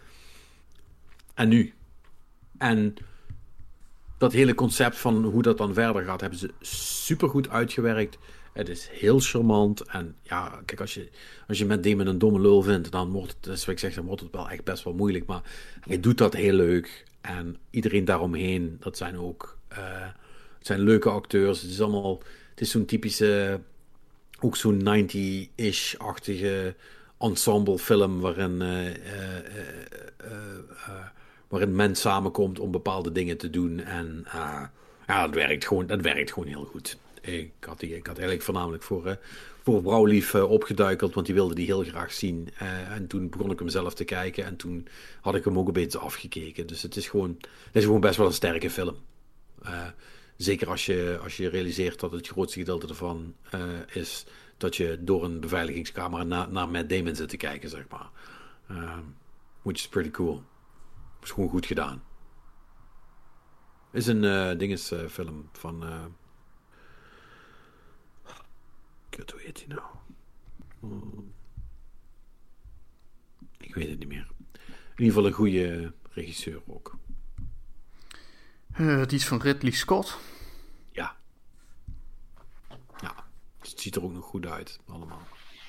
En nu? En dat hele concept van hoe dat dan verder gaat hebben ze supergoed uitgewerkt. Het is heel charmant. En ja, kijk, als je, als je met Damon een domme lul vindt, dan wordt het, zoals ik zeg, dan wordt het wel echt best wel moeilijk. Maar hij doet dat heel leuk. En iedereen daaromheen, dat zijn ook uh, het zijn leuke acteurs. Het is allemaal, het is zo'n typische, ook zo'n negentig-ish-achtige ensemble film waarin, uh, uh, uh, uh, uh, waarin men samenkomt om bepaalde dingen te doen. En uh, ja, dat werkt gewoon, dat werkt gewoon heel goed. Ik had, die, ik had eigenlijk voornamelijk voor, uh, voor Brouwlief uh, opgeduikeld, want die wilde die heel graag zien. Uh, en toen begon ik hem zelf te kijken en toen had ik hem ook een beetje afgekeken. Dus het is gewoon, het is gewoon best wel een sterke film. Uh, zeker als je, als je realiseert dat het grootste gedeelte ervan uh, is dat je door een beveiligingscamera na, naar Matt Damon zit te kijken, zeg maar. Uh, which is pretty cool. Is gewoon goed gedaan. Is een uh, dinges uh, film van... Uh, Kut, hoe heet hij nou? Oh. Ik weet het niet meer. In ieder geval een goede regisseur ook. Uh, die is van Ridley Scott. Ja. Ja. Dus het ziet er ook nog goed uit, allemaal.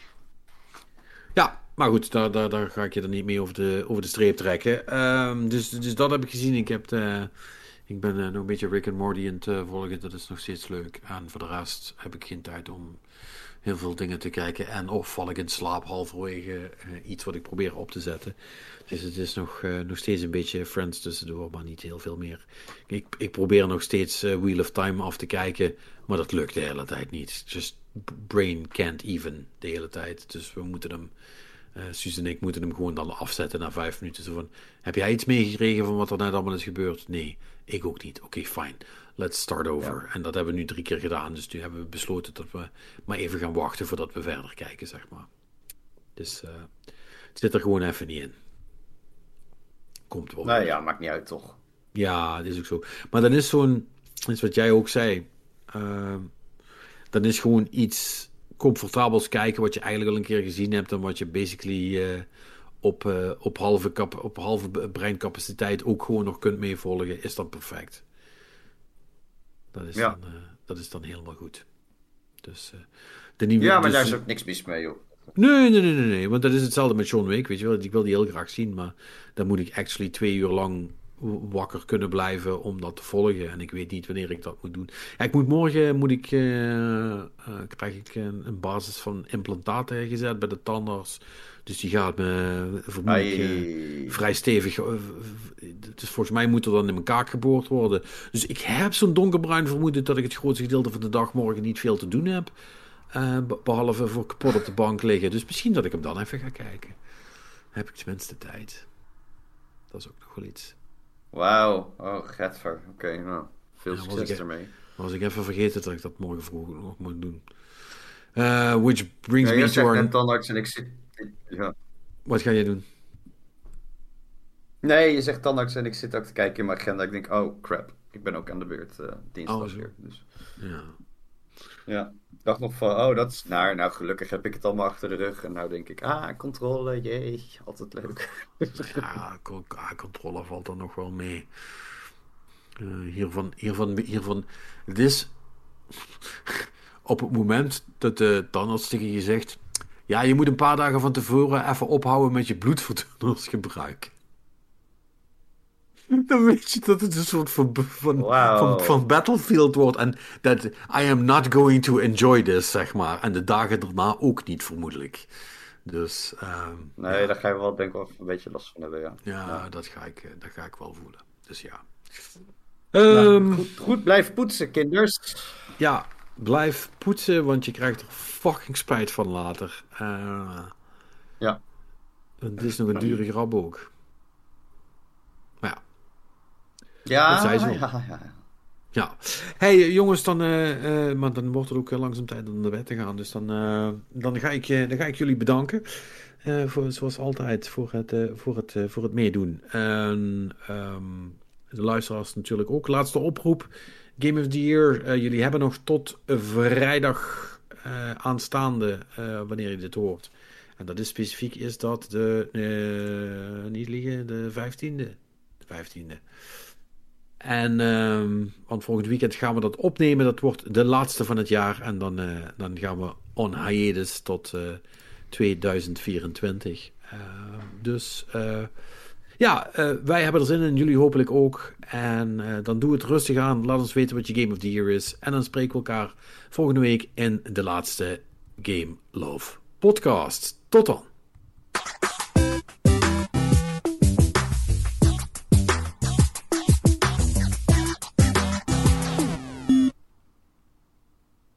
Ja, maar goed, daar, daar, daar ga ik je er niet mee over de, over de streep trekken. Um, dus, dus dat heb ik gezien. Ik, heb de, ik ben uh, nog een beetje Rick and Morty aan het uh, volgen. Dat is nog steeds leuk. En voor de rest heb ik geen tijd om heel veel dingen te kijken. En of val ik in slaap halverwege uh, iets wat ik probeer op te zetten. Dus het is nog, uh, nog steeds een beetje Friends tussendoor, maar niet heel veel meer. Ik, ik probeer nog steeds uh, Wheel of Time af te kijken, maar dat lukt de hele tijd niet. Just brain can't even de hele tijd. Dus we moeten hem, uh, Suus en ik moeten hem gewoon dan afzetten na vijf minuten. Zo van, heb jij iets meegekregen van wat er net allemaal is gebeurd? Nee, ik ook niet. Oké, okay, fine. Let's start over. Ja. En dat hebben we nu drie keer gedaan. Dus nu hebben we besloten dat we maar even gaan wachten voordat we verder kijken, zeg maar. Dus uh, het zit er gewoon even niet in. Komt wel. Nou ja, maakt niet uit, toch? Ja, dat is ook zo. Maar dan is zo'n, is wat jij ook zei, uh, dan is gewoon iets comfortabels kijken wat je eigenlijk al een keer gezien hebt en wat je basically uh, op, uh, op, halve kap, op halve breincapaciteit ook gewoon nog kunt meevolgen, is dan perfect. Dat is, ja. dan, uh, dat is dan helemaal goed. Dus, uh, de nieuwe, ja, maar dus, daar is ook niks mis mee, joh. Nee, nee, nee, nee, nee, want dat is hetzelfde met John Wick, weet je wel. Ik wil die heel graag zien, maar dan moet ik actually twee uur lang wakker kunnen blijven om dat te volgen. En ik weet niet wanneer ik dat moet doen. Ja, ik moet morgen moet ik, uh, uh, krijg ik een, een basis van implantaten gezet bij de tandarts. Dus die gaat me vermoedelijk uh, vrij stevig. Uh, dus volgens mij moet er dan in mijn kaak geboord worden. Dus ik heb zo'n donkerbruin vermoeden dat ik het grootste gedeelte van de dag morgen niet veel te doen heb. Uh, behalve voor kapot op de bank liggen. Dus misschien dat ik hem dan even ga kijken. Heb ik tenminste tijd. Dat is ook nog wel iets. Wauw. Oh, getver. Oké, okay, nou. Veel ja, succes was ermee. Was ik even vergeten dat ik dat morgen vroeg nog moet doen. Uh, which brings ja, me to our... Ik tandarts en ik zit... Ja. Wat ga je doen? Nee, je zegt tandarts en ik zit ook te kijken in mijn agenda. Ik denk, oh crap. Ik ben ook aan de beurt uh, dinsdag oh, weer. Dus. Ja. Ja. Ik dacht nog van, oh, dat is naar. Nou, gelukkig heb ik het allemaal achter de rug. En nou denk ik, ah, controle, jee. Altijd leuk. Ja, controle valt er nog wel mee. Uh, hiervan, hiervan, hiervan. Het is op het moment dat de tandarts tegen je zegt, ja, je moet een paar dagen van tevoren even ophouden met je bloedverdunners-gebruik. Dan weet je dat het een soort van, van, wow. van, van Battlefield wordt. En dat I am not going to enjoy this, zeg maar. En de dagen daarna ook niet, vermoedelijk. Dus, um, nee, ja. daar ga je wel, denk ik, wel een beetje last van hebben, ja. Ja, ja. Dat, ga ik, dat ga ik wel voelen. Dus ja. Um, nou, goed, goed, blijf poetsen, kinders. Ja, blijf poetsen, want je krijgt er fucking spijt van later. Uh, ja. Het is nog een dure grap ook. Maar ja. Ja, dat zei ja, ja. Ja. Hey jongens, dan, uh, uh, maar dan wordt het ook langzaam tijd om naar bed te gaan. Dus dan, uh, dan, ga, ik, uh, dan ga ik jullie bedanken. Uh, voor, zoals altijd voor het, uh, voor het, uh, voor het meedoen. En um, de luisteraars natuurlijk ook. Laatste oproep. Game of the Year. Uh, jullie hebben nog tot vrijdag uh, aanstaande, uh, wanneer je dit hoort. En dat is specifiek is dat de, uh, niet liegen, de vijftiende. De vijftiende. En, um, want volgend weekend gaan we dat opnemen. Dat wordt de laatste van het jaar. En dan, uh, dan gaan we on hiatus tot uh, tweeduizend vierentwintig. Uh, dus uh, ja, uh, wij hebben er zin in. Jullie hopelijk ook. En uh, dan doe het rustig aan. Laat ons weten wat je Game of the Year is. En dan spreken we elkaar volgende week in de laatste Game Love podcast. Tot dan.